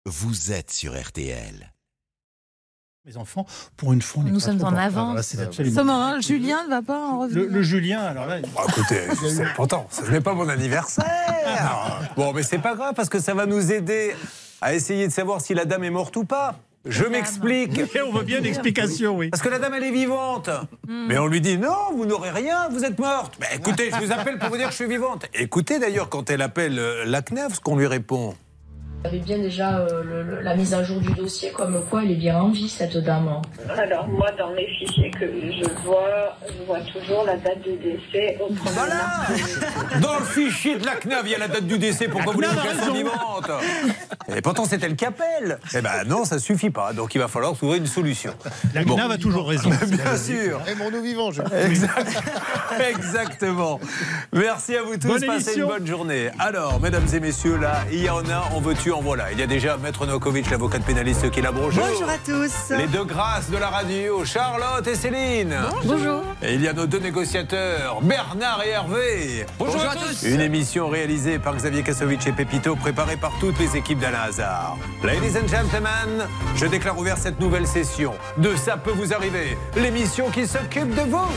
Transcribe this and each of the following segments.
vous êtes sur RTL. Mes enfants, pour une fois, nous sommes en avance. Julien ne va pas en revenir. Le Julien, alors là. Écoutez, pourtant, ce n'est pas mon anniversaire. Bon, mais c'est pas grave parce que ça va nous aider à essayer de savoir si la dame est morte ou pas. Je m'explique. Et on veut bien l'explication, oui. Parce que la dame, elle est vivante. Mais on lui dit non, vous n'aurez rien, vous êtes morte. Mais écoutez, je vous appelle pour vous dire que je suis vivante. Écoutez d'ailleurs, quand elle appelle la CNAV, ce qu'on lui répond. Vous avez bien déjà la mise à jour du dossier, comme quoi elle est bien en vie, cette dame. Alors moi, dans mes fichiers que je vois toujours la date de décès au 1er Voilà. mars. Dans le fichier de la CNAV, il y a la date du décès. Pourquoi vous voulez qu'elle soit vivante? Et pourtant, c'est elle qui appelle. Eh ben non, ça suffit pas. Donc il va falloir trouver une solution. La CNAV a toujours raison. Bien sûr. Aimons-nous vivants, je Exactement. Merci à vous tous. Bonne Passez émission. une bonne journée. Alors, mesdames et messieurs, là, il y en a, on veux-tu, en voilà. Il y a déjà Maître Novakovic, l'avocate pénaliste, qui est là. Bonjour. Bonjour à tous. Les deux grâces de la radio, Charlotte et Céline. Bonjour. Et il y a nos deux négociateurs, Bernard et Hervé. Bonjour à tous. Une émission réalisée par Xavier Kassovitch et Pépito, préparée par toutes les équipes d'Alain Hazard. Ladies and gentlemen, je déclare ouvert cette nouvelle session de Ça peut vous arriver, l'émission qui s'occupe de vous.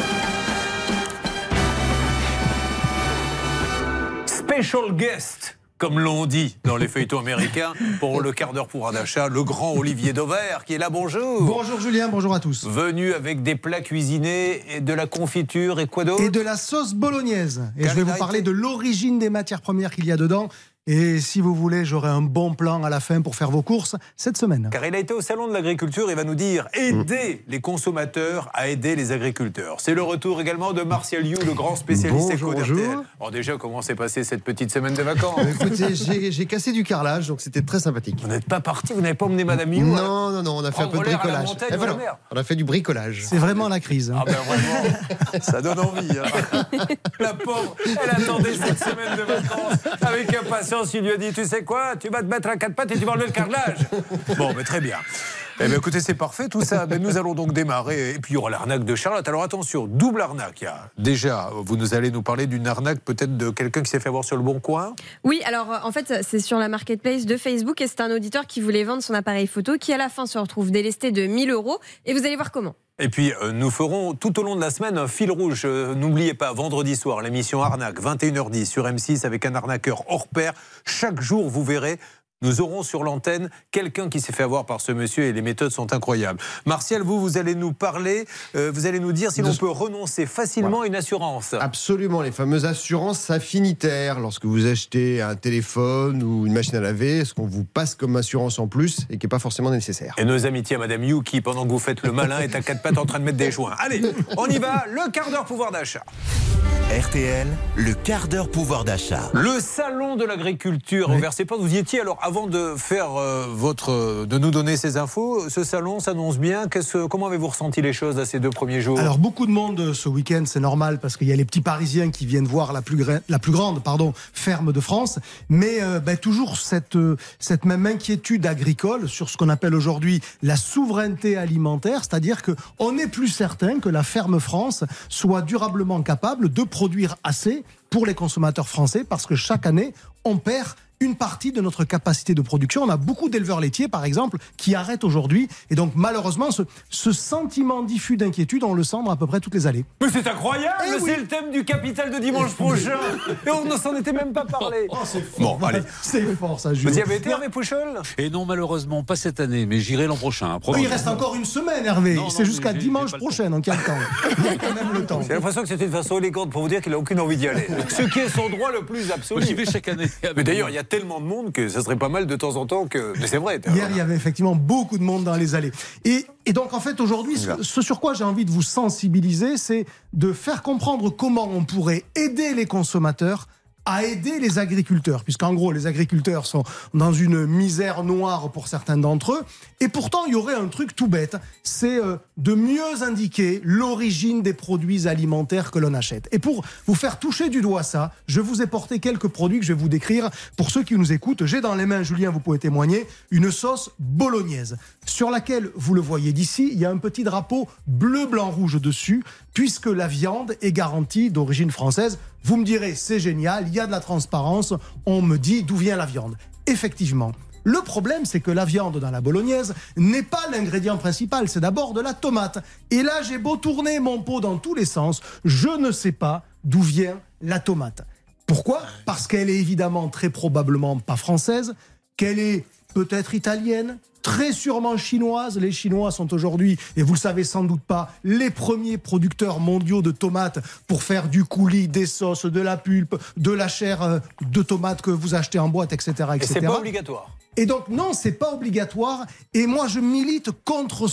Special guest, comme l'on dit dans les feuilletons américains, pour le quart d'heure pouvoir d'achat, le grand Olivier Dauvert qui est là. Bonjour. Bonjour Julien, bonjour à tous. Venu avec des plats cuisinés et de la confiture et quoi d'autre? Et de la sauce bolognaise. Et je vais vous Carinarité. parler de l'origine des matières premières qu'il y a dedans. Et si vous voulez, j'aurai un bon plan à la fin pour faire vos courses cette semaine. Car il a été au salon de l'agriculture, il va nous dire aider les consommateurs à aider les agriculteurs. C'est le retour également de Martial You, le grand spécialiste éco d'RTL. Bonjour. Alors déjà, comment s'est passée cette petite semaine de vacances? Écoutez, j'ai cassé du carrelage, donc c'était très sympathique. Vous n'êtes pas parti, vous n'avez pas emmené Madame You? Non, on a fait un peu de relais à la bricolage. montagne, Et voilà, à la mer. on a fait du bricolage. C'est vraiment la crise. Ah ben vraiment, ça donne envie. Hein. La pauvre, elle attendait cette semaine de vacances avec impatience. Il lui a dit, tu sais quoi, tu vas te mettre à quatre pattes et tu vas enlever le carrelage. Bon, mais très bien. Eh bien, écoutez, c'est parfait tout ça. Mais nous allons donc démarrer. Et puis, il y aura l'arnaque de Charlotte. Alors, attention, double arnaque. Il y a déjà, vous allez nous parler d'une arnaque peut-être de quelqu'un qui s'est fait avoir sur le Bon Coin. Oui, alors en fait, c'est sur la marketplace de Facebook et c'est un auditeur qui voulait vendre son appareil photo qui à la fin se retrouve délesté de 1 000 €. Et vous allez voir comment. Et puis, nous ferons tout au long de la semaine un fil rouge. N'oubliez pas, vendredi soir, l'émission Arnaque, 21h10 sur M6 avec un arnaqueur hors pair. Chaque jour, vous verrez, nous aurons sur l'antenne quelqu'un qui s'est fait avoir par ce monsieur et les méthodes sont incroyables. Martial, vous allez nous parler, vous allez nous dire si l'on peut renoncer facilement à une assurance. Absolument, les fameuses assurances affinitaires. Lorsque vous achetez un téléphone ou une machine à laver, ce qu'on vous passe comme assurance en plus et qui n'est pas forcément nécessaire. Et nos amitiés à Madame You qui, pendant que vous faites le malin, est à quatre pattes en train de mettre des joints. Allez, on y va, le quart d'heure pouvoir d'achat. RTL, le quart d'heure pouvoir d'achat. Le salon de l'agriculture au Verséport, vous y étiez. Alors avant de faire de nous donner ces infos, ce salon s'annonce bien. Comment avez-vous ressenti les choses à ces 2 premiers jours? Alors beaucoup de monde ce week-end, c'est normal parce qu'il y a les petits Parisiens qui viennent voir la plus grande ferme de France, mais toujours cette même inquiétude agricole sur ce qu'on appelle aujourd'hui la souveraineté alimentaire, c'est-à-dire que on n'est plus certain que la ferme France soit durablement capable de produire assez pour les consommateurs français parce que chaque année on perd une partie de notre capacité de production. On a beaucoup d'éleveurs laitiers, par exemple, qui arrêtent aujourd'hui. Et donc, malheureusement, ce sentiment diffus d'inquiétude, on le sent dans à peu près toutes les allées. Mais c'est incroyable, c'est le thème du Capital de dimanche prochain. Et on ne s'en était même pas parlé. Oh, c'est fort. Bon, allez. C'est fort, ça, Julien. Vous y avez été, Hervé Pouchol? Et non, malheureusement, pas cette année, mais j'irai l'an prochain. Oui, il reste encore une semaine, Hervé. C'est jusqu'à dimanche prochain, donc il y a le temps. Il y a quand même le temps. J'ai l'impression que c'était une façon élégante pour vous dire qu'il n'a aucune envie d'y aller. Ce qui est son droit le plus absolu. J'y vais chaque année. Mais d'ailleurs, il y a tellement de monde que ça serait pas mal de temps en temps que... Mais c'est vrai. Hier, il y avait effectivement beaucoup de monde dans les allées. Et donc, en fait, aujourd'hui, ce sur quoi j'ai envie de vous sensibiliser, c'est de faire comprendre comment on pourrait aider les consommateurs à aider les agriculteurs, puisqu'en gros, les agriculteurs sont dans une misère noire pour certains d'entre eux. Et pourtant, il y aurait un truc tout bête, c'est de mieux indiquer l'origine des produits alimentaires que l'on achète. Et pour vous faire toucher du doigt ça, je vous ai porté quelques produits que je vais vous décrire. Pour ceux qui nous écoutent, j'ai dans les mains, Julien, vous pouvez témoigner, une sauce bolognaise, sur laquelle, vous le voyez d'ici, il y a un petit drapeau bleu, blanc, rouge dessus, puisque la viande est garantie d'origine française. Vous me direz, c'est génial, il y a de la transparence, on me dit d'où vient la viande. Effectivement, Le problème, c'est que la viande dans la bolognaise n'est pas l'ingrédient principal, c'est d'abord de la tomate. Et là, j'ai beau tourner mon pot dans tous les sens, je ne sais pas d'où vient la tomate. Pourquoi ? Parce qu'elle est évidemment très probablement pas française, qu'elle est peut-être italienne, très sûrement chinoise. Les Chinois sont aujourd'hui, et vous le savez sans doute pas, les premiers producteurs mondiaux de tomates pour faire du coulis, des sauces, de la pulpe, de la chair de tomate que vous achetez en boîte, etc. Et c'est pas obligatoire. Et donc non, c'est pas obligatoire. Et moi, je milite contre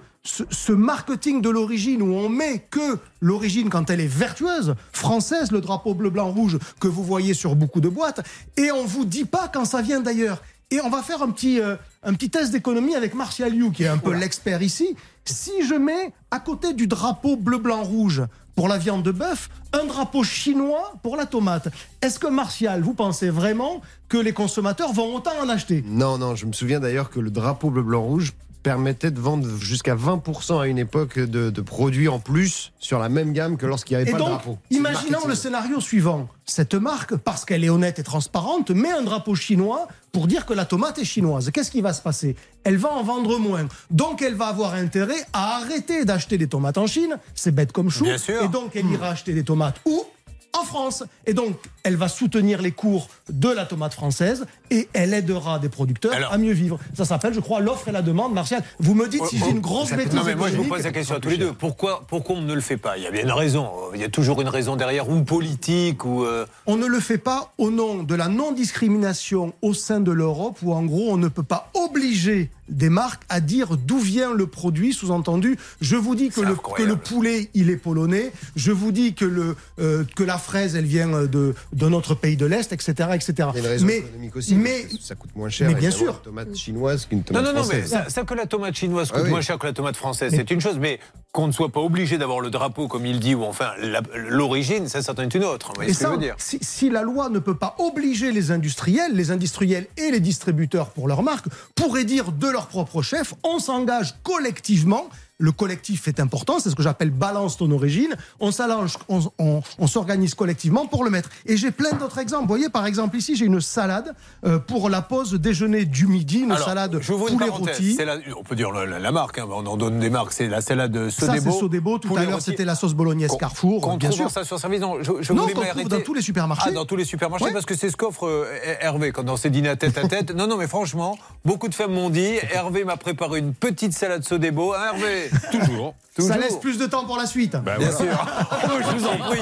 ce marketing de l'origine où on met que l'origine quand elle est vertueuse, française, le drapeau bleu, blanc, rouge que vous voyez sur beaucoup de boîtes, et on vous dit pas quand ça vient d'ailleurs. Et on va faire un petit test d'économie avec Martial You, qui est un peu l'expert ici. Si je mets à côté du drapeau bleu, blanc, rouge pour la viande de bœuf, un drapeau chinois pour la tomate, est-ce que Martial, vous pensez vraiment que les consommateurs vont autant en acheter ? Non, je me souviens d'ailleurs que le drapeau bleu, blanc, rouge permettait de vendre jusqu'à 20% à une époque de produits en plus sur la même gamme que lorsqu'il n'y avait pas de drapeau. Imaginons le scénario suivant. Cette marque, parce qu'elle est honnête et transparente, met un drapeau chinois pour dire que la tomate est chinoise. Qu'est-ce qui va se passer ? Elle va en vendre moins. Donc elle va avoir intérêt à arrêter d'acheter des tomates en Chine. C'est bête comme chou. Bien sûr. Et donc elle ira acheter des tomates où ? En France. Et donc, elle va soutenir les cours de la tomate française et elle aidera des producteurs à mieux vivre. Ça s'appelle, je crois, l'offre et la demande. Martial, vous me dites si j'ai une grosse bêtise. Non, mais moi, je vous pose la question à tous les deux. Pourquoi on ne le fait pas ? Il y a bien une raison. Il y a toujours une raison derrière, ou politique, ou... On ne le fait pas au nom de la non-discrimination au sein de l'Europe, où en gros, on ne peut pas obliger des marques à dire d'où vient le produit. Sous-entendu, je vous dis que le poulet, il est polonais. Je vous dis que la fraise, elle vient de notre pays de l'Est, etc. etc. Il y a une raison économique aussi, parce que ça coûte moins cher. Mais bien sûr. Une tomate chinoise qu'une tomate française. Mais ça que la tomate chinoise coûte moins cher que la tomate française, c'est une chose, mais qu'on ne soit pas obligé d'avoir le drapeau, comme il dit, ou enfin l'origine, ça c'en est une autre. Vous voyez ce que je veux dire ? Si la loi ne peut pas obliger les industriels et les distributeurs pour leur marque, pourraient dire de leur propre chef, on s'engage collectivement. Le collectif est important, c'est ce que j'appelle balance ton origine. On s'organise collectivement pour le mettre. Et j'ai plein d'autres exemples. Vous voyez, par exemple, ici, j'ai une salade pour la pause déjeuner du midi, salade poulet rôti. On peut dire la marque, hein, on en donne des marques. C'est la salade Sodebo. Ça, c'est Sodebo. Tout à l'heure, c'était la sauce bolognaise Carrefour. Bien sûr. Ça sur service. Non, je voulais m'arrêter. Dans tous les supermarchés. Dans tous les supermarchés, parce que c'est ce qu'offre Hervé quand dans ses dîners à tête à tête. Non, mais franchement, beaucoup de femmes m'ont dit, Hervé m'a préparé une petite salade Sodebo. Hein, Hervé ? Toujours. Ça laisse plus de temps pour la suite. Bien sûr. Je vous en prie.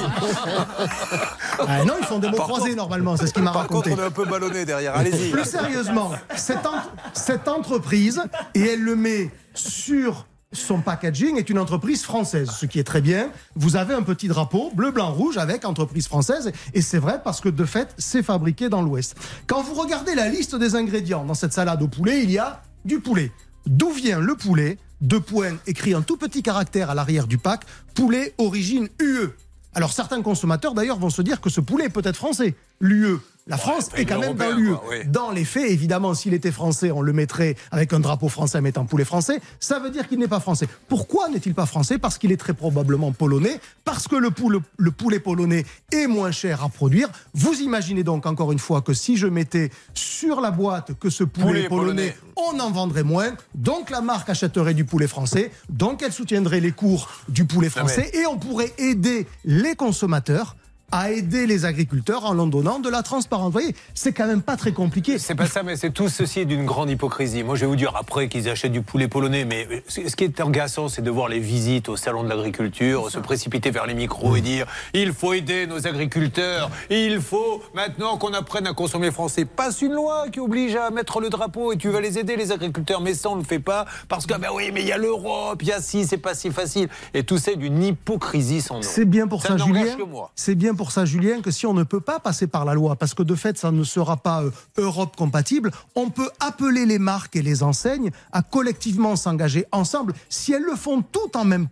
Non, ils font des mots croisés normalement, c'est ce qu'il m'a raconté. Par contre, on est un peu ballonné derrière. Allez-y. Plus sérieusement, cette entreprise, et elle le met sur son packaging, est une entreprise française, ce qui est très bien. Vous avez un petit drapeau bleu, blanc, rouge avec entreprise française, et c'est vrai parce que de fait, c'est fabriqué dans l'Ouest. Quand vous regardez la liste des ingrédients dans cette salade au poulet, il y a du poulet. D'où vient le poulet ? 2 points, écrit en tout petit caractère à l'arrière du pack, poulet origine UE. Alors certains consommateurs d'ailleurs vont se dire que ce poulet est peut-être français. L'UE, la France est quand même dans l'UE. Dans les faits, évidemment, s'il était français, on le mettrait avec un drapeau français mettant poulet français. Ça veut dire qu'il n'est pas français. Pourquoi n'est-il pas français ? Parce qu'il est très probablement polonais, parce que le poulet polonais est moins cher à produire. Vous imaginez donc encore une fois que si je mettais sur la boîte que ce poulet polonais, on en vendrait moins. Donc la marque achèterait du poulet français. Donc elle soutiendrait les cours du poulet français. Et on pourrait aider les consommateurs à aider les agriculteurs en leur donnant de la transparence. Vous voyez, c'est quand même pas très compliqué. C'est pas ça, mais c'est tout ceci d'une grande hypocrisie. Moi, je vais vous dire après qu'ils achètent du poulet polonais, mais ce qui est agaçant, c'est de voir les visites au salon de l'agriculture, se précipiter vers les micros et dire il faut aider nos agriculteurs, il faut maintenant qu'on apprenne à consommer français. Passe une loi qui oblige à mettre le drapeau et tu vas les aider, les agriculteurs. Mais ça, on le fait pas parce que, oui, mais il y a l'Europe, il y a c'est pas si facile. Et tout ça, d'une hypocrisie sans nom. C'est bien pour ça, Julien. C'est bien pour ça, Julien, que si on ne peut pas passer par la loi, parce que de fait, ça ne sera pas Europe compatible, on peut appeler les marques et les enseignes à collectivement s'engager ensemble. Si elles le font toutes en même temps,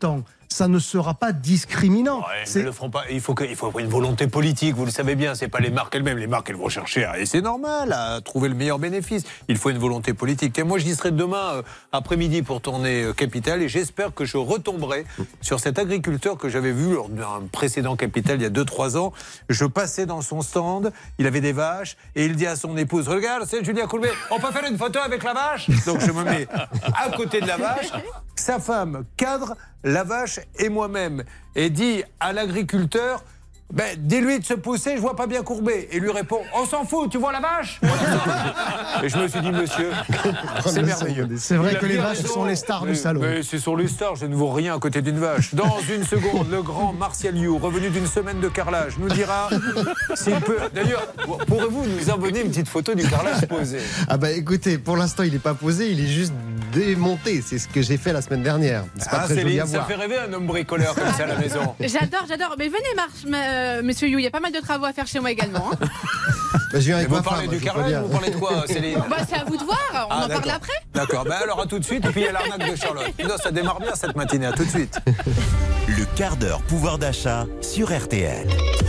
ça ne sera pas discriminant. Ils ne le feront pas. Il faut une volonté politique, vous le savez bien, c'est pas les marques elles-mêmes. Les marques, elles vont chercher, et c'est normal, à trouver le meilleur bénéfice. Il faut une volonté politique. Et moi, j'y serai demain après-midi pour tourner Capital, et j'espère que je retomberai sur cet agriculteur que j'avais vu lors d'un précédent Capital il y a 2-3 ans. Je passais dans son stand, il avait des vaches, et il dit à son épouse, regarde, c'est Julien Courbet, on peut faire une photo avec la vache? Donc je me mets à côté de la vache, sa femme cadre la vache et moi-même, et dit à l'agriculteur, dis-lui de se pousser, je vois pas bien Courbet. Et lui répond, on s'en fout, tu vois la vache? Et je me suis dit, monsieur, c'est merveilleux. C'est vrai que les vaches sont les stars du salon. Mais ce sont les stars, je ne vaux rien à côté d'une vache. Dans une seconde, le grand Martial You, revenu d'une semaine de carrelage, nous dira s'il peut. D'ailleurs, pourrez-vous nous envoyer une petite photo du carrelage posé? Écoutez, pour l'instant, il n'est pas posé, il est juste démonté. C'est ce que j'ai fait la semaine dernière. C'est pas très joli à voir. Ça fait rêver un homme bricoleur comme ça à la maison. J'adore. Mais venez, Monsieur You, il y a pas mal de travaux à faire chez moi également. Je viens avec vous parlez du carrelage ou vous parlez de quoi, Céline? C'est à vous de voir, on en parle après. D'accord, alors à tout de suite, et puis il y a l'arnaque de Charlotte. Non, ça démarre bien cette matinée, à tout de suite. Le quart d'heure pouvoir d'achat sur RTL.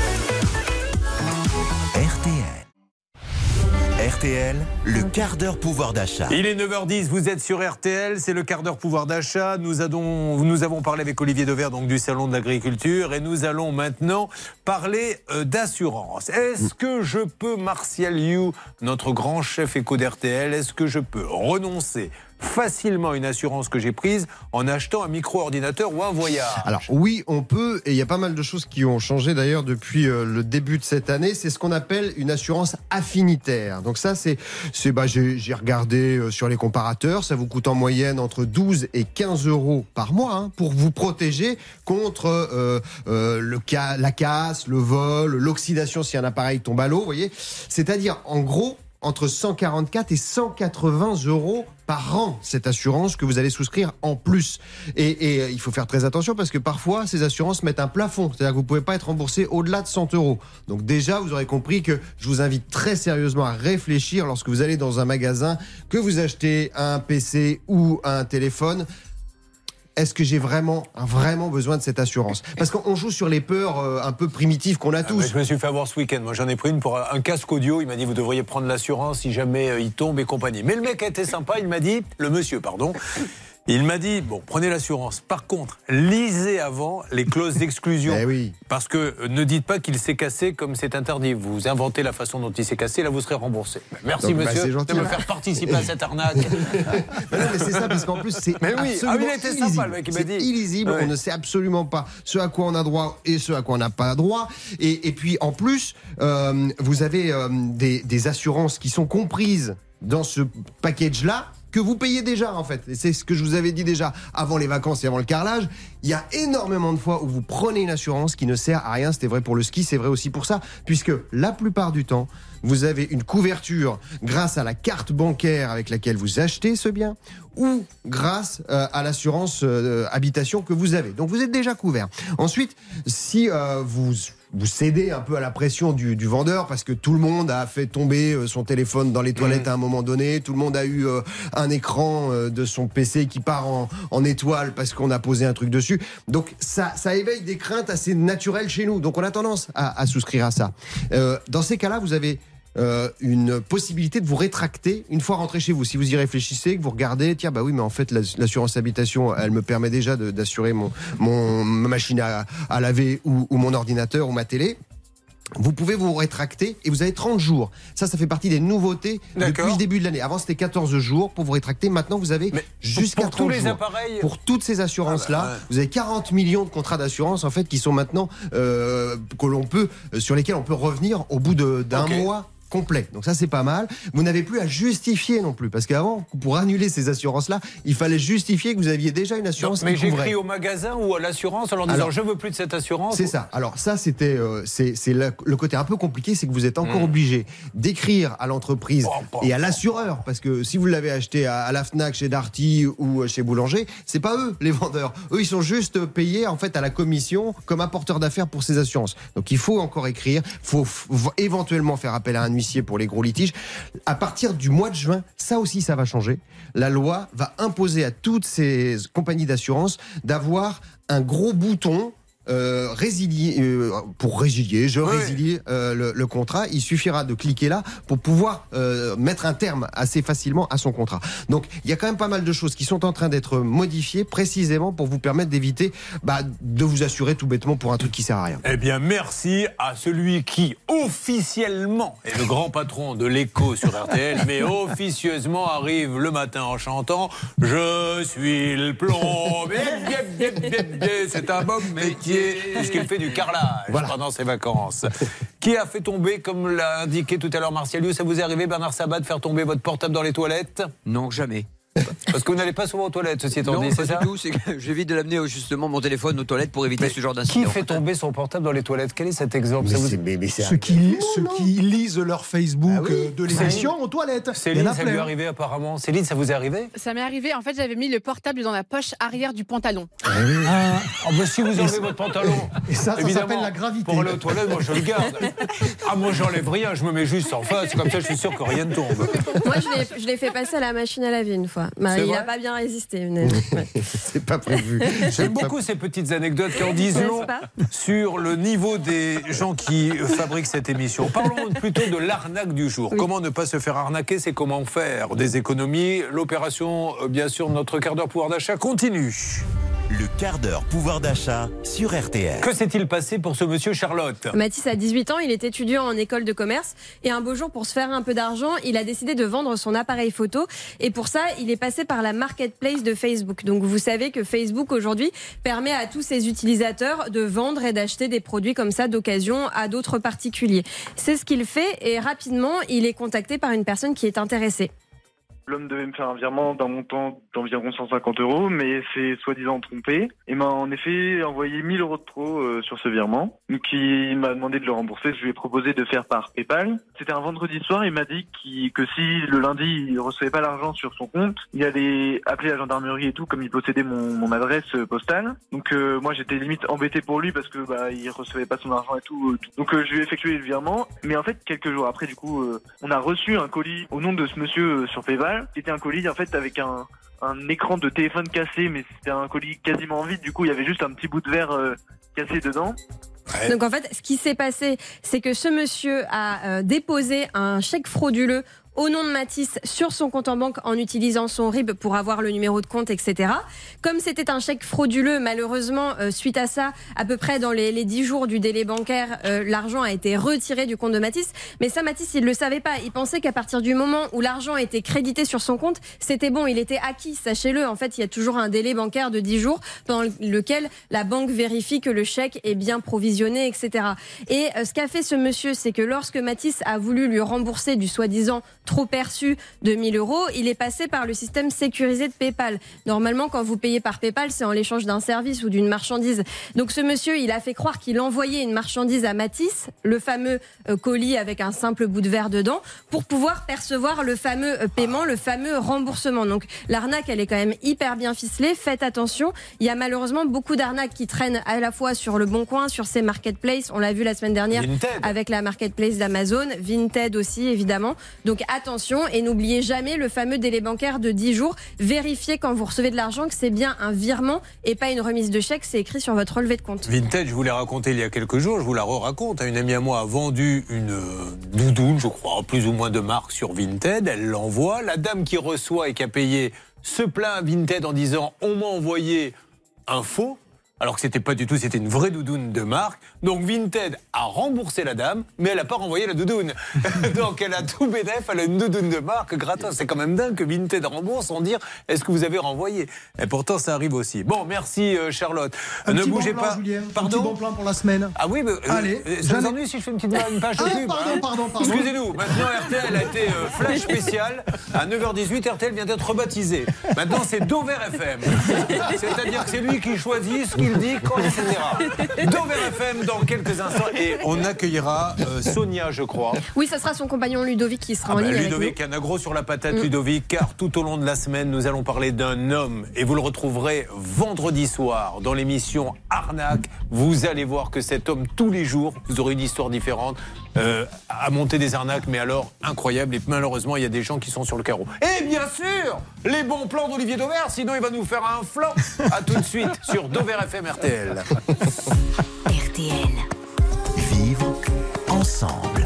RTL, le quart d'heure pouvoir d'achat. Il est 9h10, vous êtes sur RTL, c'est le quart d'heure pouvoir d'achat. Nous avons parlé avec Olivier Dauvert, donc du Salon de l'Agriculture, et nous allons maintenant parler d'assurance. Est-ce que je peux, Martial You, notre grand chef éco d'RTL, est-ce que je peux renoncer facilement une assurance que j'ai prise en achetant un micro-ordinateur ou un voyage? Alors oui, on peut, et il y a pas mal de choses qui ont changé d'ailleurs depuis le début de cette année. C'est ce qu'on appelle une assurance affinitaire. Donc ça, j'ai regardé sur les comparateurs, ça vous coûte en moyenne entre 12 et 15 euros par mois pour vous protéger contre la casse, le vol, l'oxydation si un appareil tombe à l'eau, vous voyez. C'est-à-dire, en gros, entre 144 et 180 euros par an, cette assurance que vous allez souscrire en plus. Et il faut faire très attention parce que parfois, ces assurances mettent un plafond. C'est-à-dire que vous ne pouvez pas être remboursé au-delà de 100 euros. Donc déjà, vous aurez compris que je vous invite très sérieusement à réfléchir lorsque vous allez dans un magasin, que vous achetez un PC ou un téléphone. Est-ce que j'ai vraiment besoin de cette assurance? Parce qu'on joue sur les peurs un peu primitives qu'on a tous. Je me suis fait avoir ce week-end. Moi, j'en ai pris une pour un casque audio. Il m'a dit, vous devriez prendre l'assurance si jamais il tombe et compagnie. Mais le mec a été sympa. Le monsieur, il m'a dit, bon, prenez l'assurance. Par contre, lisez avant les clauses d'exclusion. Oui. Parce que ne dites pas qu'il s'est cassé comme c'est interdit. Vous inventez la façon dont il s'est cassé, là vous serez remboursé. Merci monsieur de me faire participer à cette arnaque. Mais c'est ça, parce qu'en plus c'est absolument il était sympa, le mec, il m'a dit. C'est illisible, on ne sait absolument pas ce à quoi on a droit et ce à quoi on n'a pas droit. Et puis en plus, vous avez des assurances qui sont comprises dans ce package-là, que vous payez déjà en fait. Et c'est ce que je vous avais dit déjà avant les vacances et avant le carrelage. Il y a énormément de fois où vous prenez une assurance qui ne sert à rien. C'était vrai pour le ski, c'est vrai aussi pour ça. Puisque la plupart du temps, vous avez une couverture grâce à la carte bancaire avec laquelle vous achetez ce bien ou grâce à l'assurance habitation que vous avez. Donc vous êtes déjà couvert. Ensuite, si vous cédez un peu à la pression du vendeur parce que tout le monde a fait tomber son téléphone dans les toilettes à un moment donné, tout le monde a eu un écran de son PC qui part en étoile parce qu'on a posé un truc dessus. Donc ça éveille des craintes assez naturelles chez nous. Donc on a tendance à souscrire à ça. Dans ces cas-là, vous avez une possibilité de vous rétracter une fois rentré chez vous. Si vous y réfléchissez, que vous regardez, tiens, bah oui, mais en fait, l'assurance habitation, elle me permet déjà d'assurer ma machine à laver ou mon ordinateur ou ma télé. Vous pouvez vous rétracter et vous avez 30 jours. Ça fait partie des nouveautés depuis le début de l'année. Avant, c'était 14 jours pour vous rétracter. Maintenant, vous avez jusqu'à 30 jours. Pour tous les appareils. Pour toutes ces assurances-là, vous avez 40 millions de contrats d'assurance, en fait, qui sont maintenant, sur lesquels on peut revenir au bout d'un mois complet. Donc ça, c'est pas mal. Vous n'avez plus à justifier non plus. Parce qu'avant, pour annuler ces assurances-là, il fallait justifier que vous aviez déjà une assurance. Mais j'écris au magasin ou à l'assurance en leur disant je veux plus de cette assurance. C'est ça. Alors ça, c'était le côté un peu compliqué, c'est que vous êtes encore obligé d'écrire à l'entreprise et à l'assureur. Parce que si vous l'avez acheté à la Fnac, chez Darty ou chez Boulanger, c'est pas eux les vendeurs. Eux, ils sont juste payés en fait à la commission comme apporteur d'affaires pour ces assurances. Donc il faut encore écrire. Il faut éventuellement faire appel à un huissier pour les gros litiges. À partir du mois de juin, ça aussi, ça va changer. La loi va imposer à toutes ces compagnies d'assurance d'avoir un gros bouton pour résilier, résilie le contrat. Il suffira de cliquer là pour pouvoir mettre un terme assez facilement à son contrat. Donc il y a quand même pas mal de choses qui sont en train d'être modifiées précisément pour vous permettre d'éviter de vous assurer tout bêtement pour un truc qui sert à rien. Eh bien merci à celui qui officiellement est le grand patron de l'écho sur RTL, mais officieusement arrive le matin en chantant « Je suis le plomb, c'est un bon métier ». Puisqu'il fait du carrelage pendant ses vacances. Qui a fait tomber, comme l'a indiqué tout à l'heure Martial Liu, ça vous est arrivé, Bernard Sabat, de faire tomber votre portable dans les toilettes ? Non, jamais. Parce que vous n'allez pas souvent aux toilettes, ceci étant dit, c'est ça ? Non, pas du tout, c'est que j'évite de l'amener justement mon téléphone aux toilettes pour éviter ce genre d'incident. Qui fait tomber son portable dans les toilettes ? Quel est cet exemple ? Ceux qui lisent leur Facebook de l'émission aux toilettes. Céline, ça lui est arrivé apparemment. Céline, ça vous est arrivé ? Ça m'est arrivé, en fait, j'avais mis le portable dans la poche arrière du pantalon. Si vous enlevez votre pantalon, et ça s'appelle la gravité. Pour aller aux toilettes, moi je le garde. Moi j'enlève rien, je me mets juste en face, comme ça je suis sûr que rien ne tombe. Moi je l'ai fait passer à la machine à laver une fois. Il n'a pas bien résisté. C'est pas prévu. J'aime beaucoup ces petites anecdotes qui en disent long sur le niveau des gens qui fabriquent cette émission. Parlons plutôt de l'arnaque du jour. Oui. Comment ne pas se faire arnaquer, c'est comment faire des économies. L'opération, bien sûr, notre quart d'heure pouvoir d'achat continue. Le quart d'heure pouvoir d'achat sur RTL. Que s'est-il passé pour ce monsieur Charlotte ? Mathis a 18 ans, il est étudiant en école de commerce et un beau jour, pour se faire un peu d'argent, il a décidé de vendre son appareil photo et pour ça, il est passé par la marketplace de Facebook. Donc vous savez que Facebook aujourd'hui permet à tous ses utilisateurs de vendre et d'acheter des produits comme ça d'occasion à d'autres particuliers. C'est ce qu'il fait et rapidement, il est contacté par une personne qui est intéressée. L'homme devait me faire un virement d'un montant d'environ 150 €, mais c'est soi-disant trompé. Il m'a en effet envoyé 1 000 € de trop sur ce virement. Donc il m'a demandé de le rembourser. Je lui ai proposé de faire par PayPal. C'était un vendredi soir. Il m'a dit que si le lundi il recevait pas l'argent sur son compte, il allait appeler la gendarmerie et tout, comme il possédait mon adresse postale. Donc moi j'étais limite embêté pour lui parce que il recevait pas son argent et tout. Donc je lui ai effectué le virement. Mais en fait quelques jours après, du coup, on a reçu un colis au nom de ce monsieur sur PayPal. C'était un colis en fait avec un écran de téléphone cassé, mais c'était un colis quasiment vide. Du coup, il y avait juste un petit bout de verre cassé dedans. Ouais. Donc en fait, ce qui s'est passé, c'est que ce monsieur a déposé un chèque frauduleux au nom de Mathis sur son compte en banque en utilisant son RIB pour avoir le numéro de compte, etc. Comme c'était un chèque frauduleux, malheureusement, suite à ça, à peu près dans les 10 jours du délai bancaire, l'argent a été retiré du compte de Mathis. Mais ça, Mathis, il ne le savait pas. Il pensait qu'à partir du moment où l'argent était crédité sur son compte, c'était bon, il était acquis. Sachez-le, en fait, il y a toujours un délai bancaire de 10 jours pendant lequel la banque vérifie que le chèque est bien provisionné, etc. Et ce qu'a fait ce monsieur, c'est que lorsque Mathis a voulu lui rembourser du soi-disant trop perçu de 1 000 €, il est passé par le système sécurisé de PayPal. Normalement, quand vous payez par PayPal, c'est en l'échange d'un service ou d'une marchandise. Donc ce monsieur, il a fait croire qu'il envoyait une marchandise à Mathis, le fameux colis avec un simple bout de verre dedans, pour pouvoir percevoir le fameux paiement, le fameux remboursement. Donc l'arnaque, elle est quand même hyper bien ficelée. Faites attention. Il y a malheureusement beaucoup d'arnaques qui traînent à la fois sur le Bon Coin, sur ces marketplaces. On l'a vu la semaine dernière avec la marketplace d'Amazon, Vinted aussi évidemment. Donc attention et n'oubliez jamais le fameux délai bancaire de 10 jours. Vérifiez quand vous recevez de l'argent que c'est bien un virement et pas une remise de chèque. C'est écrit sur votre relevé de compte. Vinted, je vous l'ai raconté il y a quelques jours, je vous la raconte. Une amie à moi a vendu une doudoune, je crois, plus ou moins de marque sur Vinted. Elle l'envoie. La dame qui reçoit et qui a payé se plaint à Vinted en disant « on m'a envoyé un faux ». Alors que c'était pas du tout, c'était une vraie doudoune de marque. Donc Vinted a remboursé la dame, mais elle n'a pas renvoyé la doudoune. Donc elle a tout bénef, elle a une doudoune de marque gratos. C'est quand même dingue que Vinted rembourse sans dire est-ce que vous avez renvoyé. Et pourtant ça arrive aussi. Bon, merci Charlotte. Ne bougez pas. Julien, pardon. Un petit bon plan pour la semaine. Ah oui, mais allez. Ça vous ennuie si je fais une page de pub. Pardon. Excusez-nous. Maintenant RTL a été flash spécial. À 9h18, RTL vient d'être rebaptisé. Maintenant c'est Dover FM. C'est-à-dire que c'est lui qui choisit ce qu'il dit, quand, etc. Dover FM dans quelques instants. Et on accueillera Sonia, je crois. Oui, ça sera son compagnon Ludovic qui sera en ligne. Ludovic, un gros sur la patate, Ludovic, car tout au long de la semaine, nous allons parler d'un homme. Et vous le retrouverez vendredi soir dans l'émission Arnaque. Vous allez voir que cet homme, tous les jours, vous aurez une histoire différente. à monter des arnaques, mais alors incroyable. Et malheureusement, il y a des gens qui sont sur le carreau. Et bien sûr, les bons plans d'Olivier Dauvert, sinon il va nous faire un flanc. À tout de suite sur Dover FM RTL. RTL. Vivre ensemble.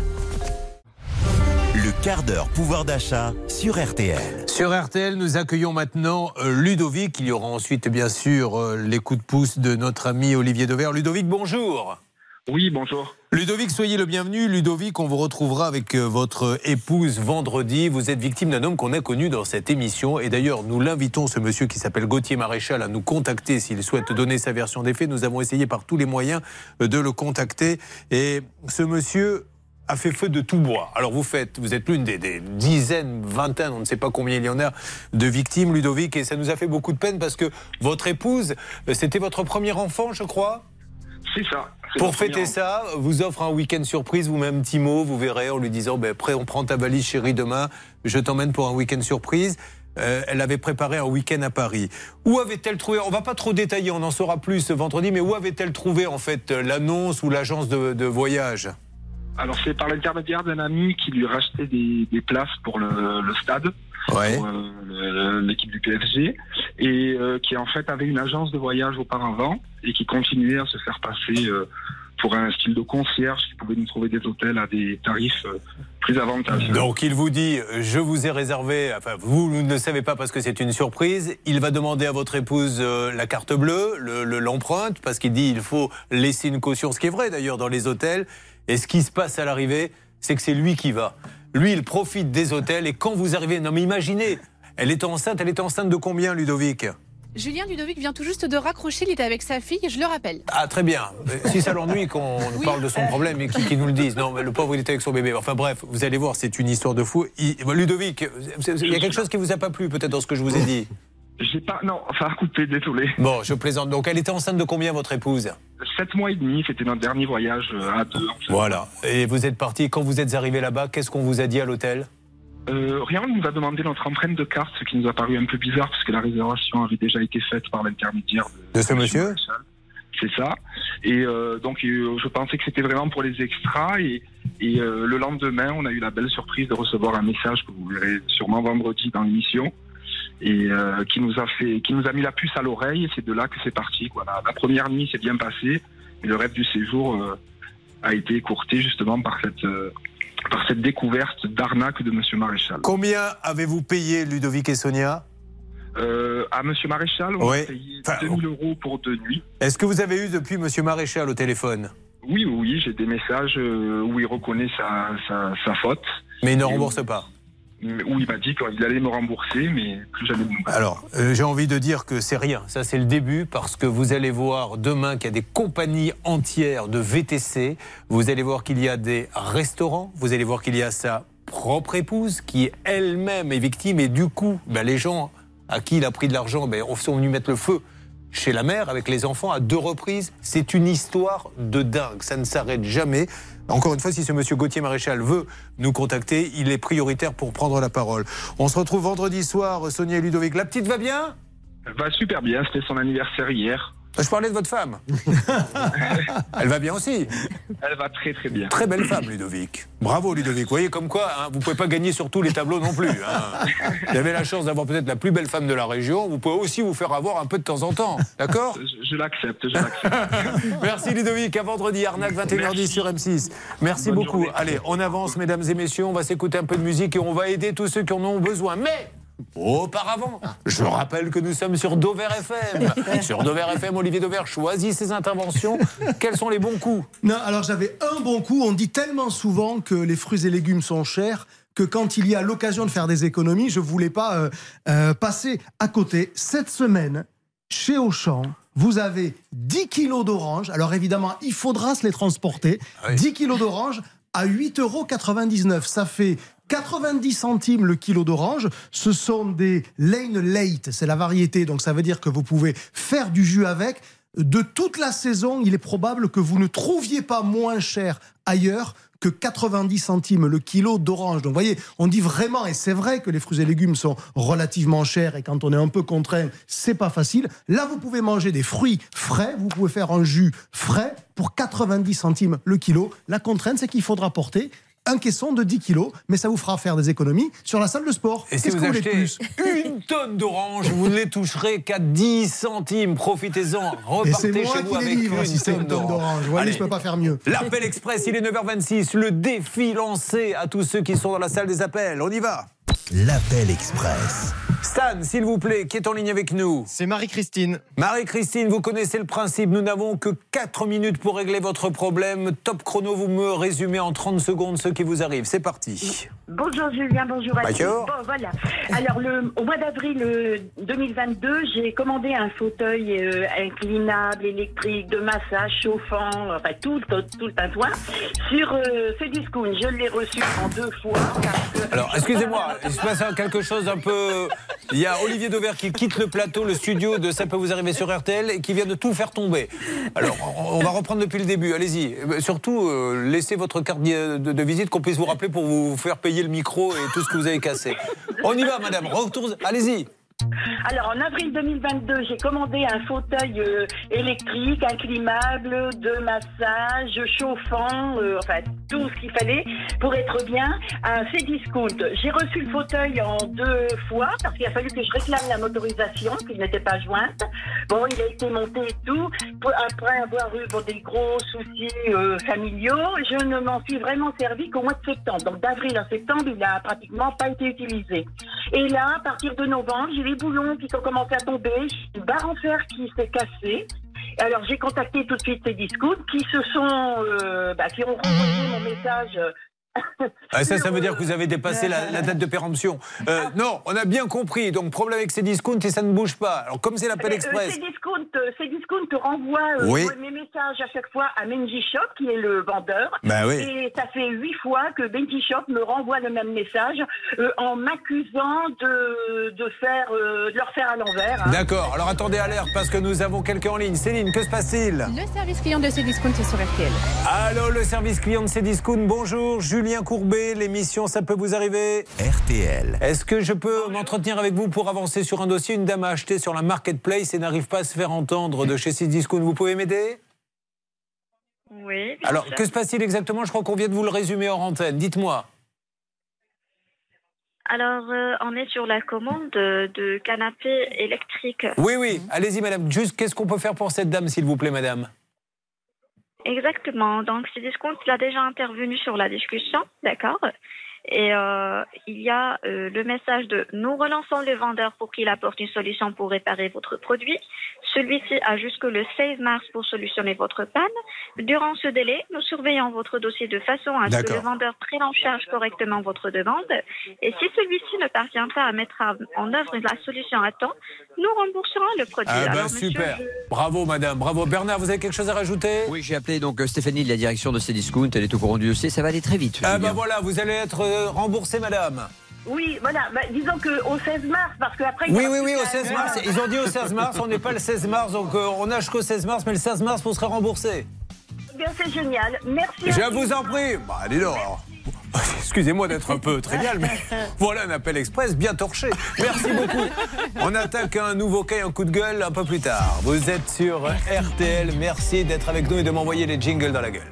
Le quart d'heure pouvoir d'achat sur RTL. Sur RTL, nous accueillons maintenant Ludovic. Il y aura ensuite, bien sûr, les coups de pouce de notre ami Olivier Dauvert. Ludovic, bonjour. Oui, bonjour. Ludovic, soyez le bienvenu. Ludovic, on vous retrouvera avec votre épouse vendredi. Vous êtes victime d'un homme qu'on a connu dans cette émission. Et d'ailleurs, nous l'invitons, ce monsieur qui s'appelle Gauthier Maréchal, à nous contacter s'il souhaite donner sa version des faits. Nous avons essayé par tous les moyens de le contacter. Et ce monsieur a fait feu de tout bois. Alors vous êtes l'une des dizaines, vingtaines, on ne sait pas combien il y en a de victimes, Ludovic. Et ça nous a fait beaucoup de peine parce que votre épouse, c'était votre premier enfant, je crois ? C'est ça. Pour fêter ça, vous offre un week-end surprise, vous-même Timo, vous verrez, en lui disant après on prend ta valise chérie demain, je t'emmène pour un week-end surprise. Elle avait préparé un week-end à Paris. Où avait-elle trouvé, on va pas trop détailler, on en saura plus vendredi, mais où avait-elle trouvé en fait l'annonce ou l'agence de voyage ? Alors c'est par l'intermédiaire d'un ami qui lui rachetait des places pour le stade, pour l'équipe du PSG, et qui en fait avait une agence de voyage auparavant et qui continuait à se faire passer pour un style de concierge qui pouvait nous trouver des hôtels à des tarifs plus avantageux. Donc il vous dit, je vous ai réservé, enfin vous ne le savez pas parce que c'est une surprise, il va demander à votre épouse la carte bleue, l'empreinte, parce qu'il dit il faut laisser une caution, ce qui est vrai d'ailleurs dans les hôtels. Et ce qui se passe à l'arrivée, c'est que c'est lui qui va. Lui, il profite des hôtels et quand vous arrivez... Non mais imaginez, elle était enceinte de combien, Ludovic ? Julien Ludovic vient tout juste de raccrocher, il était avec sa fille, je le rappelle. Ah très bien, si ça l'ennuie qu'on parle de son problème et qu'il nous le dise. Non mais le pauvre il était avec son bébé. Enfin bref, vous allez voir, c'est une histoire de fou. Ludovic, il y a quelque chose qui vous a pas plu peut-être dans ce que je vous ai dit ? J'ai pas... Non, ça a coupé, désolé. Bon, je plaisante. Donc elle était enceinte de combien, votre épouse ? 7 mois et demi, c'était notre dernier voyage à deux. En fait. Voilà. Et vous êtes parti, quand vous êtes arrivé là-bas, qu'est-ce qu'on vous a dit à l'hôtel ? Rien, on nous a demandé notre empreinte de carte, ce qui nous a paru un peu bizarre parce que la réservation avait déjà été faite par l'intermédiaire de ce monsieur. C'est ça. Et donc je pensais que c'était vraiment pour les extras et le lendemain, on a eu la belle surprise de recevoir un message que vous verrez sûrement vendredi dans l'émission. Et qui nous a mis la puce à l'oreille et c'est de là que c'est parti. Voilà. La première nuit s'est bien passée, mais le reste du séjour a été écourté justement par cette découverte d'arnaque de Monsieur Maréchal. Combien avez-vous payé, Ludovic et Sonia ? À Monsieur Maréchal, on a payé 2 000 € pour 2 nuits. Est-ce que vous avez eu depuis Monsieur Maréchal au téléphone ? Oui, j'ai des messages où il reconnaît sa faute. Mais il ne rembourse pas ? Où il m'a dit qu'il allait me rembourser, mais plus jamais de nouvelles. Alors, j'ai envie de dire que c'est rien. Ça, c'est le début, parce que vous allez voir demain qu'il y a des compagnies entières de VTC. Vous allez voir qu'il y a des restaurants. Vous allez voir qu'il y a sa propre épouse, qui elle-même est victime. Et du coup, les gens à qui il a pris de l'argent, sont venus mettre le feu chez la mère, avec les enfants, à 2 reprises. C'est une histoire de dingue. Ça ne s'arrête jamais. Encore une fois, si ce monsieur Gauthier Maréchal veut nous contacter, il est prioritaire pour prendre la parole. On se retrouve vendredi soir, Sonia et Ludovic. La petite va bien ? Elle va super bien, c'était son anniversaire hier. Je parlais de votre femme. Elle va bien aussi. Elle va très très bien. Très belle femme, Ludovic. Bravo, Ludovic. Vous voyez comme quoi, vous ne pouvez pas gagner sur tous les tableaux non plus. Vous avez la chance d'avoir peut-être la plus belle femme de la région. Vous pouvez aussi vous faire avoir un peu de temps en temps. D'accord ? Je l'accepte. Merci, Ludovic. À vendredi, arnaque 21h10 sur M6. Merci Bonne beaucoup. journée. Allez, on avance, mesdames et messieurs. On va s'écouter un peu de musique et on va aider tous ceux qui en ont besoin. Mais... auparavant, je rappelle que nous sommes sur Dover FM. Sur Dover FM, Olivier Dauvert choisit ses interventions. Quels sont les bons coups ? Non, alors j'avais un bon coup. On dit tellement souvent que les fruits et légumes sont chers que quand il y a l'occasion de faire des économies, je ne voulais pas passer à côté. Cette semaine, chez Auchan, vous avez 10 kilos d'oranges. Alors évidemment, il faudra se les transporter. Oui. 10 kilos d'oranges à 8,99 €. Ça fait 90 centimes le kilo d'orange. Ce sont des Lane Late, c'est la variété, donc ça veut dire que vous pouvez faire du jus avec. De toute la saison, il est probable que vous ne trouviez pas moins cher ailleurs que 90 centimes le kilo d'orange. Donc vous voyez, on dit vraiment, et c'est vrai que les fruits et légumes sont relativement chers, et quand on est un peu contraint, c'est pas facile. Là, vous pouvez manger des fruits frais, vous pouvez faire un jus frais pour 90 centimes le kilo. La contrainte, c'est qu'il faudra porter un caisson de 10 kilos, mais ça vous fera faire des économies sur la salle de sport. Et si vous achetez une tonne d'orange, vous ne les toucherez qu'à 10 centimes. Profitez-en, repartez chez vous avec une tonne d'orange. Vous voyez, je ne peux pas faire mieux. L'appel express, il est 9h26. Le défi lancé à tous ceux qui sont dans la salle des appels. On y va. L'appel express. Stan, s'il vous plaît, qui est en ligne avec nous? C'est Marie-Christine. Marie-Christine, vous connaissez le principe. Nous n'avons que 4 minutes pour régler votre problème. Top chrono, vous me résumez en 30 secondes ce qui vous arrive. C'est parti. Bonjour Julien, bonjour à tous. Bonjour. Bon, voilà. Alors, au mois d'avril 2022, j'ai commandé un fauteuil inclinable, électrique, de massage, chauffant, enfin tout le tintouin, sur Cdiscount. Je l'ai reçu en 2 fois. Alors, excusez-moi, il se passe quelque chose un peu... Il y a Olivier Dauvert qui quitte le plateau, le studio de Ça peut vous arriver sur RTL, et qui vient de tout faire tomber. Alors, on va reprendre depuis le début, allez-y. Surtout, laissez votre carte de visite, qu'on puisse vous rappeler pour vous faire payer le micro et tout ce que vous avez cassé. On y va, madame, retourne, allez-y. Alors, en avril 2022, j'ai commandé un fauteuil électrique, inclinable, de massage, chauffant, enfin tout ce qu'il fallait pour être bien à Cdiscount. J'ai reçu le fauteuil en 2 fois parce qu'il a fallu que je réclame la motorisation qui n'était pas jointe. Bon, il a été monté et tout. Après avoir eu des gros soucis familiaux, je ne m'en suis vraiment servi qu'au mois de septembre. Donc d'avril à septembre, il n'a pratiquement pas été utilisé. Et là, à partir de novembre, j'ai les boulons qui sont commencés à tomber, une barre en fer qui s'est cassée. Alors j'ai contacté tout de suite Cdiscount qui qui ont renvoyé mon message. Ça veut dire que vous avez dépassé la date de péremption. Non, on a bien compris. Donc problème avec Cdiscount et ça ne bouge pas. Alors comme c'est l'appel express. Cdiscount renvoie mes messages à chaque fois à Benji Shop qui est le vendeur. Bah oui. Et ça fait 8 fois que Benji Shop me renvoie le même message en m'accusant de leur faire à l'envers. Hein. D'accord. Alors attendez, alerte parce que nous avons quelqu'un en ligne. Céline, que se passe-t-il? Le service client de Cdiscount est sur RTL. Allô, le service client de Cdiscount. Bonjour, Julien Courbet, l'émission Ça peut vous arriver. RTL. Est-ce que je peux m'entretenir avec vous pour avancer sur un dossier? Une dame a acheté sur la marketplace et n'arrive pas à se faire entendre de chez Cdiscount. Vous pouvez m'aider? Oui. Alors, que se passe-t-il exactement? Je crois qu'on vient de vous le résumer hors antenne. Dites-moi. Alors, on est sur la commande de canapé électrique. Oui. Allez-y, madame. Juste, qu'est-ce qu'on peut faire pour cette dame, s'il vous plaît, madame? Exactement. Donc, Cdiscount a déjà intervenu sur la discussion, d'accord? Et il y a le message de « Nous relançons le vendeur pour qu'il apporte une solution pour réparer votre produit. Celui-ci a jusque le 16 mars pour solutionner votre panne. Durant ce délai, nous surveillons votre dossier de façon à ce que le vendeur prenne en charge correctement votre demande. Et si celui-ci ne parvient pas à mettre en œuvre la solution à temps, nous rembourserons le produit. » Alors, super. Bravo, madame. Bravo. Bernard, vous avez quelque chose à rajouter? Oui, j'ai appelé donc Stéphanie de la direction de Cdiscount. Elle est au courant du dossier. Ça va aller très vite. Voilà, vous allez être remboursé, madame. Oui, voilà. Disons qu'au 16 mars, parce qu'après... Oui, au 16 mars. Ils ont dit au 16 mars, on n'est pas le 16 mars, donc on n'a jusqu'au 16 mars, mais le 16 mars, vous serez remboursé. Bien, c'est génial. Merci. Je vous en prie. Dis donc. Excusez-moi d'être un peu trivial, mais voilà un appel express bien torché. Merci beaucoup. On attaque un nouveau cas et un coup de gueule un peu plus tard. Vous êtes sur RTL. Merci d'être avec nous et de m'envoyer les jingles dans la gueule.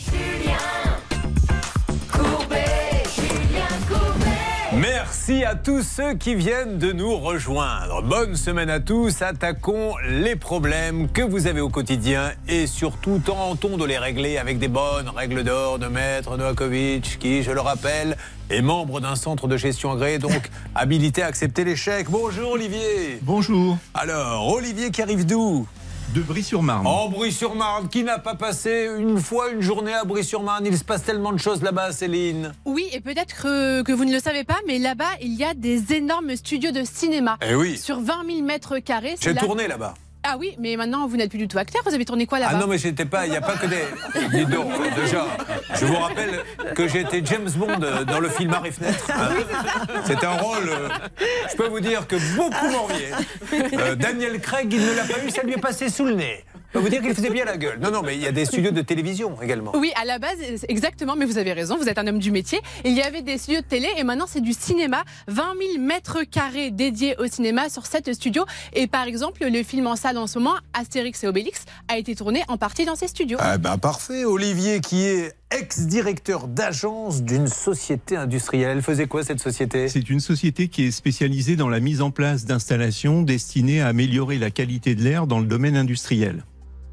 Merci à tous ceux qui viennent de nous rejoindre. Bonne semaine à tous. Attaquons les problèmes que vous avez au quotidien et surtout tentons de les régler avec des bonnes règles d'or de Maître Novakovic qui, je le rappelle, est membre d'un centre de gestion agréé, donc habilité à accepter les chèques. Bonjour Olivier. Bonjour. Alors, Olivier qui arrive d'où? De Brie-sur-Marne. Oh, Brie-sur-Marne, qui n'a pas passé une fois une journée à Brie-sur-Marne? Il se passe tellement de choses là-bas, Céline. Oui, et peut-être que vous ne le savez pas, mais là-bas, il y a des énormes studios de cinéma. Eh oui. Sur 20 000 mètres carrés. J'ai tourné là-bas. Ah oui, mais maintenant, vous n'êtes plus du tout acteur. Vous avez tourné quoi là-bas? Ah non, mais j'étais pas... Il n'y a pas que des... Dis donc, déjà, je vous rappelle que j'ai été James Bond dans le film Harry Fenêtre. Hein. C'est un rôle... je peux vous dire que beaucoup m'enviaient. Daniel Craig, il ne l'a pas eu, ça lui est passé sous le nez. On va vous dire qu'il faisait bien la gueule. Non, mais il y a des studios de télévision également. Oui, à la base, exactement, mais vous avez raison, vous êtes un homme du métier. Il y avait des studios de télé et maintenant c'est du cinéma. 20 000 mètres carrés dédiés au cinéma sur 7 studios. Et par exemple, le film en salle en ce moment, Astérix et Obélix, a été tourné en partie dans ces studios. Ah ben parfait. Olivier qui est ex-directeur d'agence d'une société industrielle. Elle faisait quoi cette société ? C'est une société qui est spécialisée dans la mise en place d'installations destinées à améliorer la qualité de l'air dans le domaine industriel.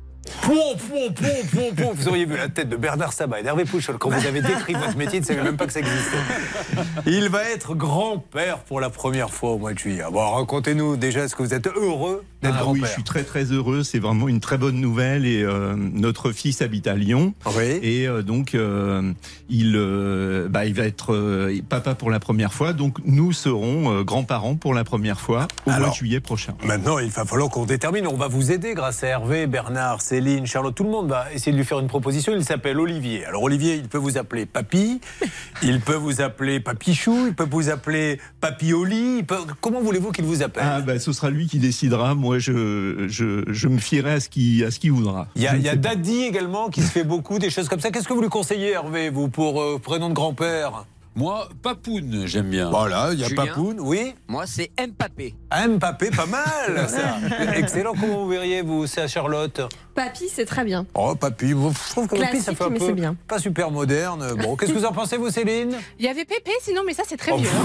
Vous auriez vu la tête de Bernard Sabat et d'Hervé Pouchol quand vous avez décrit votre métier, vous ne saviez même pas que ça existait. Il va être grand-père pour la première fois au mois de juillet. Bon, racontez-nous déjà, est-ce que vous êtes heureux d'être grand-père ? Oui, je suis très très heureux, c'est vraiment une très bonne nouvelle et notre fils habite à Lyon. Oui. Et donc il va être papa pour la première fois, donc nous serons grands-parents pour la première fois au mois de juillet prochain. Maintenant, il va falloir qu'on détermine, on va vous aider grâce à Hervé, Bernard, Céline, Charlotte, tout le monde va essayer de lui faire une proposition. Il s'appelle Olivier. Alors Olivier, il peut vous appeler Papy, il peut vous appeler Papichou, il peut vous appeler Papy Oli. Comment voulez-vous qu'il vous appelle ? Ce sera lui qui décidera. Moi, je me fierai à ce qu'il voudra. Il y a Daddy également qui se fait beaucoup, des choses comme ça. Qu'est-ce que vous lui conseillez, Hervé, vous, pour prénom de grand-père ? Moi, Papoun, j'aime bien. Voilà, il y a Julien. Papoun, oui. Moi, c'est Mbappé. Mbappé, pas mal, ça. Excellent. Comment vous verriez, vous, c'est à Charlotte ? Papy, c'est très bien. Oh, Papy, je trouve que Papy, ça fait un peu bien. Pas super moderne. Bon, qu'est-ce que vous en pensez, vous, Céline ? Il y avait Pépé, sinon, mais ça, c'est très vieux.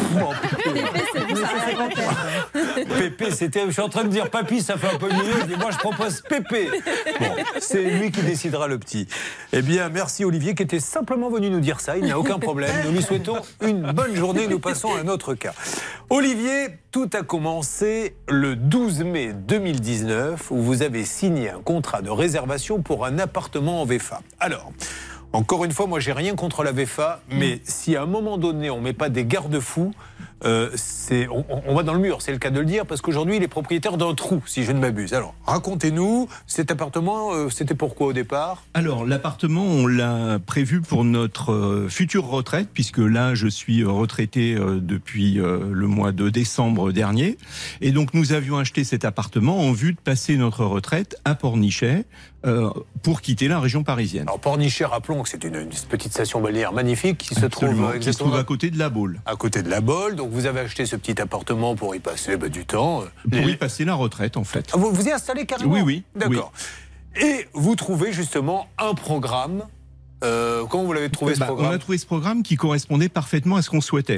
Pépé, c'était. Je suis en train de dire Papy, ça fait un peu mieux. Mais moi, je propose Pépé. Bon, c'est lui qui décidera le petit. Eh bien, merci Olivier, qui était simplement venu nous dire ça. Il n'y a aucun problème. Nous lui souhaitons une bonne journée. Nous passons à un autre cas. Olivier, tout a commencé le 12 mai 2019, où vous avez signé un contrat de réservation pour un appartement en VFA. Alors, encore une fois, moi, j'ai rien contre la VFA, mais si à un moment donné, on ne met pas des garde-fous, on va dans le mur, c'est le cas de le dire, parce qu'aujourd'hui, il est propriétaire d'un trou, si je ne m'abuse. Alors, racontez-nous, cet appartement, c'était pourquoi au départ ? Alors, l'appartement, on l'a prévu pour notre future retraite, puisque là, je suis retraité depuis le mois de décembre dernier. Et donc, nous avions acheté cet appartement en vue de passer notre retraite à Pornichet, pour quitter la région parisienne. Alors, Pornichet, rappelons que c'est une petite station balnéaire magnifique qui se trouve à côté de la Baule. À côté de la Baule. Donc, vous avez acheté ce petit appartement pour y passer du temps. Pour y passer la retraite, en fait. Vous vous y installez carrément ? Oui. D'accord. Oui. Et vous trouvez justement un programme. Comment vous l'avez trouvé, ce programme ? On a trouvé ce programme qui correspondait parfaitement à ce qu'on souhaitait.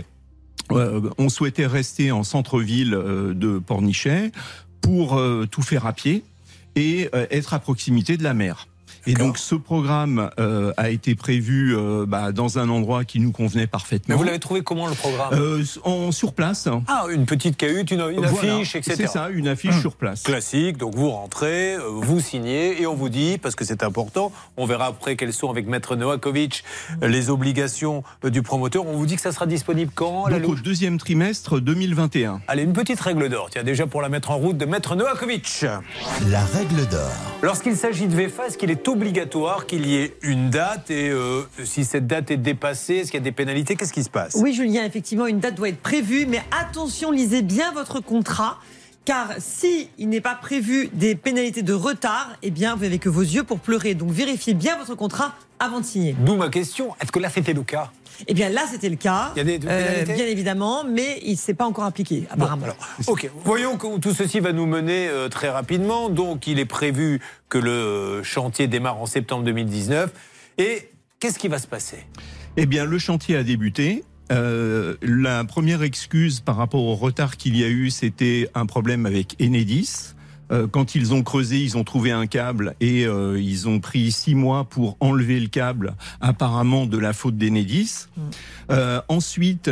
On souhaitait rester en centre-ville de Pornichet pour tout faire à pied et être à proximité de la mer. Et donc ce programme a été prévu dans un endroit qui nous convenait parfaitement. Mais vous l'avez trouvé comment, le programme ? Sur place. Ah, une petite cahute, une affiche, etc. C'est ça, une affiche sur place. Classique, donc vous rentrez, vous signez et on vous dit, parce que c'est important, on verra après quelles sont avec Maître Novakovic les obligations du promoteur, on vous dit que ça sera disponible quand ? Donc au deuxième trimestre 2021. Allez, une petite règle d'or, tiens, déjà pour la mettre en route, de Maître Novakovic. La règle d'or. Lorsqu'il s'agit de VFA, est-ce qu'il est obligatoire qu'il y ait une date et si cette date est dépassée, est-ce qu'il y a des pénalités ? Qu'est-ce qui se passe ? Oui, Julien, effectivement, une date doit être prévue, mais attention, lisez bien votre contrat, car si il n'est pas prévu des pénalités de retard, eh bien, vous n'avez que vos yeux pour pleurer. Donc, vérifiez bien votre contrat avant de signer. D'où ma question, est-ce que là, c'était le cas ? Eh bien, là, c'était le cas, il y a des pénalités bien évidemment, mais il ne s'est pas encore appliqué, apparemment. Bon, alors, ok, voyons que tout ceci va nous mener très rapidement. Donc, il est prévu que le chantier démarre en septembre 2019. Et qu'est-ce qui va se passer ? Eh bien, le chantier a débuté. La première excuse par rapport au retard qu'il y a eu, c'était un problème avec Enedis. Quand ils ont creusé, ils ont trouvé un câble et ils ont pris 6 mois pour enlever le câble, apparemment de la faute d'Enedis. Ensuite,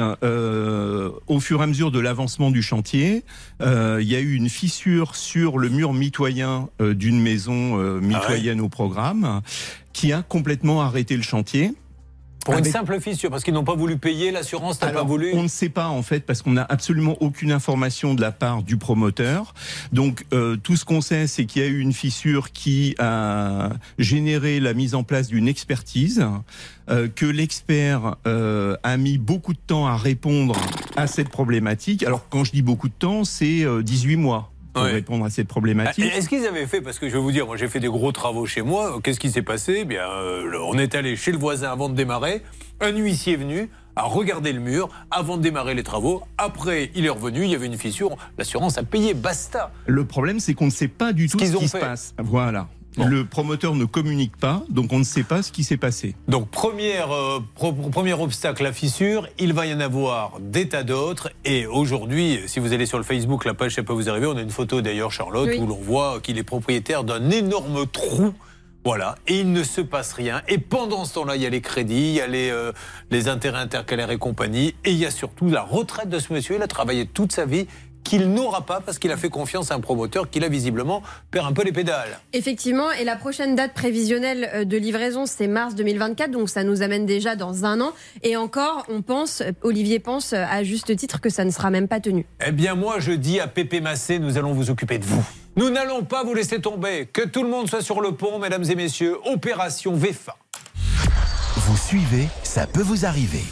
au fur et à mesure de l'avancement du chantier, il y a eu une fissure sur le mur mitoyen d'une maison mitoyenne au programme qui a complètement arrêté le chantier. Pour une simple fissure, parce qu'ils n'ont pas voulu payer, l'assurance n'a pas voulu. On ne sait pas en fait, parce qu'on n'a absolument aucune information de la part du promoteur. Donc tout ce qu'on sait, c'est qu'il y a eu une fissure qui a généré la mise en place d'une expertise, que l'expert a mis beaucoup de temps à répondre à cette problématique. Alors quand je dis beaucoup de temps, c'est 18 mois. pour répondre à cette problématique. Est-ce qu'ils avaient fait, parce que je vais vous dire, moi j'ai fait des gros travaux chez moi, qu'est-ce qui s'est passé? Eh bien, on est allé chez le voisin avant de démarrer, un huissier est venu, a regardé le mur avant de démarrer les travaux, après il est revenu, il y avait une fissure, l'assurance a payé, basta. Le problème, c'est qu'on ne sait pas du tout ce qui se passe. Voilà. Bon. Le promoteur ne communique pas, donc on ne sait pas ce qui s'est passé. Donc premier obstacle, la fissure, il va y en avoir des tas d'autres. Et aujourd'hui, si vous allez sur le Facebook, la page, ça peut vous arriver, on a une photo d'ailleurs, Charlotte, où l'on voit qu'il est propriétaire d'un énorme trou. Voilà, et il ne se passe rien. Et pendant ce temps-là, il y a les crédits, il y a les intérêts intercalaires et compagnie. Et il y a surtout la retraite de ce monsieur. Il a travaillé toute sa vie, qu'il n'aura pas parce qu'il a fait confiance à un promoteur qui, là, visiblement, perd un peu les pédales. Effectivement, et la prochaine date prévisionnelle de livraison, c'est mars 2024, donc ça nous amène déjà dans un an. Et encore, Olivier pense à juste titre que ça ne sera même pas tenu. Eh bien, moi, je dis à Pépé Massé, nous allons vous occuper de vous. Nous n'allons pas vous laisser tomber. Que tout le monde soit sur le pont, mesdames et messieurs. Opération VEFA. Vous suivez, ça peut vous arriver.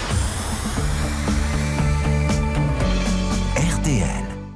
RTL.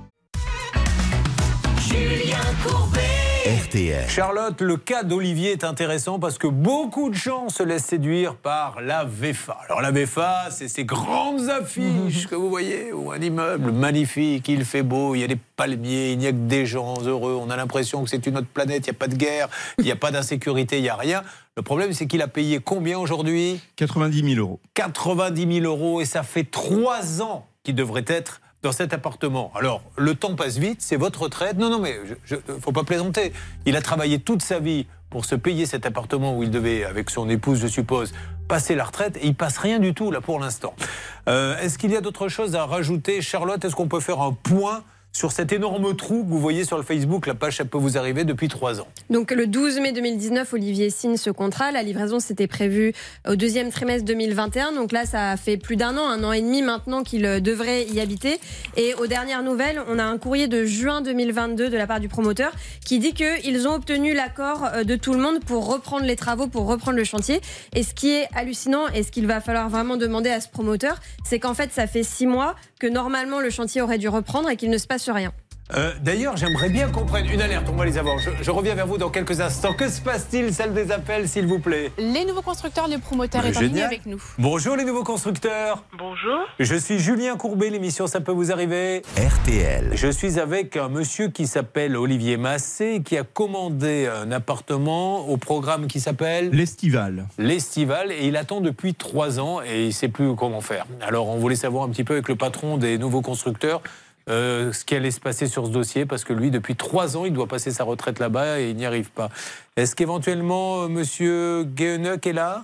Julien Courbet. RTL. Charlotte, le cas d'Olivier est intéressant parce que beaucoup de gens se laissent séduire par la VEFA. Alors la VEFA, c'est ces grandes affiches que vous voyez, ou un immeuble magnifique, il fait beau, il y a des palmiers, il n'y a que des gens heureux, on a l'impression que c'est une autre planète, il n'y a pas de guerre, il n'y a pas d'insécurité, il n'y a rien. Le problème, c'est qu'il a payé combien aujourd'hui? 90 000 €. 90 000 € et ça fait 3 ans qu'il devrait être dans cet appartement. Alors, le temps passe vite, c'est votre retraite. Non, mais faut pas plaisanter. Il a travaillé toute sa vie pour se payer cet appartement où il devait, avec son épouse, je suppose, passer la retraite. Et il passe rien du tout, là, pour l'instant. Est-ce qu'il y a d'autres choses à rajouter? Charlotte, est-ce qu'on peut faire un point sur cet énorme trou que vous voyez sur le Facebook? La page, ça peut vous arriver depuis 3 ans. Donc le 12 mai 2019, Olivier signe ce contrat. La livraison, c'était prévu au 2e trimestre 2021. Donc là, ça fait plus d'un an et demi maintenant qu'il devrait y habiter. Et aux dernières nouvelles, on a un courrier de juin 2022 de la part du promoteur qui dit qu'ils ont obtenu l'accord de tout le monde pour reprendre les travaux, pour reprendre le chantier. Et ce qui est hallucinant et ce qu'il va falloir vraiment demander à ce promoteur, c'est qu'en fait, ça fait 6 mois que normalement le chantier aurait dû reprendre et qu'il ne se passe rien. D'ailleurs, j'aimerais bien qu'on prenne une alerte. On va les avoir. Je reviens vers vous dans quelques instants. Que se passe-t-il, salle des appels, s'il vous plaît? Les nouveaux constructeurs, le promoteur est en ligne avec nous. Bonjour les nouveaux constructeurs. Bonjour. Je suis Julien Courbet, l'émission Ça peut vous arriver. RTL. Je suis avec un monsieur qui s'appelle Olivier Massé, qui a commandé un appartement au programme qui s'appelle l'Estival. L'Estival, et il attend depuis 3 ans et il ne sait plus comment faire. Alors on voulait savoir un petit peu avec le patron des nouveaux constructeurs ce qui allait se passer sur ce dossier, parce que lui, depuis 3 ans, il doit passer sa retraite là-bas et il n'y arrive pas. Est-ce qu'éventuellement, monsieur Guéheneuc est là?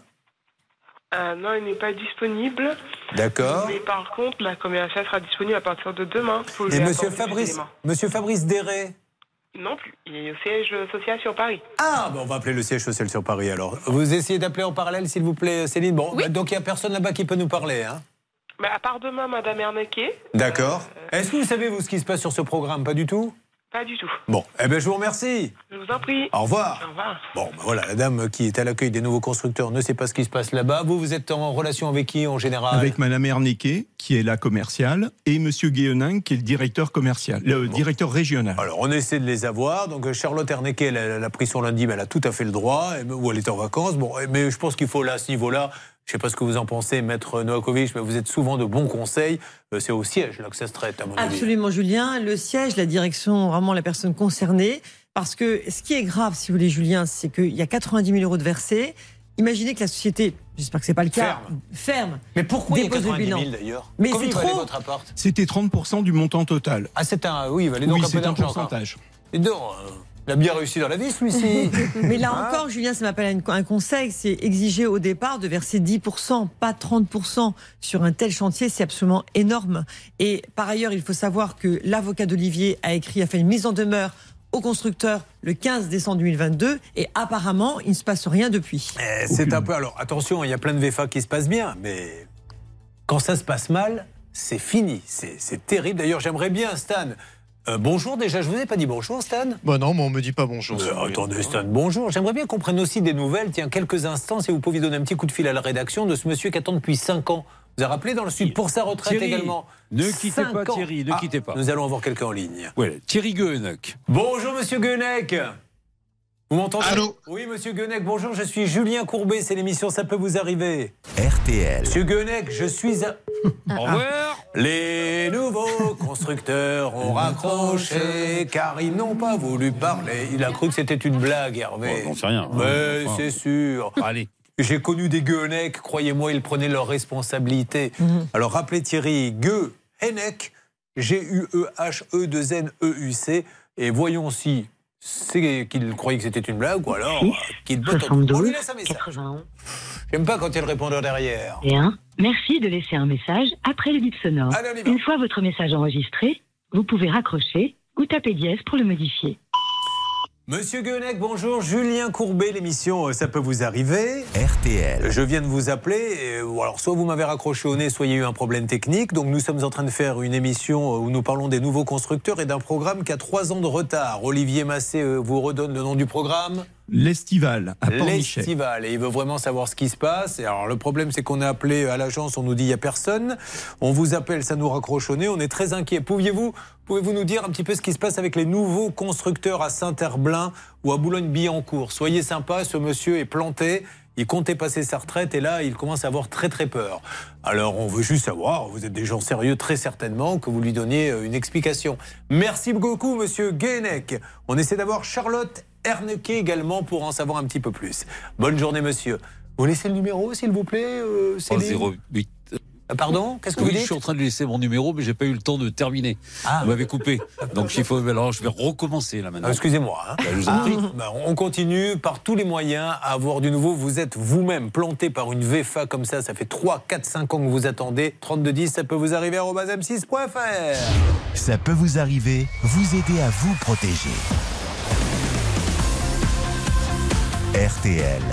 Non, il n'est pas disponible. D'accord. Mais par contre, la commerciale sera disponible à partir de demain. Et monsieur Fabrice Déré? Non plus. Il est au siège social sur Paris. Ah, on va appeler le siège social sur Paris alors. Vous essayez d'appeler en parallèle, s'il vous plaît, Céline? Bon, oui. Donc il n'y a personne là-bas qui peut nous parler, hein? À part demain, Madame Ernequet. D'accord. Est-ce que vous savez, vous, ce qui se passe sur ce programme? Pas du tout? Pas du tout. Bon, je vous remercie. Je vous en prie. Au revoir. Au revoir. Bon, voilà, la dame qui est à l'accueil des nouveaux constructeurs ne sait pas ce qui se passe là-bas. Vous êtes en relation avec qui, en général? Avec Madame Ernequet, qui est la commerciale, et Monsieur Guéheneuc, qui est le directeur commercial, directeur régional. Alors, on essaie de les avoir. Donc, Charlotte Ernequet, elle a pris son lundi, mais elle a tout à fait le droit, ou elle est en vacances. Bon, mais je pense qu'il faut, là, à ce niveau-là, je ne sais pas ce que vous en pensez, Maître Novakovic, mais vous êtes souvent de bons conseils. C'est au siège là que ça se traite, à mon avis. Absolument, Julien. Le siège, la direction, vraiment la personne concernée. Parce que ce qui est grave, si vous voulez, Julien, c'est qu'il y a 90 000 € de versés. Imaginez que la société, j'espère que ce n'est pas le cas, ferme. Mais pourquoi il y a 90 000 d'ailleurs? Mais combien c'est valait trop. Votre appart? C'était 30% du montant total. Ah, oui, il valait donc un peu d'argent. C'est un pourcentage. Et donc, il a bien réussi dans la vie, celui-ci. Mais là encore, Julien, ça m'appelle un conseil, c'est exiger au départ de verser 10%, pas 30% sur un tel chantier, c'est absolument énorme. Et par ailleurs, il faut savoir que l'avocat d'Olivier a fait une mise en demeure au constructeur le 15 décembre 2022 et apparemment, il ne se passe rien depuis. C'est un peu... Alors, attention, il y a plein de VEFA qui se passent bien, mais quand ça se passe mal, c'est fini. C'est terrible. D'ailleurs, j'aimerais bien, Stan... bonjour, déjà, je vous ai pas dit bonjour, Stan? Non, mais on me dit pas bonjour. Attendez, Stan, bonjour. J'aimerais bien qu'on prenne aussi des nouvelles. Tiens, quelques instants, si vous pouviez donner un petit coup de fil à la rédaction de ce monsieur qui attend depuis 5 ans vous a rappelé dans le Sud pour sa retraite Thierry, également. ne quittez pas 5 ans. Thierry, ne quittez pas. Nous allons avoir quelqu'un en ligne. Ouais, Thierry Guenec. Bonjour Monsieur Guenec. Vous m'entendez? Allô? Oui, Monsieur Guenec, bonjour, je suis Julien Courbet, c'est l'émission Ça peut vous arriver. RTL. Monsieur Guenec, je suis à... Au revoir. Les nouveaux constructeurs ont raccroché car ils n'ont pas voulu parler. Il a cru que c'était une blague, Hervé. J'en sais rien. Mais c'est sûr. Allez. J'ai connu des Guenec, croyez-moi, ils prenaient leurs responsabilités. Alors rappelez Thierry Guenec, Guehechedeuc, et voyons si c'est qu'il croyait que c'était une blague ou alors qu'il botte. On lui laisse un message. 91. J'aime pas quand il y a le répondeur derrière. Merci de laisser un message après le bip sonore. Allez, on y va. Une fois votre message enregistré, vous pouvez raccrocher ou taper dièse pour le modifier. Monsieur Guenec, bonjour. Julien Courbet, l'émission Ça peut vous arriver. RTL. Je viens de vous appeler. Ou alors, soit vous m'avez raccroché au nez, soit il y a eu un problème technique. Donc, nous sommes en train de faire une émission où nous parlons des nouveaux constructeurs et d'un programme qui a 3 ans de retard. Olivier Massé vous redonne le nom du programme. L'Estival à Pornichet. L'Estival, et il veut vraiment savoir ce qui se passe. Et alors le problème, c'est qu'on est appelé à l'agence, on nous dit il n'y a personne. On vous appelle, ça nous raccroche au nez, on est très inquiets. Pouvez-vous nous dire un petit peu ce qui se passe avec les nouveaux constructeurs à Saint-Herblain ou à Boulogne-Billancourt? Soyez sympa, ce monsieur est planté. Il comptait passer sa retraite et là, il commence à avoir très très peur. Alors, on veut juste savoir, vous êtes des gens sérieux très certainement, que vous lui donniez une explication. Merci beaucoup, monsieur Guenec. On essaie d'avoir Charlotte Erneke également pour en savoir un petit peu plus. Bonne journée, monsieur. Vous laissez le numéro, s'il vous plaît, Céline? 08. Pardon? Qu'est-ce que vous dites? Je suis en train de laisser mon numéro, mais j'ai pas eu le temps de terminer. Vous m'avez coupé. Donc alors je vais recommencer là maintenant. Excusez-moi. Je vous en prie. On continue par tous les moyens à avoir du nouveau. Vous êtes vous-même planté par une VFA comme ça. Ça fait 3, 4, 5 ans que vous attendez. 3210, ça peut vous arriver @m6.fr. Ça peut vous arriver, vous aider à vous protéger. RTL.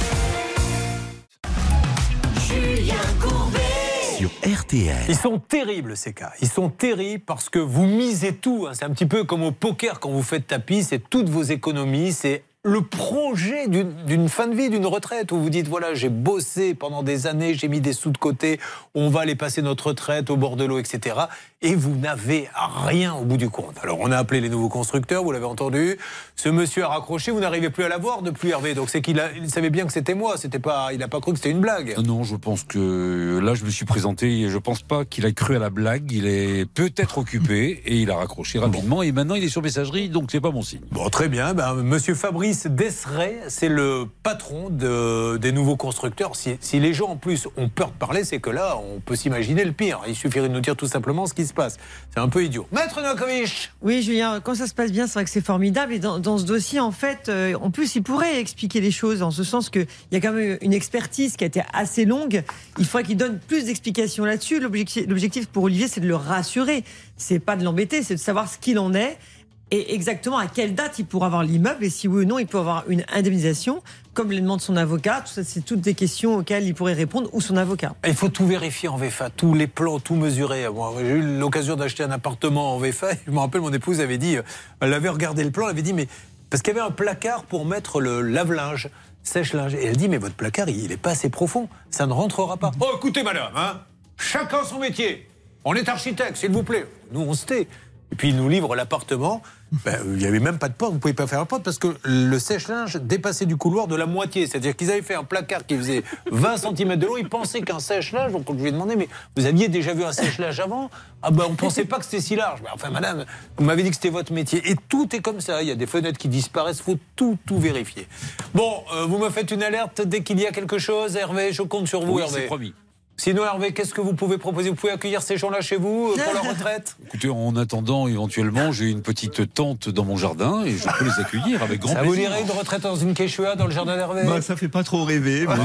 Julien Courbet. Sur RTL. Ils sont terribles ces cas. Ils sont terribles parce que vous misez tout. C'est un petit peu comme au poker quand vous faites tapis. C'est toutes vos économies. C'est le projet d'une fin de vie, d'une retraite, où vous dites, voilà, j'ai bossé pendant des années, j'ai mis des sous de côté, on va aller passer notre retraite au bord de l'eau, etc. Et vous n'avez rien au bout du compte. Alors, on a appelé les nouveaux constructeurs, vous l'avez entendu. Ce monsieur a raccroché, vous n'arrivez plus à l'avoir depuis, Hervé. Donc, c'est qu'il savait bien que c'était moi. Il n'a pas cru que c'était une blague. Non, je pense que là, je me suis présenté et je pense pas qu'il a cru à la blague. Il est peut-être occupé et il a raccroché rapidement. Bon. Et maintenant, il est sur messagerie, donc c'est pas bon signe. Bon, très bien. Monsieur Fabrice Desseret, c'est le patron des nouveaux constructeurs. Si les gens en plus ont peur de parler, c'est que là, on peut s'imaginer le pire. Il suffirait de nous dire tout simplement ce qui se passe. C'est un peu idiot. Maître Novakovic. Oui, Julien, quand ça se passe bien, c'est vrai que c'est formidable. Et dans ce dossier, en fait, en plus, il pourrait expliquer les choses, en ce sens qu'il y a quand même une expertise qui a été assez longue. Il faudrait qu'il donne plus d'explications là-dessus. L'objectif pour Olivier, c'est de le rassurer. C'est pas de l'embêter, c'est de savoir ce qu'il en est. Et exactement à quelle date il pourra avoir l'immeuble et si oui ou non il peut avoir une indemnisation, comme le demande son avocat. Tout ça, c'est toutes des questions auxquelles il pourrait répondre ou son avocat. Il faut tout vérifier en VFA, tous les plans, tout mesurer. Moi, j'ai eu l'occasion d'acheter un appartement en VFA. Je me rappelle, mon épouse avait dit, elle avait regardé le plan, elle avait dit, mais parce qu'il y avait un placard pour mettre le lave-linge, sèche-linge. Et elle dit, mais votre placard, il n'est pas assez profond, ça ne rentrera pas. Oh, écoutez, madame, chacun son métier. On est architecte, s'il vous plaît. Nous, on se tait. Et puis, il nous livre l'appartement. Il n'y avait même pas de porte, vous ne pouvez pas faire la porte parce que le sèche-linge dépassait du couloir de la moitié. C'est-à-dire qu'ils avaient fait un placard qui faisait 20 cm de long. Ils pensaient qu'un sèche-linge, donc je lui ai demandé, mais vous aviez déjà vu un sèche-linge avant? On ne pensait pas que c'était si large. Enfin, madame, vous m'avez dit que c'était votre métier. Et tout est comme ça. Il y a des fenêtres qui disparaissent. Il faut tout vérifier. Bon, vous me faites une alerte dès qu'il y a quelque chose, Hervé. Je compte sur vous, oui, Hervé. C'est promis. Sinon, Hervé, qu'est-ce que vous pouvez proposer? Vous pouvez accueillir ces gens-là chez vous pour leur retraite? Écoutez, en attendant, éventuellement, j'ai une petite tente dans mon jardin et je peux les accueillir avec grand plaisir. Ça vous dirait une retraite dans une quechua dans le jardin d'Hervé? Ça fait pas trop rêver. Mais...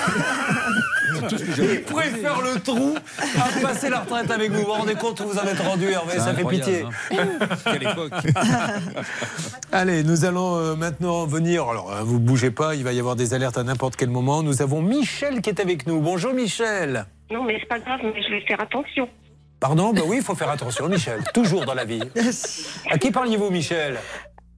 Il préfère le trou à passer la retraite avec vous. Vous vous rendez compte où vous en êtes rendu, Hervé? Ça fait pitié. Quelle époque. Allez, nous allons maintenant venir. Alors, vous ne bougez pas, il va y avoir des alertes à n'importe quel moment. Nous avons Michel qui est avec nous. Bonjour, Michel. Non, mais c'est pas grave, mais je vais faire attention. Pardon? Oui, il faut faire attention, Michel. Toujours dans la vie. À qui parliez-vous, Michel?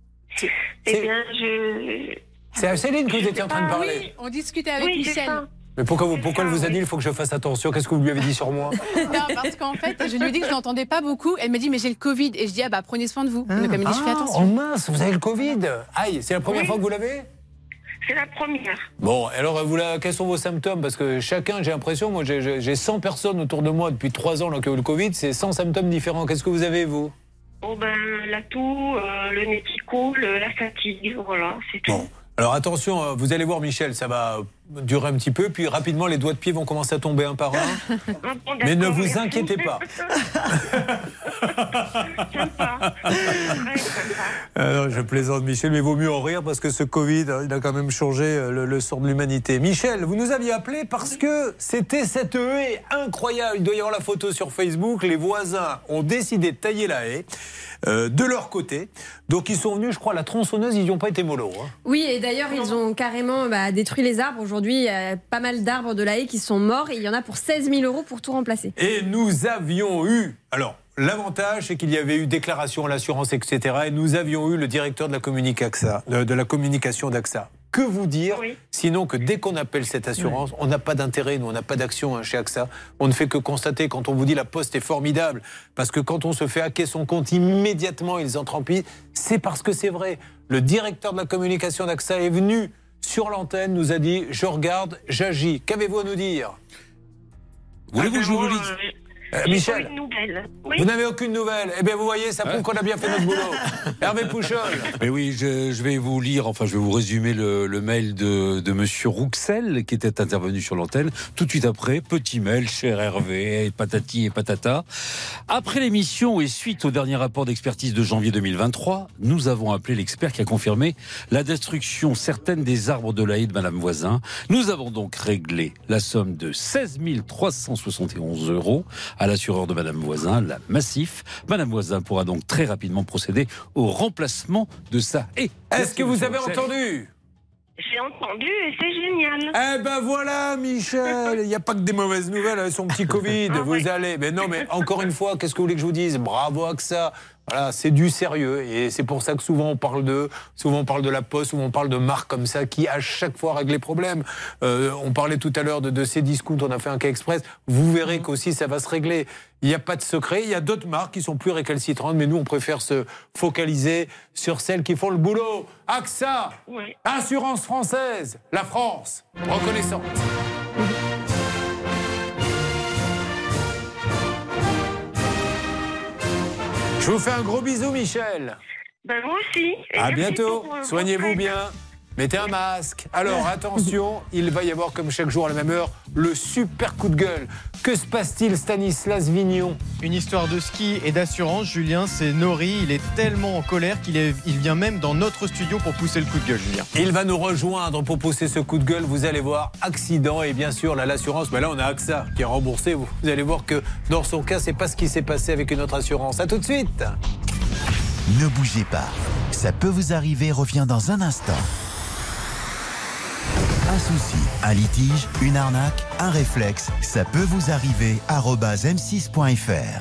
Eh bien, C'est à Céline que vous étiez en train de parler. Oui, on discutait avec Michel. Mais pourquoi elle vous a dit il faut que je fasse attention? Qu'est-ce que vous lui avez dit sur moi? Non, parce qu'en fait, je lui ai dit que je n'entendais pas beaucoup. Elle m'a dit mais j'ai le Covid. Et je dis prenez soin de vous. Donc elle me dit je fais attention. Oh mince, vous avez le Covid. Aïe, c'est la première fois que vous l'avez? C'est la première. Bon, alors quels sont vos symptômes? Parce que chacun, j'ai l'impression, moi j'ai 100 personnes autour de moi depuis 3 ans là, qui ont eu le Covid, c'est 100 symptômes différents. Qu'est-ce que vous avez, vous? La toux, le nez qui coule, la fatigue, voilà, c'est tout. Bon. Alors attention, vous allez voir Michel, ça va durer un petit peu, puis rapidement les doigts de pied vont commencer à tomber un par un. Mais ne vous inquiétez pas. Alors, je plaisante Michel, mais il vaut mieux en rire parce que ce Covid, il a quand même changé le sort de l'humanité. Michel, vous nous aviez appelé parce que c'était cette haie incroyable. Il doit y avoir la photo sur Facebook. Les voisins ont décidé de tailler la haie de leur côté. Donc ils sont venus, je crois, à la tronçonneuse, ils n'y ont pas été mollo. Oui, et d'ailleurs, ils ont carrément détruit les arbres. Aujourd'hui, il y a pas mal d'arbres de la haie qui sont morts et il y en a pour 16 000 € pour tout remplacer. Et nous avions eu... Alors, l'avantage, c'est qu'il y avait eu déclaration à l'assurance, etc. Et nous avions eu le directeur de la communication d'AXA. Que vous dire, sinon que dès qu'on appelle cette assurance, on n'a pas d'intérêt, nous on n'a pas d'action chez AXA. On ne fait que constater quand on vous dit la poste est formidable, parce que quand on se fait hacker son compte, immédiatement ils entrent en piste. C'est parce que c'est vrai. Le directeur de la communication d'AXA est venu sur l'antenne, nous a dit « je regarde, j'agis ». Qu'avez-vous à nous dire? Voulez-vous que je vous lise Michel, vous n'avez aucune nouvelle. Eh bien, vous voyez, ça prouve qu'on a bien fait notre boulot. Hervé Pouchol. Mais oui, je vais vous lire, je vais vous résumer le mail de monsieur Rouxel, qui était intervenu sur l'antenne. Tout de suite après, petit mail, cher Hervé, patati et patata. Après l'émission et suite au dernier rapport d'expertise de janvier 2023, nous avons appelé l'expert qui a confirmé la destruction certaine des arbres de la haie de Madame Voisin. Nous avons donc réglé la somme de 16 371 € à l'assureur de Madame Voisin, la Massif. Madame Voisin pourra donc très rapidement procéder au remplacement de sa haie. Est-ce que vous avez entendu? J'ai entendu et c'est génial. Eh ben voilà, Michel, il n'y a pas que des mauvaises nouvelles avec son petit Covid. Vous allez... Mais non, mais encore une fois, qu'est-ce que vous voulez que je vous dise? Bravo AXA. Voilà, c'est du sérieux et c'est pour ça que souvent on parle de la Poste, souvent on parle de marques comme ça qui à chaque fois règlent les problèmes. On parlait tout à l'heure de ces discounts, on a fait un cas express. Vous verrez qu'aussi ça va se régler. Il n'y a pas de secret. Il y a d'autres marques qui sont plus récalcitrantes, mais nous on préfère se focaliser sur celles qui font le boulot. AXA, Assurance française, la France, reconnaissante. Je vous fais un gros bisou, Michel. Ben moi aussi. Et à bientôt. Soignez-vous bien. Mettez un masque. Alors attention, il va y avoir comme chaque jour à la même heure le super coup de gueule. Que se passe-t-il, Stanislas Vignon? Une histoire de ski et d'assurance, Julien, c'est Nori. Il est tellement en colère qu'il vient même dans notre studio pour pousser le coup de gueule, Julien. Il va nous rejoindre pour pousser ce coup de gueule. Vous allez voir, accident et bien sûr l'assurance. Ben là, on a AXA qui est remboursé. Vous allez voir que dans son cas, c'est pas ce qui s'est passé avec une autre assurance. À tout de suite. Ne bougez pas. Ça peut vous arriver, revient dans un instant. Un souci, un litige, une arnaque, un réflexe, ça peut vous arriver. @m6.fr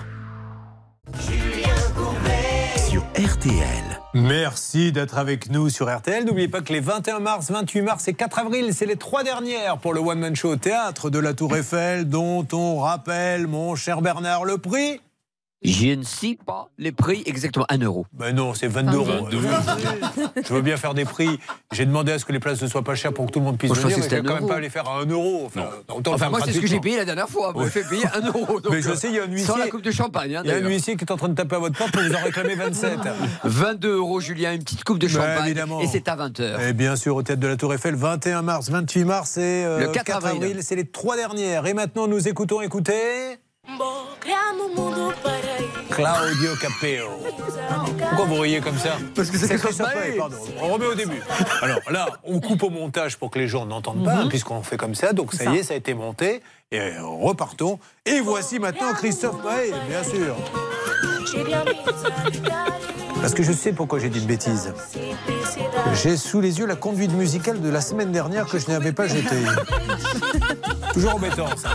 sur RTL. Merci d'être avec nous sur RTL. N'oubliez pas que les 21 mars, 28 mars et 4 avril, c'est les 3 dernières pour le One Man Show au Théâtre de la Tour Eiffel, dont on rappelle, mon cher Bernard, le prix. Je ne sais pas les prix exactement. 1 €. Ben non, c'est 22 €. Je veux bien faire des prix. J'ai demandé à ce que les places ne soient pas chères pour que tout le monde puisse venir, mais je ne vais quand même pas les faire à 1 €. Enfin, moi, c'est ce que j'ai payé la dernière fois. Vous m'avez fait payer 1 €. Mais je sais, il y a un huissier. Sans la coupe de champagne. Il y a un huissier qui est en train de taper à votre porte pour vous en réclamer 27. 22 €, Julien, une petite coupe de champagne. Évidemment. Et c'est à 20h. Et bien sûr, au Théâtre de la Tour Eiffel, 21 mars, 28 mars et le 4 avril. C'est les 3 dernières. Et maintenant, nous écoutez. Claudio Capeo. Pourquoi vous riez comme ça? Parce que c'est Christophe Maé. Pardon, on remet au début. Alors là, on coupe au montage pour que les gens n'entendent pas, puisqu'on fait comme ça. Donc ça y est, ça a été monté. Et repartons. Et voici maintenant Christophe Maé, bien sûr. Parce que je sais pourquoi j'ai dit une bêtise. J'ai sous les yeux la conduite musicale de la semaine dernière que je n'avais pas jetée. Toujours embêtant, ça.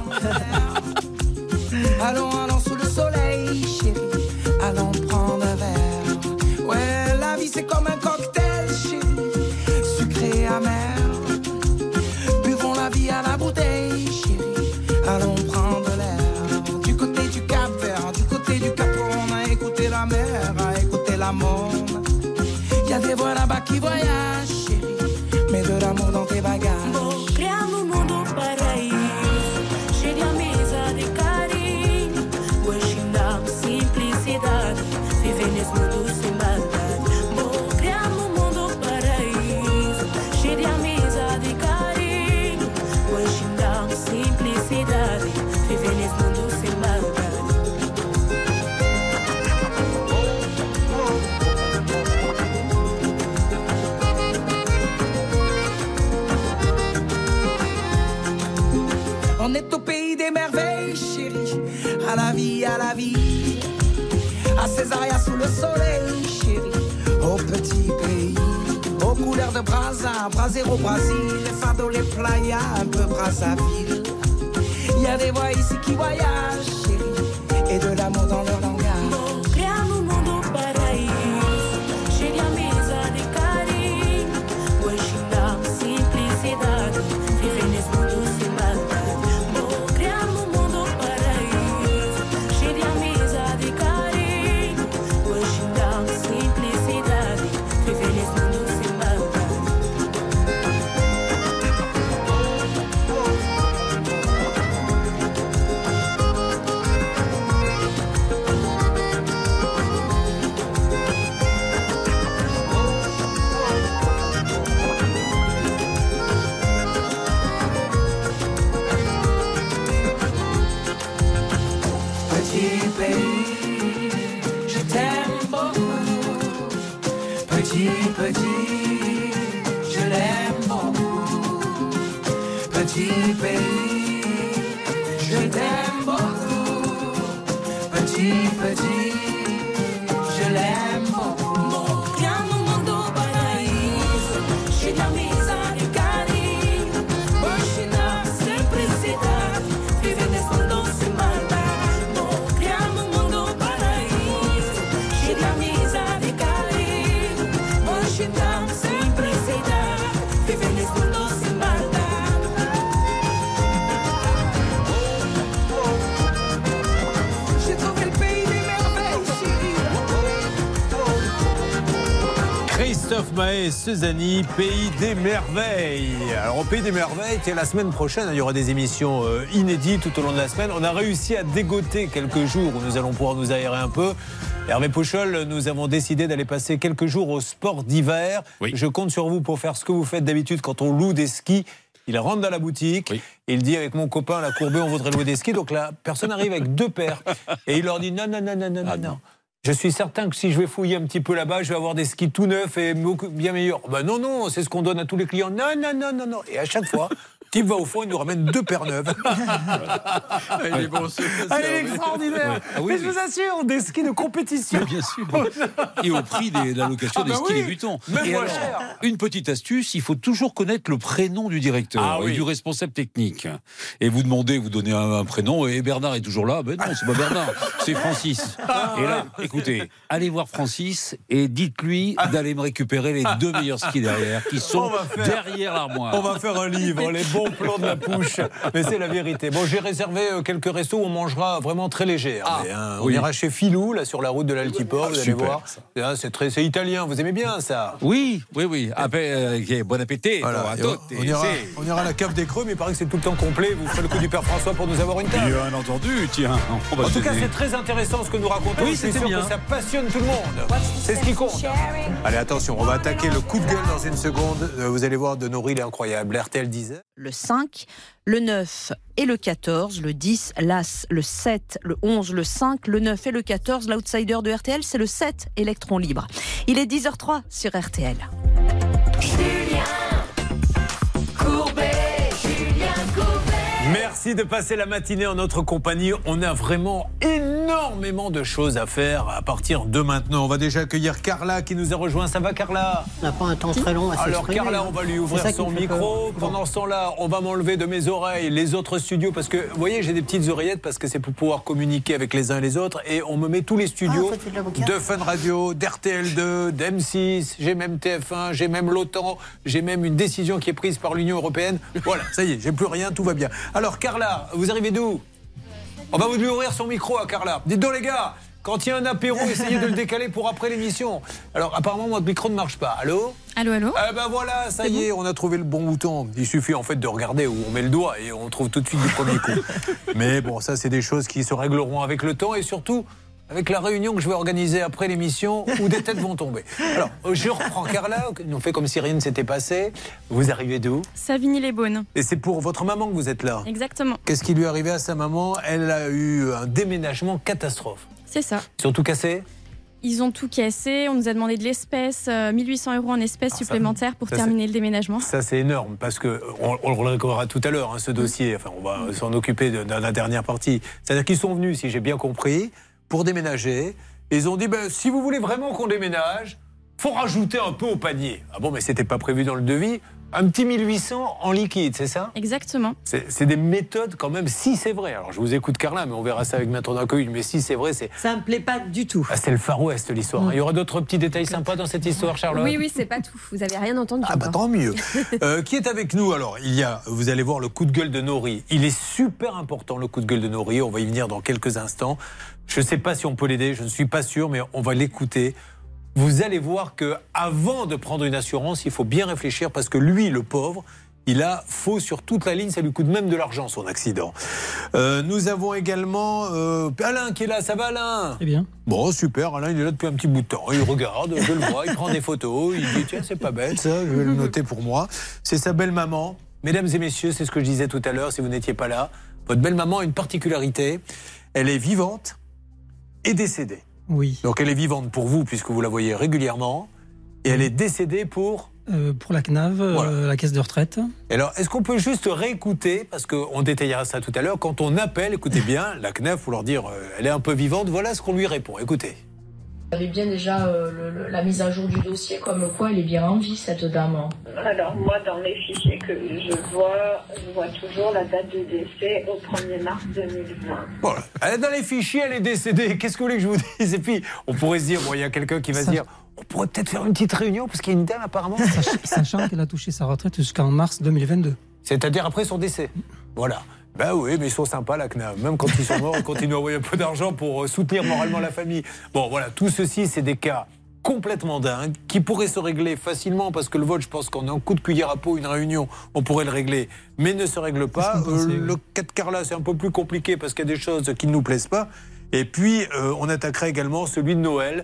Allons, allons sous le soleil, chérie. Allons prendre un verre. Ouais, la vie c'est comme un cocktail, chérie. Sucré, amer. Buvons la vie à la bouteille. Y a des voix là-bas qui voyagent, chérie, mets de l'amour dans tes bagages. Vou criar no mundo paraíso, cheio de amizade e carinho. Vou ensinar simplicidade, viver nesse mundo sem maldade. Vou criar no mundo paraíso, cheio de amizade e carinho. Vou ensinar simplicidade, viver nesse mundo sem maldade. On est au pays des merveilles, chérie. À la vie, à Césaria sous le soleil, chérie. Au petit pays, aux couleurs de Brazza, Brasero, Brésil, les fados, les playas, un peu Brazzaville. Il y a des voix ici qui voyagent, chérie, et de l'amour dans leur langage. Vou criar no mundo paraíso, cheio de amizade e carinho. Vou ensinar simplicidade, viver nesse mundo sem maldade. Vou criar no mundo paraíso, cheio de amizade e carinho. Vou ensinar simplicidade, viver nesse mundo sem maldade. Petit pays, je t'aime beaucoup. Petit, je l'aime beaucoup. Petit pays, je t'aime beaucoup. Petit, je l'aime beaucoup. Vou criar no mundo paraíso, cheio de amizade e carinho. Vou ensinar simplicidade, viver nesse mundo sem maldade. Vou criar no mundo paraíso, cheio de amizade e carinho. Vou ensinar simplicidade, viver nesse mundo sem maldade. J'ai trouvé le pays des merveilles, chérie. Christophe Maé, Suzani, Pays des Merveilles. Alors au Pays des Merveilles, tiens, la semaine prochaine, il y aura des émissions inédites tout au long de la semaine. On a réussi à dégoter quelques jours où nous allons pouvoir nous aérer un peu. Hervé Pouchol, nous avons décidé d'aller passer quelques jours au sport d'hiver. Oui. Je compte sur vous pour faire ce que vous faites d'habitude quand on loue des skis. Il rentre dans la boutique, et il dit avec mon copain, la Courbet, on voudrait louer des skis. Donc la personne arrive avec 2 paires. Et il leur dit non. Je suis certain que si je vais fouiller un petit peu là-bas, je vais avoir des skis tout neufs et bien meilleurs. Ben non, c'est ce qu'on donne à tous les clients. Non. Et à chaque fois, type va au fond, il nous ramène 2 paires neuves. Il est bon, elle est extraordinaire. Ouais. Ah oui, mais je vous assure, des skis de compétition. Mais bien sûr. Et au prix de la location des skis débutants. Même et moins alors, cher. Une petite astuce, il faut toujours connaître le prénom du directeur et du responsable technique. Et vous donnez un prénom, et Bernard est toujours là. Ben non, c'est pas Bernard, c'est Francis. Et là, écoutez, allez voir Francis et dites-lui d'aller me récupérer les 2 meilleurs skis derrière, qui sont derrière l'armoire. On va faire un livre, les bons plans de la pouche. Mais c'est la vérité. Bon, j'ai réservé quelques restos où on mangera vraiment très léger. On ira chez Filou, là, sur la route de l'Altiport, vous allez voir. C'est italien, vous aimez bien ça? Oui. Après, bon appétit. Voilà. On ira à la cave des Creux, mais il paraît que c'est tout le temps complet. Vous ferez le coup du Père François pour nous avoir une table. Bien entendu, tiens. En tout cas, c'est très intéressant ce que nous racontons. Oui, c'est c'est sûr bien. que ça passionne tout le monde. C'est ce qui compte. Allez, attention, on va attaquer le coup de gueule dans une seconde. Vous allez voir, de Nori, il est incroyable. RTL disait. Le 5, le 9 et le 14, le 10, l'As, le 7, le 11, le 5, le 9 et le 14. L'outsider de RTL, c'est le 7, Électron Libre. Il est 10h03 sur RTL. Merci de passer la matinée en notre compagnie. On a vraiment énormément de choses à faire à partir de maintenant. On va déjà accueillir Carla qui nous a rejoint. Ça va, Carla? On n'a pas un temps très long à s'exprimer. Alors Carla, on va lui ouvrir son micro. Pendant ce temps-là, on va m'enlever de mes oreilles les autres studios parce que, vous voyez, j'ai des petites oreillettes parce que c'est pour pouvoir communiquer avec les uns et les autres. Et on me met tous les studios de Fun Radio, d'RTL2, d'M6. J'ai même TF1, j'ai même l'OTAN, j'ai même une décision qui est prise par l'Union Européenne. Voilà, ça y est, j'ai plus rien, tout va bien. Alors Carla, vous arrivez d'où? On va vous lui ouvrir son micro à Carla. Dites donc les gars, quand il y a un apéro, essayez de le décaler pour après l'émission. Alors, apparemment, votre micro ne marche pas. Allô ? Allô, allô ? Ah ben voilà, ça y est, on a trouvé le bon bouton. Il suffit en fait de regarder où on met le doigt et on trouve tout de suite du premier coup. Mais bon, ça, c'est des choses qui se régleront avec le temps et surtout avec la réunion que je vais organiser après l'émission où des têtes vont tomber. Alors, je reprends Carla, on fait comme si rien ne s'était passé. Vous arrivez d'où ? Savigny-les-Beaunes. Et c'est pour votre maman que vous êtes là ? Exactement. Qu'est-ce qui lui est arrivé à sa maman ? Elle a eu un déménagement catastrophe. C'est ça. Surtout cassé ? Ils ont tout cassé, on nous a demandé de l'espèce, 1800 € en espèces supplémentaires pour terminer le déménagement. Ça c'est énorme, parce qu'on le réglera tout à l'heure, ce dossier, enfin on va s'en occuper dans la dernière partie. C'est-à-dire qu'ils sont venus, si j'ai bien compris, pour déménager, et ils ont dit, si vous voulez vraiment qu'on déménage, faut rajouter un peu au panier. Ah bon, mais c'était pas prévu dans le devis. Un petit 1800 en liquide, c'est ça ? Exactement. C'est des méthodes quand même, si c'est vrai. Alors je vous écoute Carla, mais on verra ça avec Maître Dancoï. Mais si c'est vrai, c'est... Ça me plaît pas du tout. Ah, c'est le Far West l'histoire. Il y aura d'autres petits détails sympas dans cette histoire, Charlotte ? Oui, c'est pas tout. Vous avez rien entendu. Ah bah tant mieux. Qui est avec nous alors ? Vous allez voir le coup de gueule de Nori. Il est super important le coup de gueule de Nori. On va y venir dans quelques instants. Je ne sais pas si on peut l'aider, je ne suis pas sûr, mais on va l'écouter. Vous allez voir que avant de prendre une assurance, il faut bien réfléchir parce que lui, le pauvre, il a faux sur toute la ligne, ça lui coûte même de l'argent son accident. Nous avons également Alain qui est là, ça va Alain ? Eh bien. Bon, super, Alain il est là depuis un petit bout de temps, il regarde, je le vois, il prend des photos, il dit tiens c'est pas bête ça, je vais le noter pour moi. C'est sa belle-maman. Mesdames et messieurs, c'est ce que je disais tout à l'heure si vous n'étiez pas là. Votre belle-maman a une particularité, elle est vivante et décédée. Oui. Donc elle est vivante pour vous puisque vous la voyez régulièrement et elle est décédée pour la CNAV, voilà. La caisse de retraite. Et alors, est-ce qu'on peut juste réécouter, parce qu'on détaillera ça tout à l'heure, quand on appelle, écoutez bien, la CNAV, pour leur dire elle est un peu vivante, voilà ce qu'on lui répond, écoutez. Vous avez bien déjà la mise à jour du dossier, comme quoi elle est bien en vie cette dame. Alors moi dans les fichiers que je vois toujours la date de décès au 1er mars 2020. Voilà. Dans les fichiers, elle est décédée, qu'est-ce que vous voulez que je vous dise ? Et puis, on pourrait se dire, bon, il y a quelqu'un qui va se dire, on pourrait peut-être faire une petite réunion, parce qu'il y a une dame apparemment. Sachant qu'elle a touché sa retraite jusqu'en mars 2022. C'est-à-dire après son décès. Voilà. Ben oui, mais ils sont sympas, la CNAV. Même quand ils sont morts, ils continuent à envoyer un peu d'argent pour soutenir moralement la famille. Bon, voilà, tout ceci, c'est des cas complètement dingues qui pourraient se régler facilement parce que le vote, je pense qu'en un coup de cuillère à peau, une réunion, on pourrait le régler, mais ne se règle pas. Le cas de Carla, c'est un peu plus compliqué parce qu'il y a des choses qui ne nous plaisent pas. Et puis, on attaquerait également celui de Noël.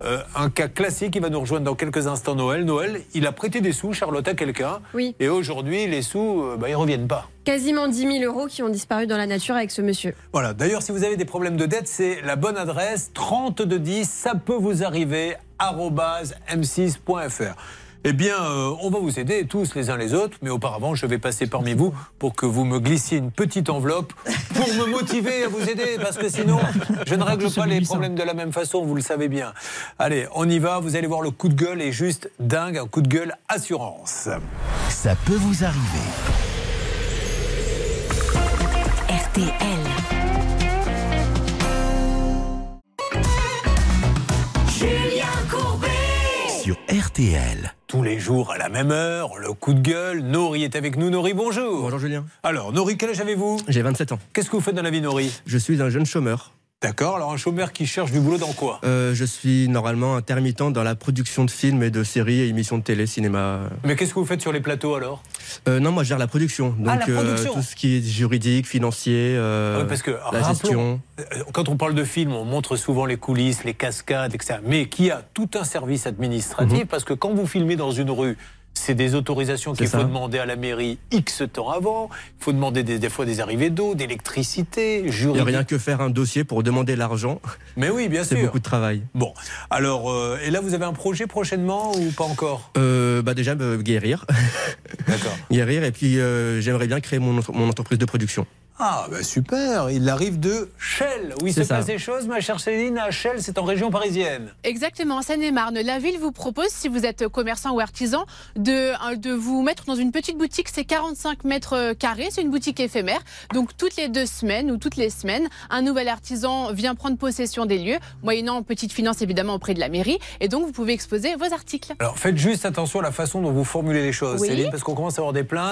Un cas classique, il va nous rejoindre dans quelques instants. Noël, il a prêté des sous, Charlotte, à quelqu'un. Oui. Et aujourd'hui, les sous, ils reviennent pas. Quasiment 10 000 € qui ont disparu dans la nature avec ce monsieur. Voilà. D'ailleurs, si vous avez des problèmes de dette, c'est la bonne adresse, 3210, ça peut vous arriver, @m6.fr. Eh bien, on va vous aider tous les uns les autres, mais auparavant, je vais passer parmi vous pour que vous me glissiez une petite enveloppe pour me motiver à vous aider, parce que sinon, je ne règle pas les problèmes de la même façon, vous le savez bien. Allez, on y va, vous allez voir, le coup de gueule est juste dingue, un coup de gueule assurance. Ça peut vous arriver. RTL. Julien Courbet. Sur RTL. Tous les jours à la même heure, le coup de gueule. Nori est avec nous. Nori, bonjour. Bonjour Julien. Alors, Nori, quel âge avez-vous ? J'ai 27 ans. Qu'est-ce que vous faites dans la vie, Nori ? Je suis un jeune chômeur. D'accord, alors un chômeur qui cherche du boulot dans quoi ? Je suis normalement intermittent dans la production de films et de séries et émissions de télé, cinéma. Mais qu'est-ce que vous faites sur les plateaux alors ? Non, moi je gère la production. Donc la production. tout ce qui est juridique, financier, parce que, la gestion. Quand on parle de films, on montre souvent les coulisses, les cascades, etc. Mais qui a tout un service administratif, parce que quand vous filmez dans une rue, c'est des autorisations qu'il faut demander à la mairie X temps avant. Il faut demander des fois des arrivées d'eau, d'électricité, juridique. Il n'y a rien que faire un dossier pour demander l'argent. Mais oui, bien sûr. C'est beaucoup de travail. Bon, alors, et là, vous avez un projet prochainement ou pas encore ? Déjà, guérir. D'accord. Guérir, et puis j'aimerais bien créer mon entreprise de production. Ah, super, il arrive de Chelles, où il se passe des choses, ma chère Céline. À Chelles, c'est en région parisienne. Exactement, en Seine-et-Marne. La ville vous propose, si vous êtes commerçant ou artisan, de vous mettre dans une petite boutique. C'est 45 mètres carrés, c'est une boutique éphémère. Donc toutes les 2 semaines ou toutes les semaines, un nouvel artisan vient prendre possession des lieux, moyennant petite finance évidemment auprès de la mairie. Et donc vous pouvez exposer vos articles. Alors faites juste attention à la façon dont vous formulez les choses, Céline, parce qu'on commence à avoir des plaintes.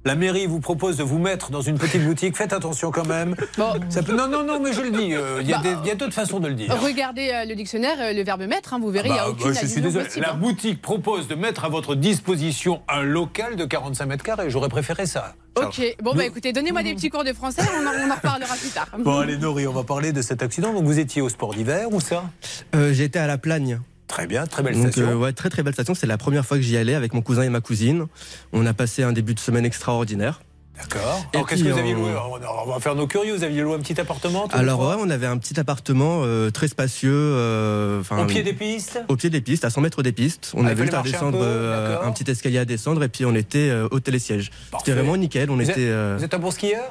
La mairie vous propose de vous mettre dans une petite boutique. Faites attention quand même. Bon. Ça peut... Non, mais je le dis. Il y a d'autres façons de le dire. Regardez le dictionnaire, le verbe mettre, vous verrez, il n'y a aucune je suis désolé. possible. La boutique propose de mettre à votre disposition un local de 45 mètres carrés. J'aurais préféré ça. Ok, bon écoutez, donnez-moi des petits cours de français, on en reparlera plus tard. Bon allez Nori, on va parler de cet accident. Donc vous étiez au sport d'hiver ou ça? J'étais à La Plagne. Très bien, très belle station. Ouais, très belle station. C'est la première fois que j'y allais avec mon cousin et ma cousine. On a passé un début de semaine extraordinaire. D'accord. Alors qu'est-ce que vous aviez loué? On va faire nos curieux. Vous aviez loué un petit appartement? Alors ouais, on avait un petit appartement très spacieux. Au pied des pistes? Au pied des pistes, à 100 mètres des pistes. On avait juste à descendre un petit escalier à descendre et puis on était au télésiège. C'était vraiment nickel. Vous êtes un bon skieur?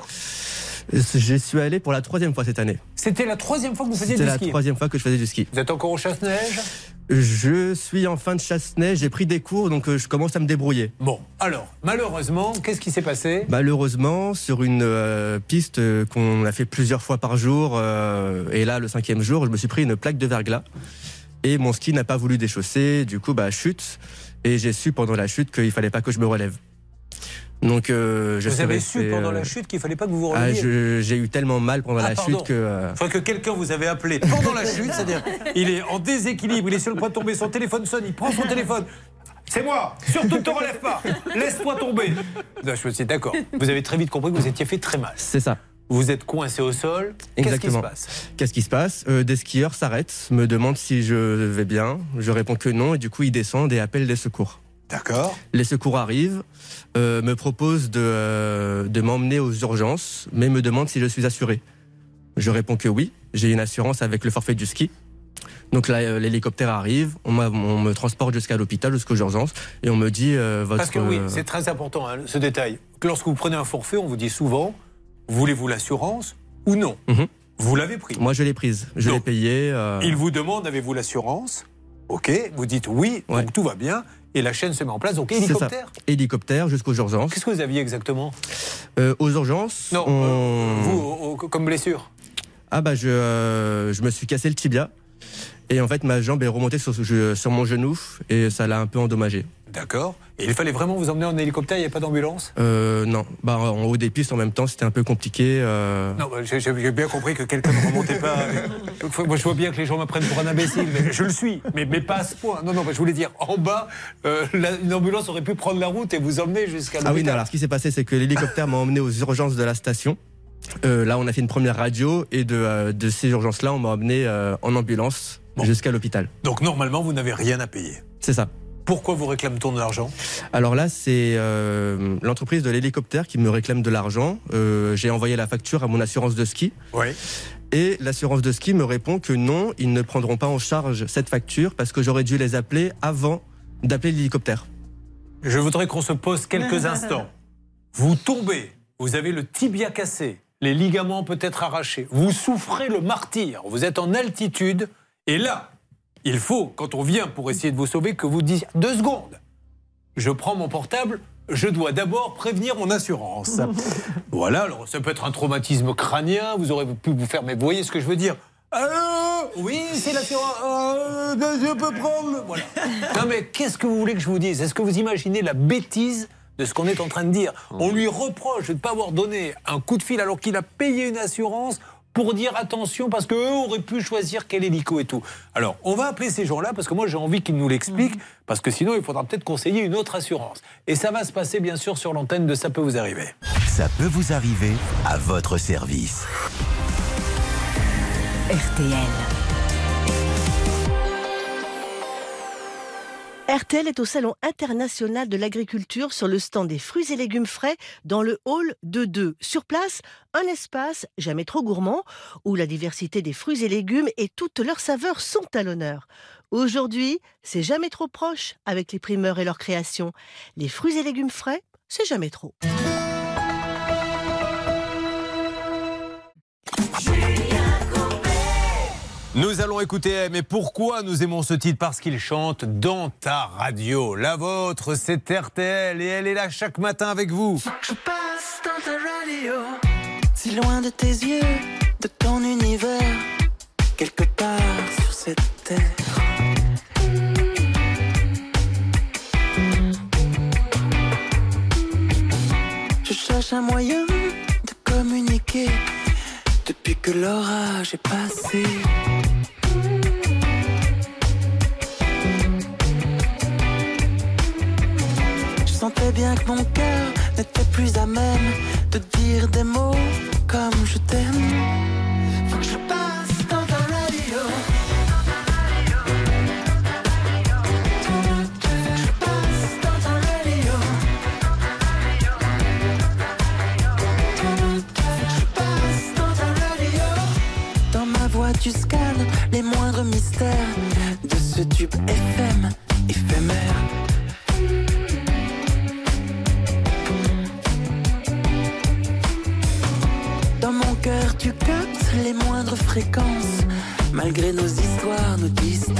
J'y suis allé pour la 3e fois cette année. C'était la 3e fois que vous faisiez du ski? C'était la 3e fois que je faisais du ski. Vous êtes encore au chasse-neige? Je suis en fin de chasse-neige, j'ai pris des cours, donc je commence à me débrouiller. Bon, alors, malheureusement, qu'est-ce qui s'est passé? Malheureusement, sur une piste qu'on a fait plusieurs fois par jour, et là, le 5e jour, je me suis pris une plaque de verglas, et mon ski n'a pas voulu déchausser, du coup, chute, et j'ai su pendant la chute qu'il fallait pas que je me relève. Donc, vous avez su pendant la chute qu'il fallait pas que vous vous releviez? J'ai eu tellement mal pendant la chute que... Je crois que quelqu'un vous avait appelé pendant la chute, c'est-à-dire il est en déséquilibre, il est sur le point de tomber, son téléphone sonne, il prend son téléphone. C'est moi, surtout ne te relève pas, laisse-toi tomber. Non, je me suis d'accord. Vous avez très vite compris que vous étiez fait très mal. C'est ça. Vous êtes coincé au sol. Exactement. Qu'est-ce qui se passe? Des skieurs s'arrêtent, me demandent si je vais bien. Je réponds que non, et du coup ils descendent et appellent les secours. D'accord. Les secours arrivent, me proposent de m'emmener aux urgences, mais me demandent si je suis assuré. Je réponds que oui, j'ai une assurance avec le forfait du ski. Donc là, l'hélicoptère arrive, on me transporte jusqu'à l'hôpital, jusqu'aux urgences, et on me dit Parce que oui, c'est très important ce détail. Lorsque vous prenez un forfait, on vous dit souvent, voulez-vous l'assurance ou non? Vous l'avez prise? Moi, je l'ai prise, je l'ai payée. Il vous demande, avez-vous l'assurance? Ok, vous dites oui, donc tout va bien. Et la chaîne se met en place, donc hélicoptère? Hélicoptère jusqu'aux urgences. Qu'est-ce que vous aviez exactement? Aux urgences? Non, vous, comme blessure? Je me suis cassé le tibia. Et en fait, ma jambe est remontée sur mon genou et ça l'a un peu endommagé. D'accord. Et il fallait vraiment vous emmener en hélicoptère, il n'y a pas d'ambulance? Non. En haut des pistes, en même temps, c'était un peu compliqué. Non, j'ai bien compris que quelqu'un ne remontait pas. Moi, je vois bien que les gens me prennent pour un imbécile, mais je le suis, mais pas à ce point. Non, je voulais dire, en bas, une ambulance aurait pu prendre la route et vous emmener jusqu'à l'hôpital. Ah oui, non, alors ce qui s'est passé, c'est que l'hélicoptère m'a emmené aux urgences de la station. Là, on a fait une première radio et de ces urgences-là, on m'a emmené en ambulance jusqu'à l'hôpital. Donc normalement, vous n'avez rien à payer? C'est ça. Pourquoi vous réclame-t-on de l'argent? Alors là, c'est l'entreprise de l'hélicoptère qui me réclame de l'argent. J'ai envoyé la facture à mon assurance de ski. Oui. Et l'assurance de ski me répond que non, ils ne prendront pas en charge cette facture parce que j'aurais dû les appeler avant d'appeler l'hélicoptère. Je voudrais qu'on se pose quelques instants. Vous tombez, vous avez le tibia cassé, les ligaments peut-être arrachés, vous souffrez le martyre, vous êtes en altitude, et là, il faut, quand on vient pour essayer de vous sauver, que vous disiez 2 secondes. Je prends mon portable, je dois d'abord prévenir mon assurance. Voilà, alors ça peut être un traumatisme crânien, vous aurez pu vous faire, mais vous voyez ce que je veux dire? Allô? Oui, c'est l'assurance. Je peux prendre. Voilà. Non, mais qu'est-ce que vous voulez que je vous dise? Est-ce que vous imaginez la bêtise de ce qu'on est en train de dire? On lui reproche de ne pas avoir donné un coup de fil alors qu'il a payé une assurance pour dire attention parce qu'eux auraient pu choisir quel hélico et tout. Alors, on va appeler ces gens-là parce que moi j'ai envie qu'ils nous l'expliquent parce que sinon il faudra peut-être conseiller une autre assurance. Et ça va se passer bien sûr sur l'antenne de Ça peut vous arriver. Ça peut vous arriver à votre service. RTL. RTL est au Salon international de l'agriculture sur le stand des fruits et légumes frais dans le hall de 2. Sur place, un espace jamais trop gourmand où la diversité des fruits et légumes et toutes leurs saveurs sont à l'honneur. Aujourd'hui, c'est jamais trop proche avec les primeurs et leurs créations. Les fruits et légumes frais, c'est jamais trop. Nous allons écouter mais pourquoi nous aimons ce titre? Parce qu'il chante dans ta radio. La vôtre, c'est RTL et elle est là chaque matin avec vous. Je passe dans ta radio, si loin de tes yeux, de ton univers, quelque part sur cette terre. Je que l'orage est passé. Je sentais bien que mon cœur n'était plus à même de dire des mots comme je t'aime. Faut que je passe dans ta radio. Tu scannes les moindres mystères de ce tube FM éphémère. Dans mon cœur, tu captes les moindres fréquences, malgré nos histoires, nos distances.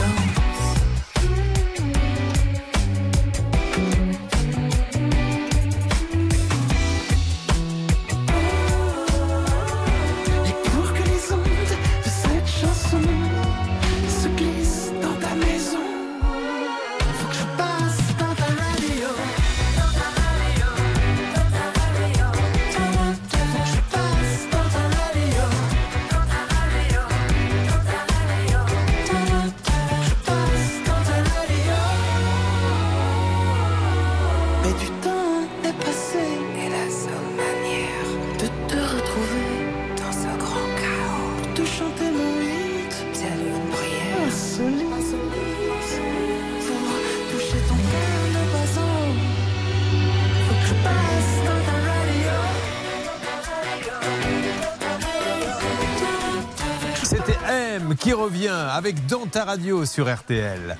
Qui revient avec Dans ta radio sur RTL.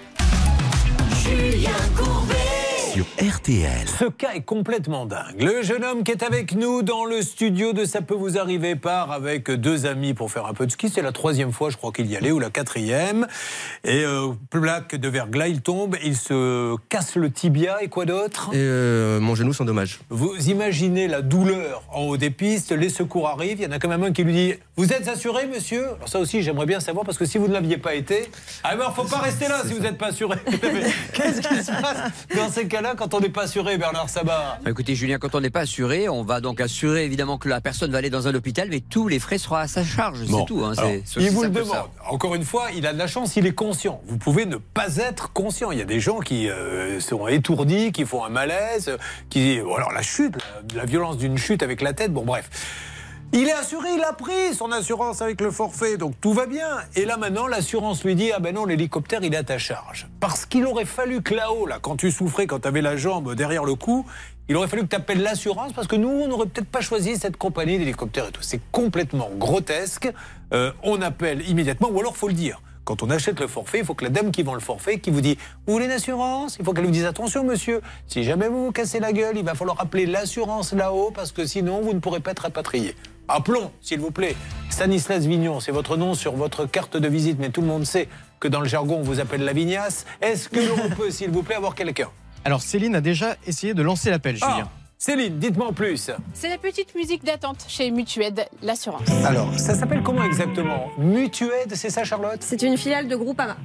Julien Courbet Sur RTL. Ce cas est complètement dingue. Le jeune homme qui est avec nous dans le studio de Ça peut vous arriver part avec 2 amis pour faire un peu de ski. C'est la 3e fois, je crois qu'il y allait, ou la 4e. Et plaque de verglas, il tombe, il se casse le tibia et quoi d'autre ? Et mon genou s'endommage. Vous imaginez la douleur en haut des pistes, les secours arrivent, il y en a quand même un qui lui dit « Vous êtes assuré, monsieur ?» Alors ça aussi, j'aimerais bien savoir, parce que si vous ne l'aviez pas été, alors faut pas rester là si vous n'êtes pas assuré. Qu'est-ce qui se passe dans ces cas-là quand on n'est pas assuré, Bernard Sabat? Écoutez, Julien, quand on n'est pas assuré, on va donc assurer évidemment que la personne va aller dans un hôpital, mais tous les frais seront à sa charge, c'est tout. Hein, alors, il vous le demande. Encore une fois, il a de la chance, il est conscient. Vous pouvez ne pas être conscient. Il y a des gens qui sont étourdis, qui font un malaise, alors la chute, la violence d'une chute avec la tête, bon bref. Il est assuré, il a pris son assurance avec le forfait, donc tout va bien. Et là maintenant, l'assurance lui dit « Ah ben non, l'hélicoptère, il est à ta charge. » Parce qu'il aurait fallu que là-haut, là, quand tu souffrais, quand tu avais la jambe derrière le cou, il aurait fallu que tu appelles l'assurance, parce que nous, on n'aurait peut-être pas choisi cette compagnie d'hélicoptère et tout. C'est complètement grotesque. On appelle immédiatement, ou alors faut le dire. Quand on achète le forfait, il faut que la dame qui vend le forfait, qui vous dit « Vous voulez une assurance ?» Il faut qu'elle vous dise « Attention monsieur, si jamais vous vous cassez la gueule, il va falloir appeler l'assurance là-haut parce que sinon vous ne pourrez pas être rapatrié. » Appelons, s'il vous plaît. Stanislas Vignon, c'est votre nom sur votre carte de visite, mais tout le monde sait que dans le jargon, on vous appelle la Vignasse. Est-ce que l'on peut, s'il vous plaît, avoir quelqu'un? Alors Céline a déjà essayé de lancer l'appel, Julien. Céline, dites-moi en plus. C'est la petite musique d'attente chez Mutuaide, l'assurance. Alors, ça s'appelle comment exactement? Mutuaide, c'est ça, Charlotte? C'est une filiale de Groupama.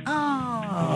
Ah,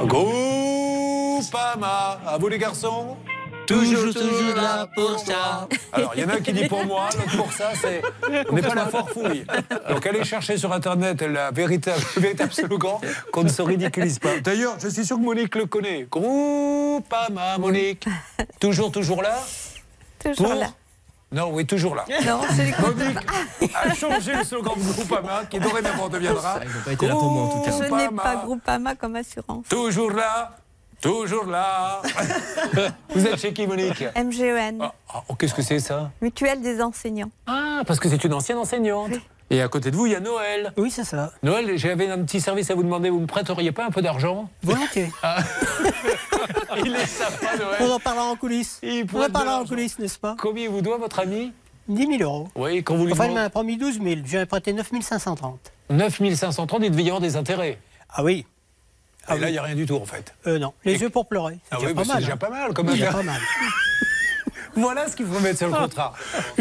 Groupama. À vous les garçons? Toujours là pour ça. Alors, il y en a un qui dit pour moi, l'autre pour ça, on n'est pas la foire fouille. Donc, allez chercher sur Internet le véritable slogan qu'on ne se ridiculise pas. D'ailleurs, je suis sûr que Monique le connaît. Groupama, Monique. Toujours là? Toujours là. Non, oui, toujours là. Non, c'est les Monique a changé le slogan de Groupama, qui dorénavant deviendra. Il n'a pas été là pour moi, en tout cas. Je n'ai pas Groupama comme assurance. Toujours là. Toujours là. Vous êtes chez qui, Monique? MGEN. Qu'est-ce que c'est ça? Mutuelle des enseignants. Ah, parce que c'est une ancienne enseignante. Oui. Et à côté de vous, il y a Noël. Oui, c'est ça. Noël, j'avais un petit service à vous demander. Vous me prêteriez pas un peu d'argent? Volontiers. Il est sympa, Noël. On en parlera en coulisses. On en parlera en coulisses, n'est-ce pas? Combien il vous doit, votre ami? 10 000 euros. Oui, quand vous lui Enfin, il m'a promis 12 000. J'ai prêté 9 530. 9 530, il devait y avoir des intérêts. Ah oui. Et là, il n'y a rien du tout, en fait. Non, les yeux pour pleurer. Ah oui, c'est déjà pas mal, quand même. C'est pas mal. Voilà ce qu'il faut mettre sur le contrat.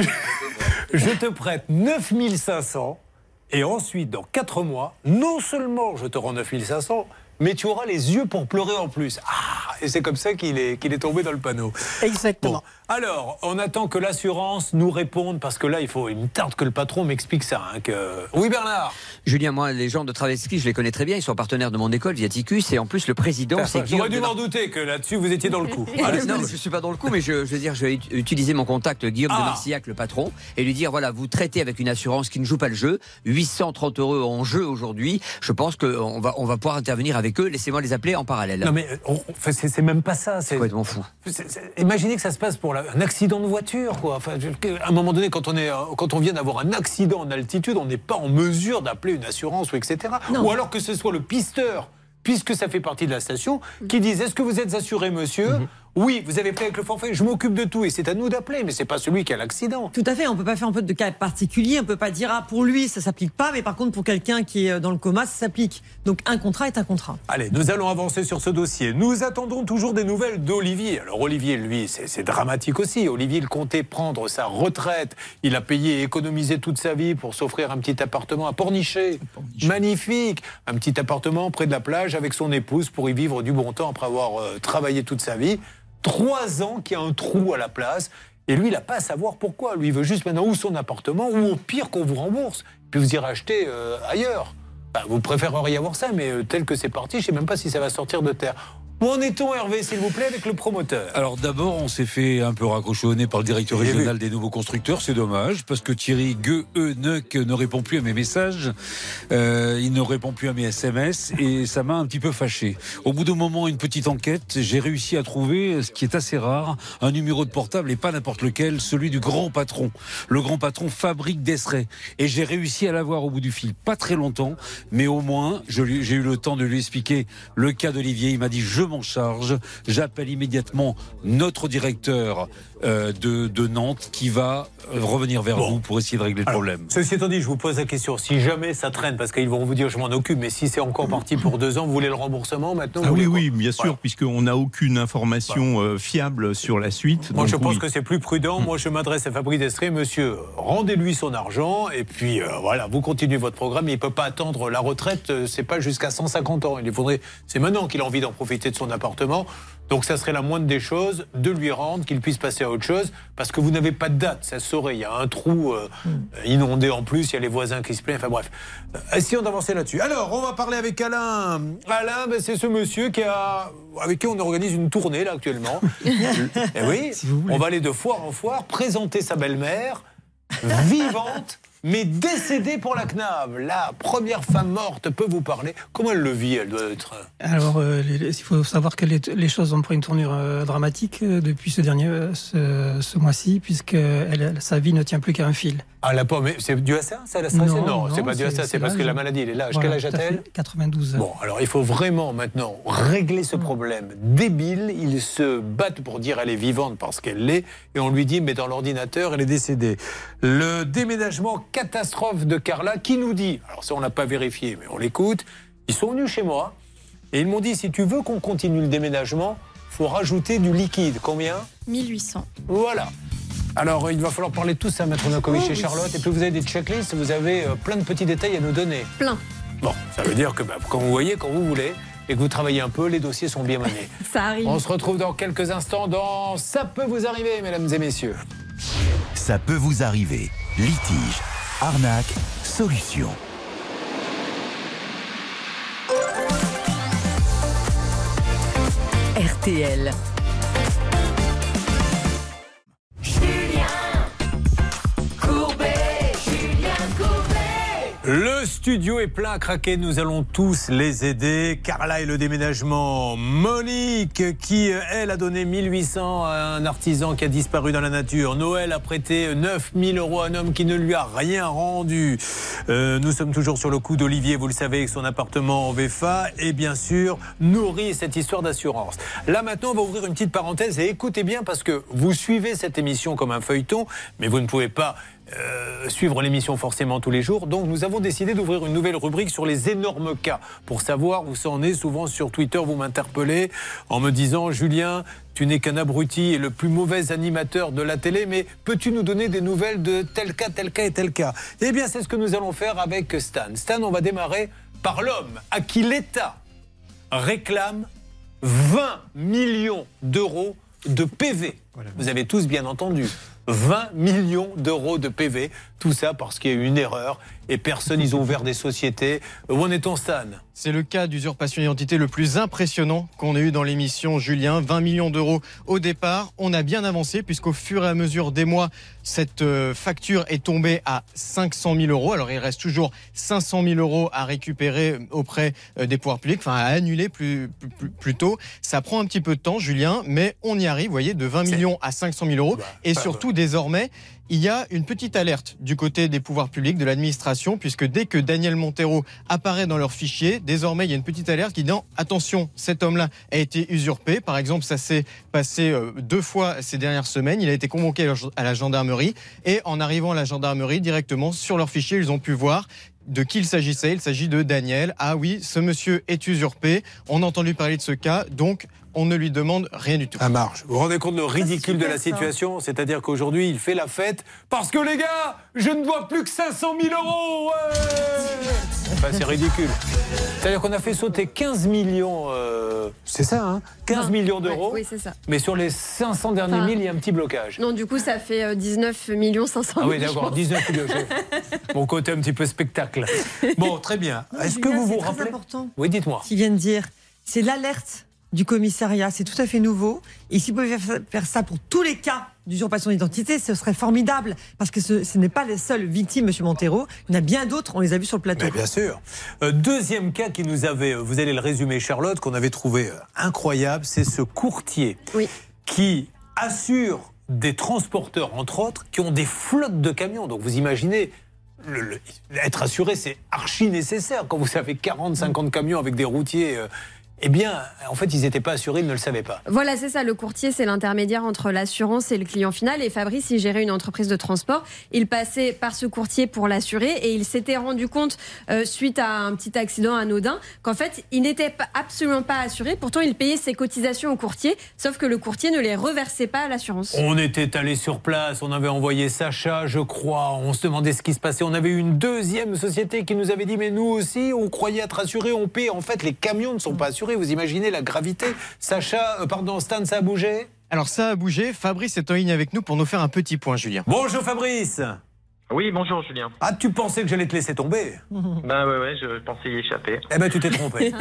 Je te prête 9 500 et ensuite, dans 4 mois, non seulement je te rends 9 500, mais tu auras les yeux pour pleurer en plus. Ah, et c'est comme ça qu'il est tombé dans le panneau. Exactement. Bon, alors, on attend que l'assurance nous réponde, parce que là, il me tarde que le patron m'explique ça. Oui, Bernard. Julien, moi, les gens de Traveski, je les connais très bien. Ils sont partenaires de mon école, Viaticus, et en plus, le président, c'est Guillaume. J'aurais dû m'en douter que là-dessus, vous étiez dans le coup. Non, je ne suis pas dans le coup, mais je veux dire, je vais utiliser mon contact, Guillaume de Marcillac, le patron, et lui dire, voilà, vous traitez avec une assurance qui ne joue pas le jeu, 830 € en jeu aujourd'hui. Je pense qu'on va pouvoir intervenir avec eux. Laissez-moi les appeler en parallèle. Non, mais c'est même pas ça. C'est complètement fou. Imaginez que ça se passe pour un accident de voiture, quoi. Enfin, à un moment donné, quand on vient d'avoir un accident en altitude, on n'est pas en mesure d'appeler une assurance, ou etc. Non. Ou alors que ce soit le pisteur, puisque ça fait partie de la station, qui dise: est-ce que vous êtes assuré, monsieur ? Oui, vous avez payé avec le forfait, je m'occupe de tout, et c'est à nous d'appeler, mais c'est pas celui qui a l'accident. Tout à fait, on peut pas faire un peu de cas particulier, on peut pas dire pour lui ça s'applique pas, mais par contre pour quelqu'un qui est dans le coma ça s'applique. Donc un contrat est un contrat. Allez, nous allons avancer sur ce dossier. Nous attendons toujours des nouvelles d'Olivier. Alors Olivier, lui, c'est dramatique aussi. Olivier, il comptait prendre sa retraite. Il a payé et économisé toute sa vie pour s'offrir un petit appartement à Pornichet. Magnifique. Un petit appartement près de la plage avec son épouse pour y vivre du bon temps après avoir travaillé toute sa vie. 3 ans qu'il y a un trou à la place. Et lui, il n'a pas à savoir pourquoi. Lui, il veut juste maintenant ou son appartement, ou au pire qu'on vous rembourse. Puis vous irez acheter ailleurs. Enfin, vous préféreriez avoir ça, mais tel que c'est parti, je ne sais même pas si ça va sortir de terre. Où en est-on, Hervé, s'il vous plaît, avec le promoteur ? Alors d'abord, on s'est fait un peu raccrochonner par le directeur régional des nouveaux constructeurs. C'est dommage, parce que Thierry Gueuneuk ne répond plus à mes messages. Il ne répond plus à mes SMS, et ça m'a un petit peu fâché. Au bout d'un moment, une petite enquête, j'ai réussi à trouver, ce qui est assez rare, un numéro de portable, et pas n'importe lequel, celui du grand patron. Le grand patron Fabrique Desseret. Et j'ai réussi à l'avoir au bout du fil. Pas très longtemps, mais au moins, j'ai eu le temps de lui expliquer le cas d'Olivier. Il m'a dit: je m'en charge, j'appelle immédiatement notre directeur de Nantes qui va revenir vers vous pour essayer de régler le problème. Ceci étant dit, je vous pose la question, si jamais ça traîne, parce qu'ils vont vous dire je m'en occupe, mais si c'est encore parti pour 2 ans, vous voulez le remboursement maintenant? Oui, bien sûr, puisqu'on n'a aucune information fiable sur la suite. Moi, je pense que c'est plus prudent. Moi, je m'adresse à Fabrice Desseret: monsieur, rendez-lui son argent, et puis voilà, vous continuez votre programme. Il ne peut pas attendre la retraite, c'est pas jusqu'à 150 ans. C'est maintenant qu'il a envie d'en profiter de son appartement. Donc ça serait la moindre des choses de lui rendre, qu'il puisse passer à autre chose, parce que vous n'avez pas de date, ça se saurait. Il y a un trou inondé en plus, il y a les voisins qui se plaignent, enfin bref. Essayons d'avancer là-dessus. Alors, on va parler avec Alain. Alain, c'est ce monsieur avec qui on organise une tournée là actuellement. Et oui, si on va aller de foire en foire, présenter sa belle-mère, vivante, mais décédée pour la CNAV. La première femme morte peut vous parler. Comment elle le vit? Elle doit être... Alors, il faut savoir que les choses ont pris une tournure dramatique depuis ce mois-ci, puisque sa vie ne tient plus qu'à un fil. Ah, la pomme, c'est dû à ça? Ça l'a stressé? Non, c'est pas dû à ça, c'est parce que la maladie, elle est là. Voilà, quel âge a-t-elle? 92 ans. Bon, alors il faut vraiment maintenant régler ce problème débile. Ils se battent pour dire elle est vivante parce qu'elle l'est, et on lui dit mais dans l'ordinateur, elle est décédée. Le déménagement catastrophe de Carla, qui nous dit, alors ça on n'a pas vérifié, mais on l'écoute, ils sont venus chez moi et ils m'ont dit: si tu veux qu'on continue le déménagement, faut rajouter du liquide. Combien? 1800. Voilà. Alors, il va falloir parler de tout ça, Maître Novakovic et Charlotte. Et puis, vous avez des checklists, vous avez plein de petits détails à nous donner. Plein. Bon, ça veut dire que quand vous voyez, quand vous voulez, et que vous travaillez un peu, les dossiers sont bien menés. Ça arrive. On se retrouve dans quelques instants dans Ça peut vous arriver, mesdames et messieurs. Ça peut vous arriver. Litige, arnaque, solution. RTL. Le studio est plein à craquer, nous allons tous les aider. Carla et le déménagement. Monique, qui, elle, a donné 1800 à un artisan qui a disparu dans la nature. Noël a prêté 9000 € à un homme qui ne lui a rien rendu. Nous sommes toujours sur le coup d'Olivier, vous le savez, avec son appartement en VFA. Et bien sûr, nourrit cette histoire d'assurance. Là, maintenant, on va ouvrir une petite parenthèse et écoutez bien, parce que vous suivez cette émission comme un feuilleton, mais vous ne pouvez pas suivre l'émission forcément tous les jours. Donc nous avons décidé d'ouvrir une nouvelle rubrique sur les énormes cas pour savoir où ça en est. Souvent sur Twitter vous m'interpellez en me disant: Julien, tu n'es qu'un abruti et le plus mauvais animateur de la télé, mais peux-tu nous donner des nouvelles de tel cas et tel cas? Eh bien c'est ce que nous allons faire avec Stan. Stan, on va démarrer par l'homme à qui l'État réclame 20 millions d'euros de PV. Vous avez tous bien entendu. 20 millions d'euros de PV. Tout ça parce qu'il y a eu une erreur et personne, ils ont ouvert des sociétés. Où en est-on, Stan ? C'est le cas d'usurpation d'identité le plus impressionnant qu'on ait eu dans l'émission, Julien. 20 millions d'euros au départ. On a bien avancé puisqu'au fur et à mesure des mois, cette facture est tombée à 500 000 euros. Alors il reste toujours 500 000 euros à récupérer auprès des pouvoirs publics, enfin à annuler plutôt. Ça prend un petit peu de temps, Julien, mais on y arrive, vous voyez, de 20 millions à 500 000 euros. Et surtout, désormais, il y a une petite alerte du côté des pouvoirs publics, de l'administration, puisque dès que Daniel Montero apparaît dans leur fichier, désormais il y a une petite alerte qui dit attention, cet homme-là a été usurpé. Par exemple, ça s'est passé 2 fois ces dernières semaines. Il a été convoqué à la gendarmerie et en arrivant à la gendarmerie, directement sur leur fichier, ils ont pu voir de qui il s'agissait. Il s'agit de Daniel. Ah oui, ce monsieur est usurpé. On a entendu parler de ce cas, donc on ne lui demande rien du tout. Ça marche. Vous vous rendez compte le ridicule de la situation ? C'est-à-dire qu'aujourd'hui, il fait la fête parce que les gars, je ne dois plus que 500 000 euros. Ouais, enfin, c'est ridicule. C'est-à-dire qu'on a fait sauter 15 millions, c'est ça, hein, 15 millions d'euros. Oui, c'est ça. Mais sur les 500 derniers mille, il y a un petit blocage. Non, du coup, ça fait 19 500 000. Ah oui, d'accord, 19 millions. Mon côté un petit peu spectacle. Bon, très bien. Est-ce que vous vous rappelez ? Important. Oui, dites-moi. Ce qu'il vient de dire, c'est l'alerte du commissariat. C'est tout à fait nouveau. Et s'ils pouvaient faire ça pour tous les cas d'usurpation d'identité, ce serait formidable. Parce que ce n'est pas les seules victimes, M. Montero. Il y en a bien d'autres, on les a vus sur le plateau. Mais bien sûr. Deuxième cas qui nous avait, vous allez le résumer, Charlotte, qu'on avait trouvé incroyable, c'est ce courtier qui assure des transporteurs, entre autres, qui ont des flottes de camions. Donc vous imaginez, être assuré, c'est archi nécessaire. Quand vous avez 40, 50 camions avec des routiers... Eh bien, en fait, ils n'étaient pas assurés, ils ne le savaient pas. Voilà, c'est ça. Le courtier, c'est l'intermédiaire entre l'assurance et le client final. Et Fabrice, il gérait une entreprise de transport. Il passait par ce courtier pour l'assurer. Et il s'était rendu compte, suite à un petit accident anodin, qu'en fait, il n'était absolument pas assuré. Pourtant, il payait ses cotisations au courtier. Sauf que le courtier ne les reversait pas à l'assurance. On était allé sur place. On avait envoyé Sacha, je crois. On se demandait ce qui se passait. On avait eu une deuxième société qui nous avait dit « Mais nous aussi, on croyait être assurés, on paie. En fait, les camions ne sont pas assurés. » Vous imaginez la gravité. Sacha, Stan, ça a bougé ? Alors ça a bougé. Fabrice est en ligne avec nous pour nous faire un petit point, Julien. Bonjour Fabrice. Oui, bonjour Julien. Ah, tu pensais que j'allais te laisser tomber ? Ben ouais, je pensais y échapper. Eh ben tu t'es trompé.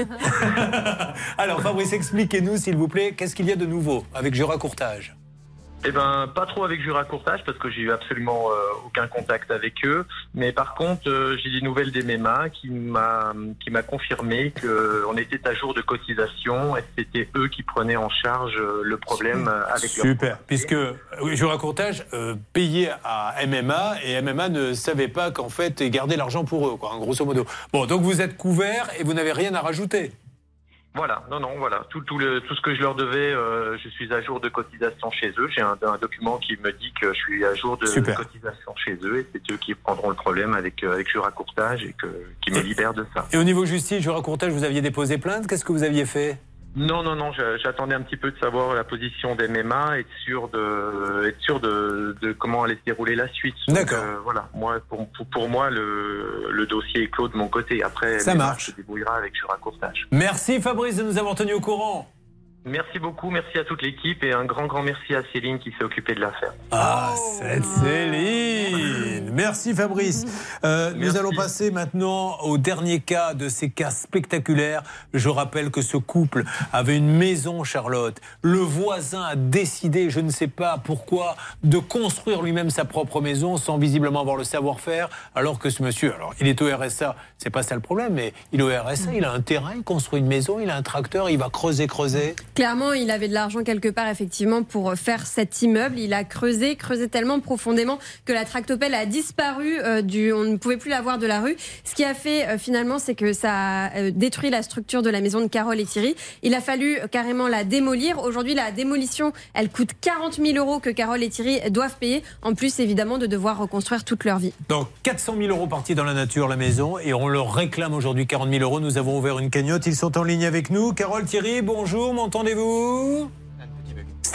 Alors Fabrice, expliquez-nous s'il vous plaît, qu'est-ce qu'il y a de nouveau avec Jura Courtage ? Eh ben, pas trop avec Jura Courtage parce que j'ai eu absolument aucun contact avec eux. Mais par contre, j'ai des nouvelles d'MMA qui m'a confirmé qu'on était à jour de cotisation et c'était eux qui prenaient en charge le problème avec leur... Super, puisque Jura Courtage payait à MMA et MMA ne savait pas qu'en fait, ils gardaient l'argent pour eux, quoi, grosso modo. Bon, donc vous êtes couverts et vous n'avez rien à rajouter. Voilà, voilà. Tout ce que je leur devais, je suis à jour de cotisation chez eux. J'ai un document qui me dit que je suis à jour de cotisation chez eux et c'est eux qui prendront le problème avec Jura Courtage et qui me libèrent de ça. Et au niveau justice, Jura Courtage, vous aviez déposé plainte. Qu'est-ce que vous aviez fait ? Non, j'attendais un petit peu de savoir la position d'MMA, être sûr de comment allait se dérouler la suite. D'accord. Donc, voilà, moi, pour moi, le dossier est clos de mon côté. Après, ça marche. Se débrouillera avec Jura Courtage. Merci Fabrice de nous avoir tenus au courant. Merci beaucoup, merci à toute l'équipe et un grand merci à Céline qui s'est occupée de l'affaire. Ah, cette Céline. Merci Fabrice. Nous allons passer maintenant au dernier cas de ces cas spectaculaires. Je rappelle que ce couple avait une maison, Charlotte. Le voisin a décidé, je ne sais pas pourquoi, de construire lui-même sa propre maison sans visiblement avoir le savoir-faire, alors que ce monsieur, alors il est au RSA, c'est pas ça le problème, mais il est au RSA, il a un terrain, il construit une maison, il a un tracteur, il va creuser. Clairement, il avait de l'argent quelque part, effectivement, pour faire cet immeuble. Il a creusé tellement profondément que la tractopelle a disparu. On ne pouvait plus la voir de la rue. Ce qui a fait, finalement, c'est que ça a détruit la structure de la maison de Carole et Thierry. Il a fallu carrément la démolir. Aujourd'hui, la démolition, elle coûte 40 000 € que Carole et Thierry doivent payer. En plus, évidemment, de devoir reconstruire toute leur vie. Donc, 400 000 € partis dans la nature, la maison, et on leur réclame aujourd'hui 40 000 €. Nous avons ouvert une cagnotte. Ils sont en ligne avec nous. Carole, Thierry, bonjour, m'entendez-vous ? Stan ?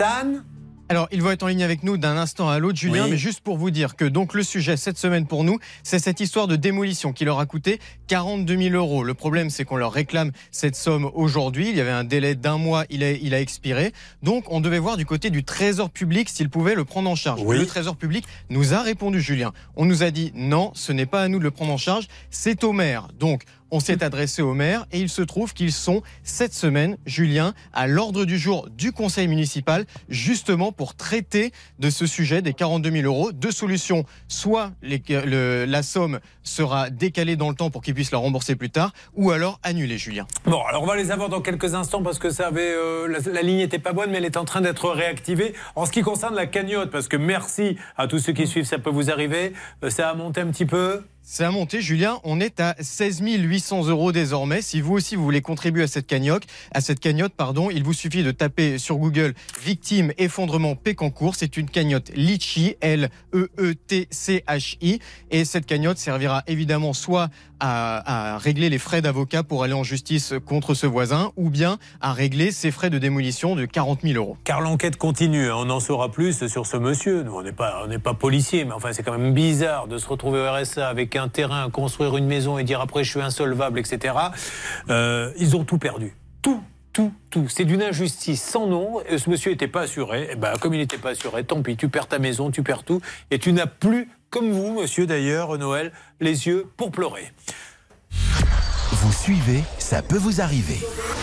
Alors, il va être en ligne avec nous d'un instant à l'autre, Julien, mais juste pour vous dire que donc le sujet cette semaine pour nous, c'est cette histoire de démolition qui leur a coûté 42 000 euros. Le problème, c'est qu'on leur réclame cette somme aujourd'hui. Il y avait un délai d'1 mois, il a expiré. Donc, on devait voir du côté du Trésor public s'il pouvait le prendre en charge. Le Trésor public nous a répondu, Julien. On nous a dit non, ce n'est pas à nous de le prendre en charge, c'est au maire. Donc, on s'est adressé au maire et il se trouve qu'ils sont cette semaine, Julien, à l'ordre du jour du conseil municipal, justement pour traiter de ce sujet des 42 000 euros. Deux solutions, soit la somme sera décalée dans le temps pour qu'ils puissent la rembourser plus tard, ou alors annulée, Julien. Bon, alors on va les avoir dans quelques instants parce que ça avait, la ligne n'était pas bonne, mais elle est en train d'être réactivée. En ce qui concerne la cagnotte, parce que merci à tous ceux qui suivent, ça peut vous arriver, ça a monté un petit peu. C'est à monter, Julien. On est à 16 800 euros désormais. Si vous aussi vous voulez contribuer à cette cagnotte, il vous suffit de taper sur Google victime effondrement Pécancourt. C'est une cagnotte Litchi, L-E-E-T-C-H-I. Et cette cagnotte servira évidemment soit à régler les frais d'avocat pour aller en justice contre ce voisin, ou bien à régler ses frais de démolition de 40 000 euros. Car l'enquête continue, on en saura plus sur ce monsieur. Nous, on n'est pas policier, mais enfin c'est quand même bizarre de se retrouver au RSA avec un terrain, construire une maison et dire après je suis insolvable, etc. Ils ont tout perdu. Tout. C'est d'une injustice sans nom. Ce monsieur n'était pas assuré. Et comme il n'était pas assuré, tant pis, tu perds ta maison, tu perds tout. Et tu n'as plus, comme vous, monsieur d'ailleurs, Noël, les yeux pour pleurer. Vous suivez, ça peut vous arriver.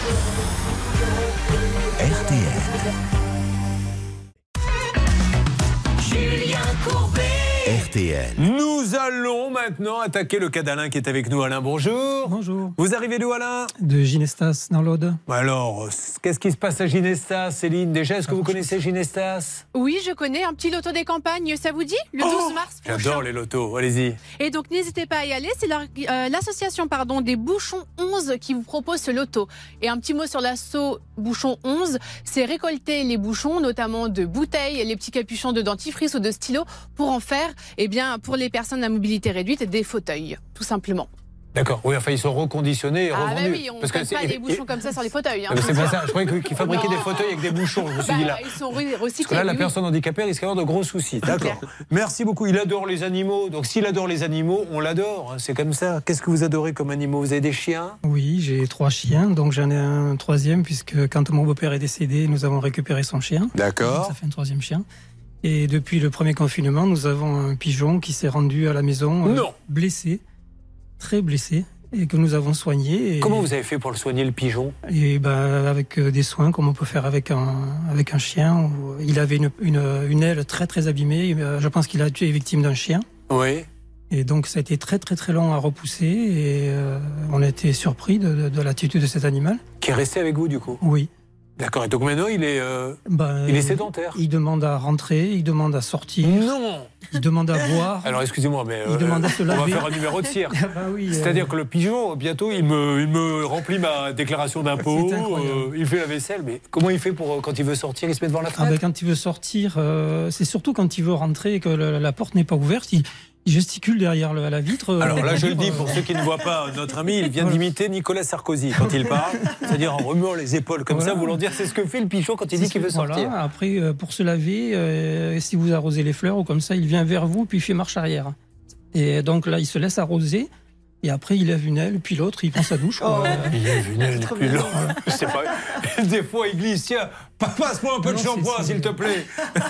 RTL. Julien Courbet. RTL. Nous allons maintenant attaquer le cas d'Alain qui est avec nous. Alain, bonjour. Bonjour. Vous arrivez d'où, Alain? De Ginestas, dans l'Aude. Alors, qu'est-ce qui se passe à Ginestas, Céline? Déjà, est-ce que vous connaissez Ginestas? Oui, je connais un petit loto des campagnes, ça vous dit? Le 12 mars prochain. J'adore les lotos, allez-y. Et donc, n'hésitez pas à y aller. C'est l'association des Bouchons 11 qui vous propose ce loto. Et un petit mot sur l'asso Bouchons 11, c'est récolter les bouchons, notamment de bouteilles, les petits capuchons de dentifrice ou de stylo, pour en faire, pour les personnes à mobilité réduite, des fauteuils, tout simplement. D'accord, oui, enfin ils sont reconditionnés et revendus. Ah bah oui, on ne met pas des bouchons comme ça sur les fauteuils. Hein. C'est pas ça, je croyais qu'ils fabriquaient des fauteuils avec des bouchons, je me suis dit là. Ils sont recyclés. Parce que là, la personne handicapée risque d'avoir de gros soucis. D'accord. Merci beaucoup, il adore les animaux, donc s'il adore les animaux, on l'adore, c'est comme ça. Qu'est-ce que vous adorez comme animaux? Vous avez des chiens? Oui, j'ai 3 chiens, donc j'en ai un 3e, puisque quand mon beau-père est décédé, nous avons récupéré son chien. D'accord. Ça fait un 3e chien. Et depuis le premier confinement, nous avons un pigeon qui s'est rendu à la maison blessé, très blessé, et que nous avons soigné. Comment vous avez fait pour le soigner, le pigeon? Et avec des soins, comme on peut faire avec un chien. Il avait une aile très très abîmée. Je pense qu'il a été victime d'un chien. Oui. Et donc ça a été très très très long à repousser. Et on a été surpris de l'attitude de cet animal. Qui est resté avec vous du coup? Oui. D'accord, et donc maintenant il est sédentaire. Il demande à rentrer, il demande à sortir. Non. Il demande à boire. Alors excusez-moi, mais il demande à se laver. On va faire un numéro de cirque. C'est-à-dire que le pigeon, bientôt, il me remplit ma déclaration d'impôt, il fait la vaisselle, mais comment il fait pour quand il veut sortir, il se met devant la fenêtre? Quand il veut sortir, c'est surtout quand il veut rentrer et que la porte n'est pas ouverte, il gesticule derrière la vitre. Alors là, je le dis pour ceux qui ne voient pas notre ami, il vient d'imiter Nicolas Sarkozy quand il parle, c'est-à-dire en remuant les épaules comme ça, voulant dire c'est ce que fait le pigeon quand il dit qu'il veut sortir. Après, pour se laver, si vous arrosez les fleurs ou comme ça, il vient vers vous puis il fait marche arrière. Et donc là, il se laisse arroser. Et après, il lève une aile, puis l'autre, il prend sa douche. Il lève une aile, puis l'autre. C'est pas... Des fois, il glisse. Tiens, passe-moi un peu de shampoing, s'il te plaît.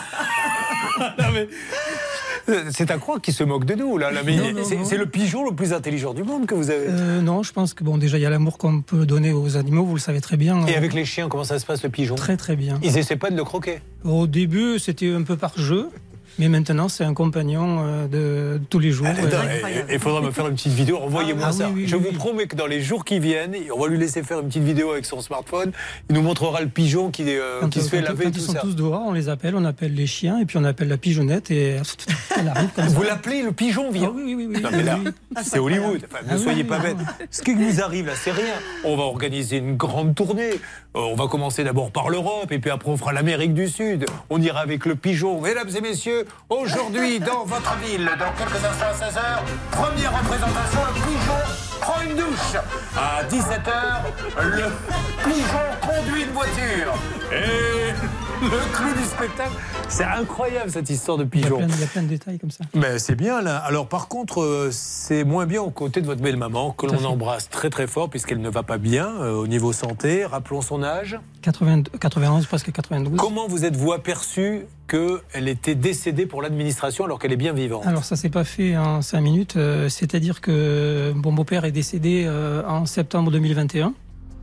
Non, mais... C'est à croire qu'il se moque de nous, là. C'est le pigeon le plus intelligent du monde que vous avez. Non, je pense que, déjà, il y a l'amour qu'on peut donner aux animaux, vous le savez très bien. Et avec les chiens, comment ça se passe, le pigeon? Très, très bien. Ils essaient pas de le croquer? Au début, c'était un peu par jeu. Mais maintenant, c'est un compagnon de tous les jours. Il faudra me faire une petite vidéo, envoyez-moi ça. Je vous promets que dans les jours qui viennent, on va lui laisser faire une petite vidéo avec son smartphone. Il nous montrera le pigeon qui se fait laver. Quand ils sont tous dehors, on appelle les chiens, et puis on appelle la pigeonnette, et elle arrive comme ça. Vous l'appelez, le pigeon vient? Oui. Non, mais là, c'est Hollywood. Enfin, ne soyez pas bêtes. Ce qui nous arrive là, c'est rien. On va organiser une grande tournée. On va commencer d'abord par l'Europe, et puis après on fera l'Amérique du Sud. On ira avec le pigeon. Mesdames et messieurs, aujourd'hui, dans votre ville, dans quelques instants à 16h, première représentation, le pigeon prend une douche. À 17h, le pigeon conduit une voiture. Et Le clou du spectacle. C'est incroyable cette histoire de pigeon. Il y a plein de détails comme ça. Mais c'est bien là. Alors par contre, c'est moins bien aux côtés de votre belle maman que l'on embrasse très très fort puisqu'elle ne va pas bien au niveau santé. Rappelons son âge. 91, presque 92. Comment vous êtes-vous aperçu qu'elle était décédée pour l'administration alors qu'elle est bien vivante? Alors ça s'est pas fait en 5 minutes. C'est-à-dire que mon beau-père est décédé en septembre 2021.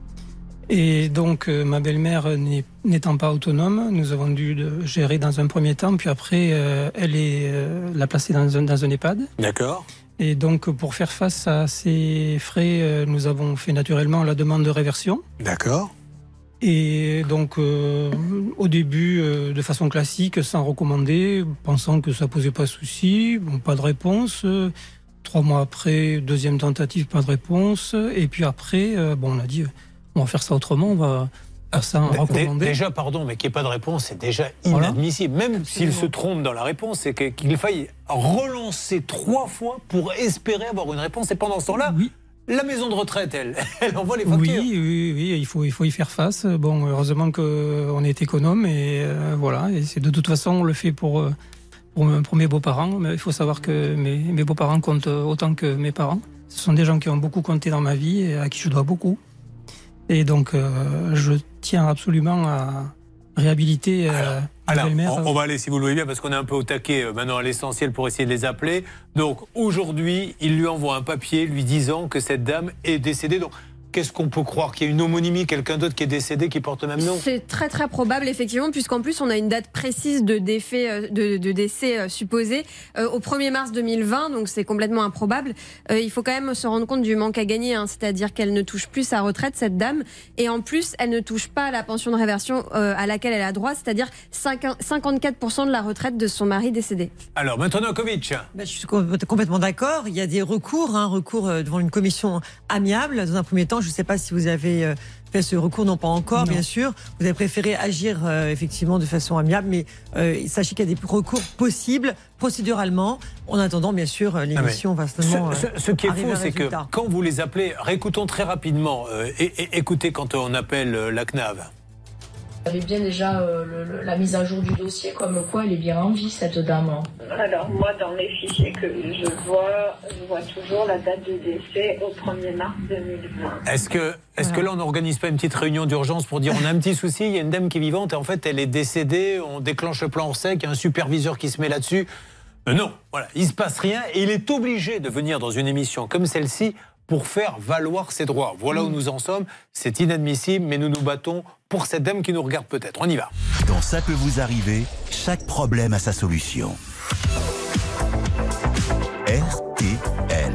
Et donc, ma belle-mère n'étant pas autonome, nous avons dû le gérer dans un premier temps, puis après, l'a placée dans un EHPAD. D'accord. Et donc, pour faire face à ces frais, nous avons fait naturellement la demande de réversion. D'accord. Et donc, au début, de façon classique, sans recommander, pensant que ça posait pas de souci, bon, pas de réponse. 3 mois après, deuxième tentative, pas de réponse. Et puis après, on a dit... On va faire ça autrement, on va faire ça en recommandé. Déjà, pardon, mais qu'il n'y ait pas de réponse, c'est déjà inadmissible. Voilà. Même s'il se trompe dans la réponse, c'est qu'il faille relancer 3 fois pour espérer avoir une réponse. Et pendant ce temps-là, la maison de retraite, elle envoie les factures. Oui, il faut y faire face. Bon, heureusement qu'on est économe et voilà. Et c'est de toute façon, on le fait pour mes beaux-parents. Mais il faut savoir que mes beaux-parents comptent autant que mes parents. Ce sont des gens qui ont beaucoup compté dans ma vie et à qui je dois beaucoup. Et donc, je tiens absolument à réhabiliter ma belle-mère. On va aller, si vous le voulez bien, parce qu'on est un peu au taquet maintenant à l'essentiel pour essayer de les appeler. Donc, aujourd'hui, il lui envoie un papier lui disant que cette dame est décédée. Donc, qu'est-ce qu'on peut croire? Qu'il y a une homonymie, quelqu'un d'autre qui est décédé, qui porte le même nom? C'est très très probable, effectivement, puisqu'en plus, on a une date précise de décès supposé au 1er mars 2020, donc c'est complètement improbable. Il faut quand même se rendre compte du manque à gagner, c'est-à-dire qu'elle ne touche plus sa retraite, cette dame, et en plus, elle ne touche pas la pension de réversion à laquelle elle a droit, c'est-à-dire 54% de la retraite de son mari décédé. Alors, maintenant, Novakovic. Je suis complètement d'accord. Il y a des recours, devant une commission amiable, dans un premier temps. Je ne sais pas si vous avez fait ce recours, non pas encore, bien sûr. Vous avez préféré agir effectivement de façon amiable, mais sachez qu'il y a des recours possibles procéduralement. En attendant, bien sûr, l'émission va seulement. Ce qui est fou, c'est que quand vous les appelez, réécoutons très rapidement, écoutez quand on appelle la CNAV. Vous avez bien déjà la mise à jour du dossier, comme quoi elle est bien en vie, cette dame. Alors, moi, dans les fichiers que je vois toujours la date de décès au 1er mars 2020. Est-ce que là, on n'organise pas une petite réunion d'urgence pour dire on a un petit souci, il y a une dame qui est vivante et en fait, elle est décédée, on déclenche le plan hors sec, il y a un superviseur qui se met là-dessus. Non, voilà, il ne se passe rien et il est obligé de venir dans une émission comme celle-ci pour faire valoir ses droits. Voilà où nous en sommes. C'est inadmissible, mais nous nous battons pour cette dame qui nous regarde peut-être. On y va. Dans Ça peut vous arriver, chaque problème a sa solution. RTL.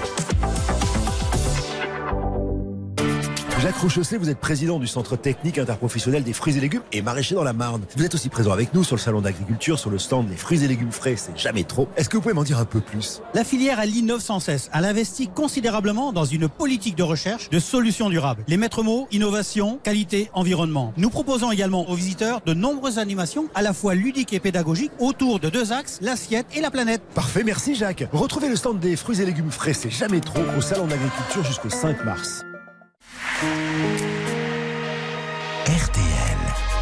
Jacques Rochesset, vous êtes président du Centre technique interprofessionnel des fruits et légumes et maraîcher dans la Marne. Vous êtes aussi présent avec nous sur le salon d'agriculture, sur le stand des fruits et légumes frais, c'est jamais trop. Est-ce que vous pouvez m'en dire un peu plus? La filière, elle innove sans cesse. Elle investit considérablement dans une politique de recherche de solutions durables. Les maîtres mots, innovation, qualité, environnement. Nous proposons également aux visiteurs de nombreuses animations, à la fois ludiques et pédagogiques, autour de 2 axes, l'assiette et la planète. Parfait, merci Jacques. Retrouvez le stand des fruits et légumes frais, c'est jamais trop, au salon d'agriculture jusqu'au 5 mars. RTL.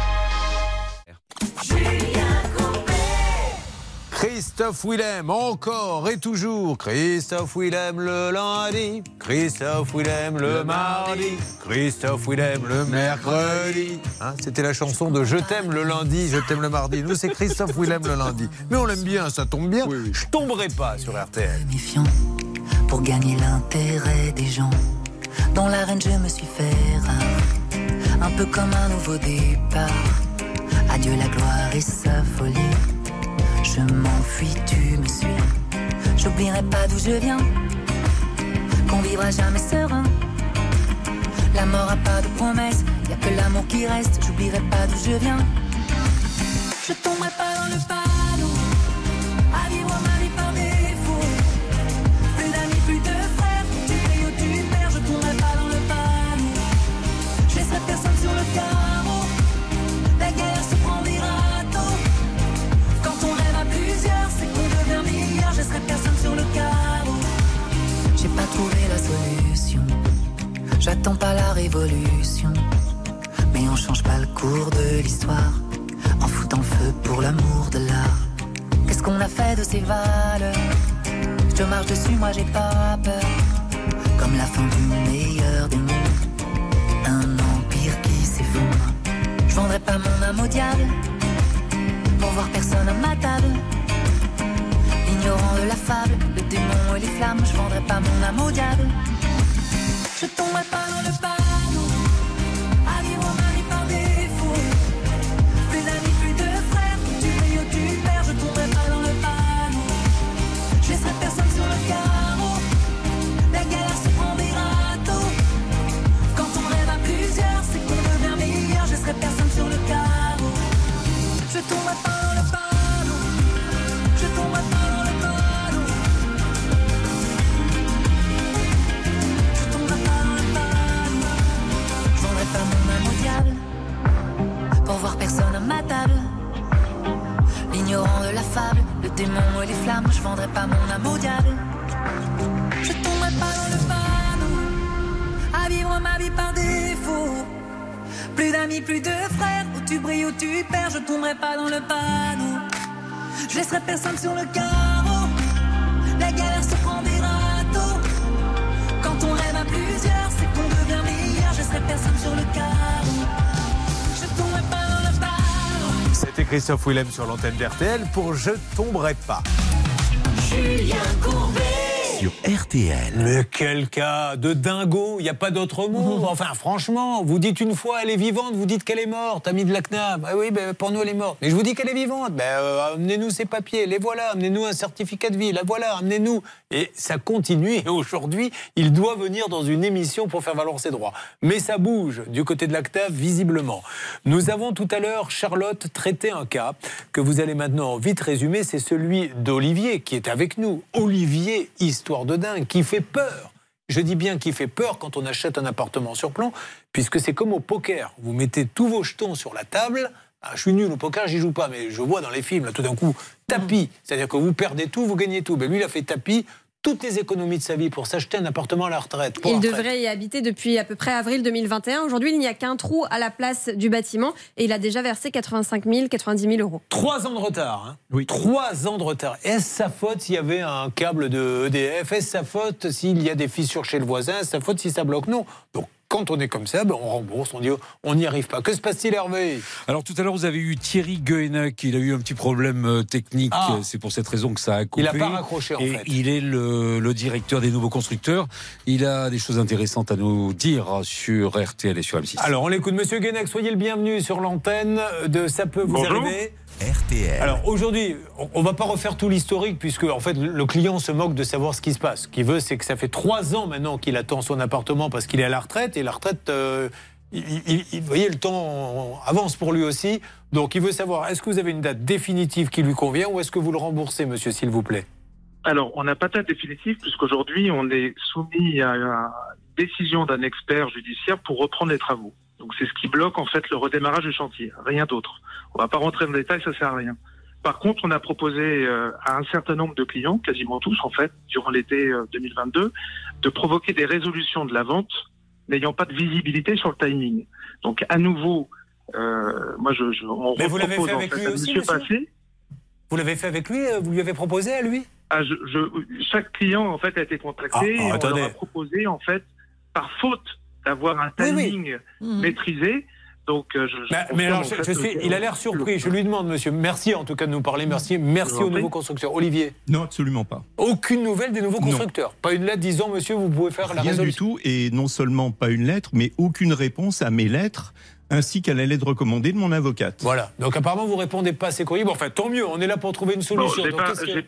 Christophe Willem, encore et toujours. Christophe Willem le lundi, Christophe Willem le mardi, Christophe Willem le mercredi. C'était la chanson de Je t'aime le lundi, je t'aime le mardi. Nous, c'est Christophe Willem le lundi. Mais on l'aime bien, ça tombe bien. Oui. Je tomberai pas sur RTL. Méfiant pour gagner l'intérêt des gens. Dans l'arène, je me suis fait rare, un peu comme un nouveau départ. Adieu la gloire et sa folie. Je m'enfuis, tu me suis. J'oublierai pas d'où je viens, qu'on vivra jamais serein. La mort a pas de promesse, y a que l'amour qui reste. J'oublierai pas d'où je viens. Je tomberai pas dans le panneau, à vivre ma vie par défaut. Plus d'amis, plus de frères, tu payes ou tu perds. Je tomberai pas dans le panneau, je laisserai personne sur le carreau. La guerre se prend des râteaux. Quand on rêve à plusieurs, c'est qu'on devient meilleur. Je laisserai personne sur le carreau. J'ai pas trouvé la solution, j'attends pas la révolution, mais on change pas le cours de l'histoire. de ses valeurs. Je marche dessus, moi j'ai pas peur. Comme la fin du meilleur des mondes, un empire qui s'effondre. Je vendrai pas mon âme au diable pour voir personne à ma table. Ignorant de la fable, le démon et les flammes, je vendrai pas mon âme au diable. Je tomberai pas dans le panneau, à vivre ma vie par défaut. Plus d'amis, plus de frères, tu payes ou tu perds, je tomberai pas dans le panneau. Je laisserai personne sur le carreau, la galère se prend des râteaux. Quand on rêve à plusieurs, c'est qu'on devient meilleur, je laisserai personne sur le carreau. Je tomberai pas dans le panneau, je tomberai pas dans le panneau. Je tomberai pas dans le panneau. Je vendrai pas mon âme au diable pour voir personne à ma table. L'ignorant de la fable, le démon et les flammes, je vendrai pas mon âme au diable. Je tomberai pas dans le panneau, à vivre ma vie par défaut. Plus d'amis, plus de frères, où tu brilles, où tu perds, je tomberai pas dans le panneau. Je laisserai personne sur le carreau, la galère se prend des râteaux. Quand on rêve à plusieurs, c'est qu'on devient meilleur, je laisserai personne sur le carreau. Je tomberai pas dans le panneau. C'était Christophe Willem sur l'antenne d'RTL pour Je tomberai pas. Julien Courbet Sur RTL. Mais quel cas de dingo, il n'y a pas d'autre mot. Enfin, franchement, vous dites une fois elle est vivante, vous dites qu'elle est morte, ami de la CNAM. Ah oui, ben, pour nous elle est morte. Mais je vous dis qu'elle est vivante. Amenez-nous ses papiers, les voilà. Amenez-nous un certificat de vie, la voilà. Amenez-nous. Et ça continue. Et aujourd'hui, il doit venir dans une émission pour faire valoir ses droits. Mais ça bouge du côté de la CNAM, visiblement. Nous avons tout à l'heure, Charlotte, traité un cas que vous allez maintenant vite résumer. C'est celui d'Olivier qui est avec nous. Olivier, histoire de dingue, qui fait peur. Je dis bien qui fait peur quand on achète un appartement sur plan, puisque c'est comme au poker. Vous mettez tous vos jetons sur la table. Ah, je suis nul au poker, j'y joue pas, mais je vois dans les films, là, tout d'un coup, tapis. C'est-à-dire que vous perdez tout, vous gagnez tout. Mais lui, il a fait tapis. Toutes les économies de sa vie pour s'acheter un appartement à la retraite. Il devrait y habiter depuis à peu près avril 2021. Aujourd'hui, il n'y a qu'un trou à la place du bâtiment et il a déjà versé 85 000, 90 000 euros. 3 ans de retard. Hein. Oui. 3 ans de retard. Est-ce sa faute s'il y avait un câble de EDF? Est-ce sa faute s'il y a des fissures chez le voisin? Est-ce sa faute si ça bloque? Non. Donc, quand on est comme ça, on rembourse, on dit on n'y arrive pas. Que se passe-t-il, Hervé? Alors tout à l'heure, vous avez eu Thierry Guéhennac, il a eu un petit problème technique, c'est pour cette raison que ça a coupé. Il n'a pas raccroché en fait. Il est le directeur des nouveaux constructeurs. Il a des choses intéressantes à nous dire sur RTL et sur M6. Alors on l'écoute, Monsieur Guéhennac, soyez le bienvenu sur l'antenne de Ça peut vous arriver. RTL. Alors aujourd'hui, on va pas refaire tout l'historique puisque en fait le client se moque de savoir ce qui se passe. Ce qu'il veut, c'est que ça fait 3 ans maintenant qu'il attend son appartement parce qu'il est à la retraite et la retraite, vous voyez, le temps avance pour lui aussi. Donc il veut savoir, est-ce que vous avez une date définitive qui lui convient ou est-ce que vous le remboursez, monsieur, s'il vous plaît? Alors, on n'a pas de date définitive puisqu'aujourd'hui, on est soumis à une décision d'un expert judiciaire pour reprendre les travaux. Donc c'est ce qui bloque en fait le redémarrage du chantier, rien d'autre. On va pas rentrer dans le détail, ça sert à rien. Par contre, on a proposé à un certain nombre de clients, quasiment tous en fait, durant l'été 2022, de provoquer des résolutions de la vente n'ayant pas de visibilité sur le timing. Donc à nouveau, moi on Mais vous l'avez fait avec lui aussi, monsieur Passé. Vous l'avez fait avec lui? Vous lui avez proposé à lui? Chaque client en fait a été contacté et on leur a proposé en fait par faute d'avoir un timing maîtrisé. Donc, mais alors, il a l'air surpris. Je lui demande, monsieur, merci en tout cas de nous parler. Merci aux nouveaux constructeurs. Olivier? Non, absolument pas. Aucune nouvelle des nouveaux constructeurs? Pas une lettre disant, monsieur, vous pouvez faire la résolution? Rien du tout. Et non seulement pas une lettre, mais aucune réponse à mes lettres, ainsi qu'à la lettre recommandée de mon avocate. Voilà. Donc apparemment, vous répondez pas à ces courriers. Bon, enfin, tant mieux. On est là pour trouver une solution. Bon,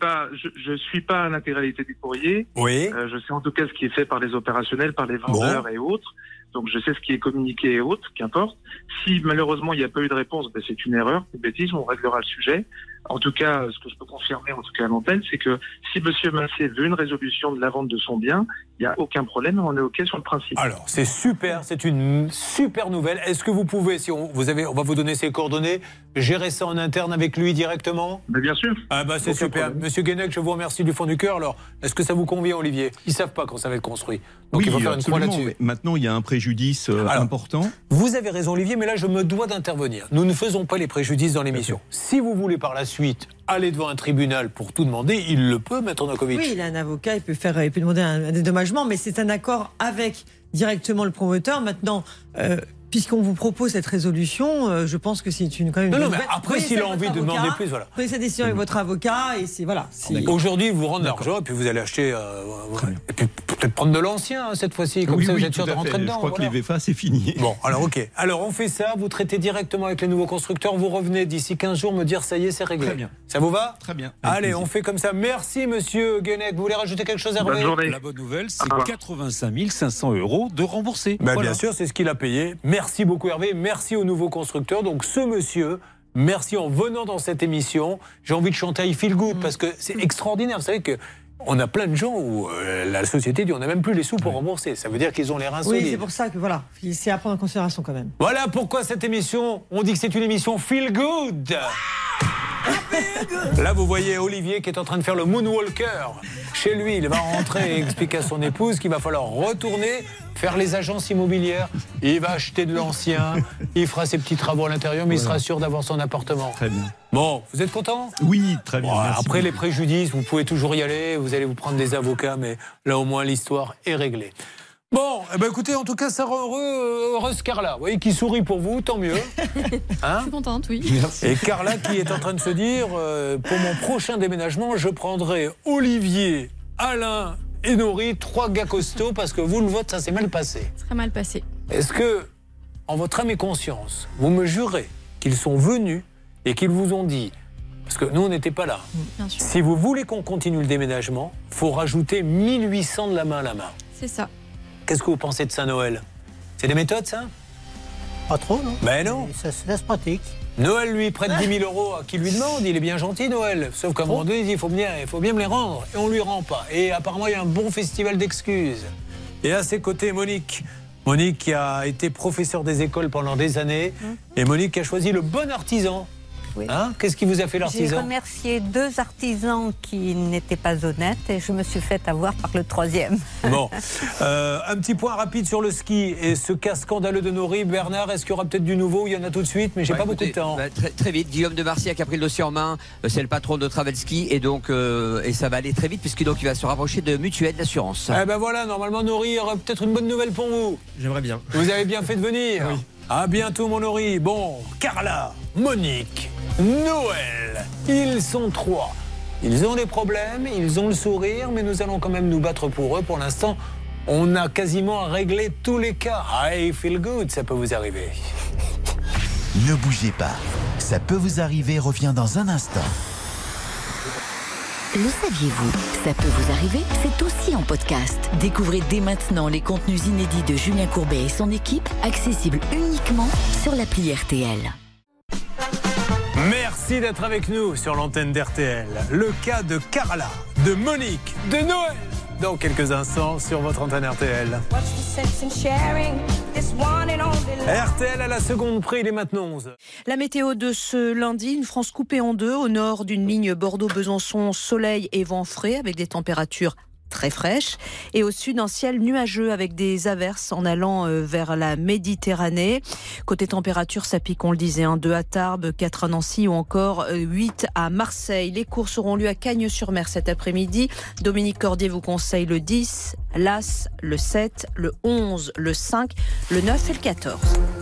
je suis pas l'intégralité du courrier. Oui. Je sais en tout cas ce qui est fait par les opérationnels, par les vendeurs et autres. Donc je sais ce qui est communiqué et autres, qu'importe. Si malheureusement il n'y a pas eu de réponse, c'est une erreur, une bêtise, on réglera le sujet. En tout cas, ce que je peux confirmer, en tout cas à l'antenne, c'est que si monsieur Massé veut une résolution de la vente de son bien, il n'y a aucun problème, on est OK sur le principe. Alors, c'est super, c'est une super nouvelle. Est-ce que vous pouvez, si on va vous donner ses coordonnées, gérer ça en interne avec lui directement? Mais bien sûr. Ah bah c'est super. Problème. Monsieur Guéhennac, je vous remercie du fond du cœur. Alors, est-ce que ça vous convient, Olivier? Ils ne savent pas quand ça va être construit. Donc oui, il faut faire une croix là-dessus. Maintenant, il y a un préjudice important. Vous avez raison, Olivier, mais là, je me dois d'intervenir. Nous ne faisons pas les préjudices dans l'émission. Si vous voulez par la suite aller devant un tribunal pour tout demander, il le peut, Maître Novakovic. Oui, il a un avocat, il peut demander un dédommagement, mais c'est un accord avec directement le promoteur. Maintenant, puisqu'on vous propose cette résolution, je pense que c'est quand même. Non, mais après, s'il a envie de demander plus, voilà. Prenez cette décision avec votre avocat et c'est voilà. Aujourd'hui, vous rendez l'argent et puis vous allez acheter. Et puis peut-être prendre de l'ancien cette fois-ci, comme ça vous êtes sûr de rentrer dedans. Je crois que les VFA, c'est fini. Bon, alors ok. Alors on fait ça, vous traitez directement avec les nouveaux constructeurs, vous revenez d'ici 15 jours me dire ça y est, c'est réglé. Très bien. Ça vous va ? Très bien. Allez, on fait comme ça. Merci Monsieur Guenec. Vous voulez rajouter quelque chose, Hervé ? Bonne journée. La bonne nouvelle, c'est 85 500 € de remboursés. Bah, voilà. Bien sûr, c'est ce qu'il a payé. Merci beaucoup Hervé. Merci aux nouveaux constructeurs. Donc ce monsieur, merci en venant dans cette émission. J'ai envie de chanter I Feel Good parce que c'est extraordinaire. Vous savez que on a plein de gens où la société dit on n'a même plus les sous pour rembourser. Ça veut dire qu'ils ont les reins solides. Oui, c'est pour ça que voilà, c'est à prendre en considération quand même. Voilà pourquoi cette émission, on dit que c'est une émission Feel Good. Là, vous voyez Olivier qui est en train de faire le moonwalker. Chez lui, il va rentrer et expliquer à son épouse qu'il va falloir retourner faire les agences immobilières. Il va acheter de l'ancien, il fera ses petits travaux à l'intérieur, mais il sera sûr d'avoir son appartement. Très bien. Bon, vous êtes content ? Oui, très bien. Bon, après les préjudices, vous pouvez toujours y aller, vous allez vous prendre des avocats, mais là au moins l'histoire est réglée. Bon, eh ben écoutez, en tout cas, ça rend heureuse Carla. Vous voyez, qui sourit pour vous, tant mieux. Hein ? Je suis contente, oui. Merci. Et Carla qui est en train de se dire, pour mon prochain déménagement, je prendrai Olivier, Alain et Nori, 3 gars costauds, parce que vous, le vote, ça s'est mal passé. Très mal passé. Est-ce que, en votre âme et conscience, vous me jurez qu'ils sont venus et qu'ils vous ont dit, parce que nous, on n'était pas là, Bien sûr. si vous voulez qu'on continue le déménagement, il faut rajouter 1800 de la main à la main. C'est ça. Qu'est-ce que vous pensez de ça, Noël ? C'est des méthodes, ça ? Pas trop, non ? Ben non. Ça se laisse pratique. Noël lui prête 10 000 € à qui lui demande, il est bien gentil, Noël. Sauf qu'à un moment donné, il dit il faut bien me les rendre. Et on lui rend pas. Et apparemment, il y a un bon festival d'excuses. Et à ses côtés, Monique. Monique qui a été professeure des écoles pendant des années. Et Monique qui a choisi le bon artisan. Oui. Hein ? Qu'est-ce qui vous a fait l'artisan ? J'ai remercié 2 artisans qui n'étaient pas honnêtes et je me suis fait avoir par le 3e. Bon, un petit point rapide sur le ski et ce cas scandaleux de Nori. Bernard, est-ce qu'il y aura peut-être du nouveau ? Il y en a tout de suite, mais j'ai pas beaucoup de temps. Très vite, Guillaume de Marcillac a pris le dossier en main. C'est le patron de Travel Ski et donc et ça va aller très vite puisqu'il va se rapprocher de Mutuelle d'assurance. Eh ben voilà, normalement Nori aura peut-être une bonne nouvelle pour vous. J'aimerais bien. Vous avez bien fait de venir. Oui. À bientôt mon Nori. Bon, Carla, Monique, Noël, ils sont 3. Ils ont des problèmes, ils ont le sourire, mais nous allons quand même nous battre pour eux. Pour l'instant, on a quasiment réglé tous les cas. I feel good, ça peut vous arriver. Ne bougez pas, ça peut vous arriver, revient dans un instant. Le saviez-vous ? Ça peut vous arriver, c'est aussi en podcast. Découvrez dès maintenant les contenus inédits de Julien Courbet et son équipe, accessibles uniquement sur l'appli RTL. Merci d'être avec nous sur l'antenne d'RTL. Le cas de Carla, de Monique, de Noël, dans quelques instants sur votre antenne RTL. RTL à la seconde près, il est maintenant 11. La météo de ce lundi, une France coupée en deux. Au nord d'une ligne Bordeaux-Besançon, soleil et vent frais avec des températures très fraîche. Et au sud, un ciel nuageux avec des averses en allant vers la Méditerranée. Côté température, ça pique, on le disait, 2 à Tarbes, 4 à Nancy ou encore 8 à Marseille. Les courses auront lieu à Cagnes-sur-Mer cet après-midi. Dominique Cordier vous conseille le 10, l'As, le 7, le 11, le 5, le 9 et le 14.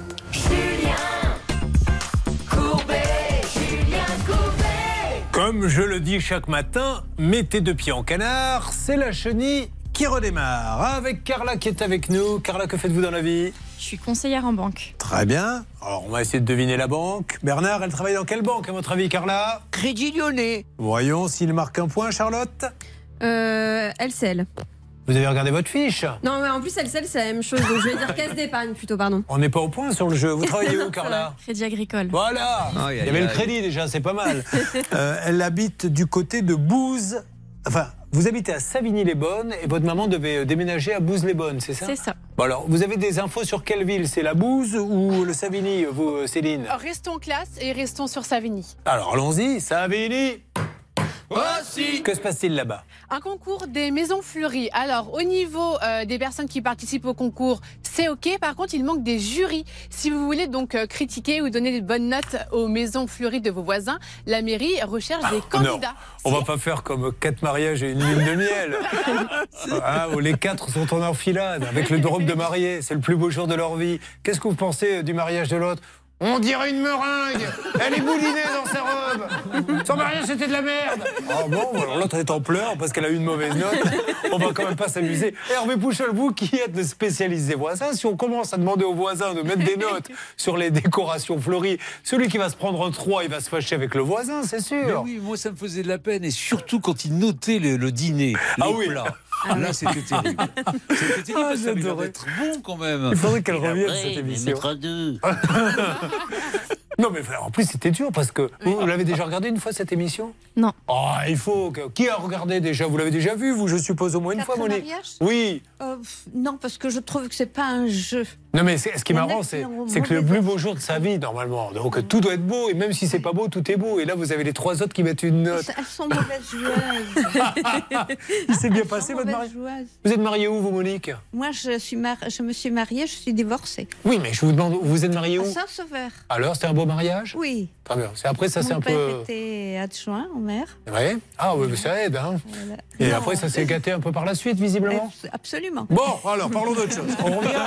Comme je le dis chaque matin, mettez 2 pieds en canard, c'est la chenille qui redémarre. Avec Carla qui est avec nous. Carla, que faites-vous dans la vie ? Je suis conseillère en banque. Très bien. Alors, on va essayer de deviner la banque. Bernard, elle travaille dans quelle banque, à votre avis, Carla ? Crédit Lyonnais. Voyons s'il marque un point, Charlotte. LCL. Vous avez regardé votre fiche ? Non, mais en plus, LCL, c'est la même chose. Donc, je vais dire caisse d'épargne plutôt, pardon. On n'est pas au point sur le jeu. Vous travaillez où, Carla ? Crédit Agricole. Voilà. Il y avait le crédit déjà, c'est pas mal. Elle habite du côté de Bouze. Enfin, vous habitez à Savigny-les-Bonnes et votre maman devait déménager à Bouze-les-Bonnes, c'est ça ? C'est ça. Bon alors, vous avez des infos sur quelle ville ? C'est la Bouze ou le Savigny, vous, Céline ? Restons classe et restons sur Savigny. Alors, allons-y. Savigny. aussi. Que se passe-t-il là-bas? Un concours des maisons fleuries. Alors, au niveau des personnes qui participent au concours, c'est OK. Par contre, il manque des jurys. Si vous voulez donc critiquer ou donner des bonnes notes aux maisons fleuries de vos voisins, la mairie recherche des candidats. Non, on va pas faire comme 4 mariages et une lune de miel. Où les 4 sont en enfilade avec le robe de mariée. C'est le plus beau jour de leur vie. Qu'est-ce que vous pensez du mariage de l'autre? On dirait une meringue. Elle est boulinée dans sa robe. Son mariage, c'était de la merde. Ah bon, alors l'autre est en pleurs parce qu'elle a eu une mauvaise note. On va quand même pas s'amuser. Hervé Pouchol, vous qui êtes le spécialiste des voisins, si on commence à demander aux voisins de mettre des notes sur les décorations fleuries, celui qui va se prendre un 3, il va se fâcher avec le voisin, c'est sûr. Mais oui, moi ça me faisait de la peine. Et surtout quand il notait le dîner, les plats. Là, c'était terrible. C'était terrible parce que ça devait être bon quand même. Il faudrait qu'elle revienne cette émission. Non, mais en plus, c'était dur parce que vous l'avez déjà regardé une fois cette émission? Non. Oh, il faut que. Qui a regardé déjà? Vous l'avez déjà vu, vous, je suppose, au moins une fois, Monique? Oui. Non, parce que je trouve que c'est pas un jeu. Non, mais ce qui est marrant, c'est que le plus beau jour de sa vie, normalement. Donc tout doit être beau, et même si c'est pas beau, tout est beau. Et là, vous avez les 3 autres qui mettent une note. Elles sont mauvaises joueuses. Il s'est bien passé, votre mariage? Vous êtes mariée où, vous, Monique? Moi, je me suis mariée, je suis divorcée. Oui, mais je vous demande, vous êtes mariée où? À Saint-Sauveur. Alors, c'était un beau mariage? Oui. Très bien. Après, ça, c'est un peu. Mon père était adjoint au maire. Oui. Ah, oui, ça aide, hein. Voilà. Et non, après, ça s'est gâté un peu par la suite, visiblement. Absolument. Bon, alors, parlons d'autre chose. On revient.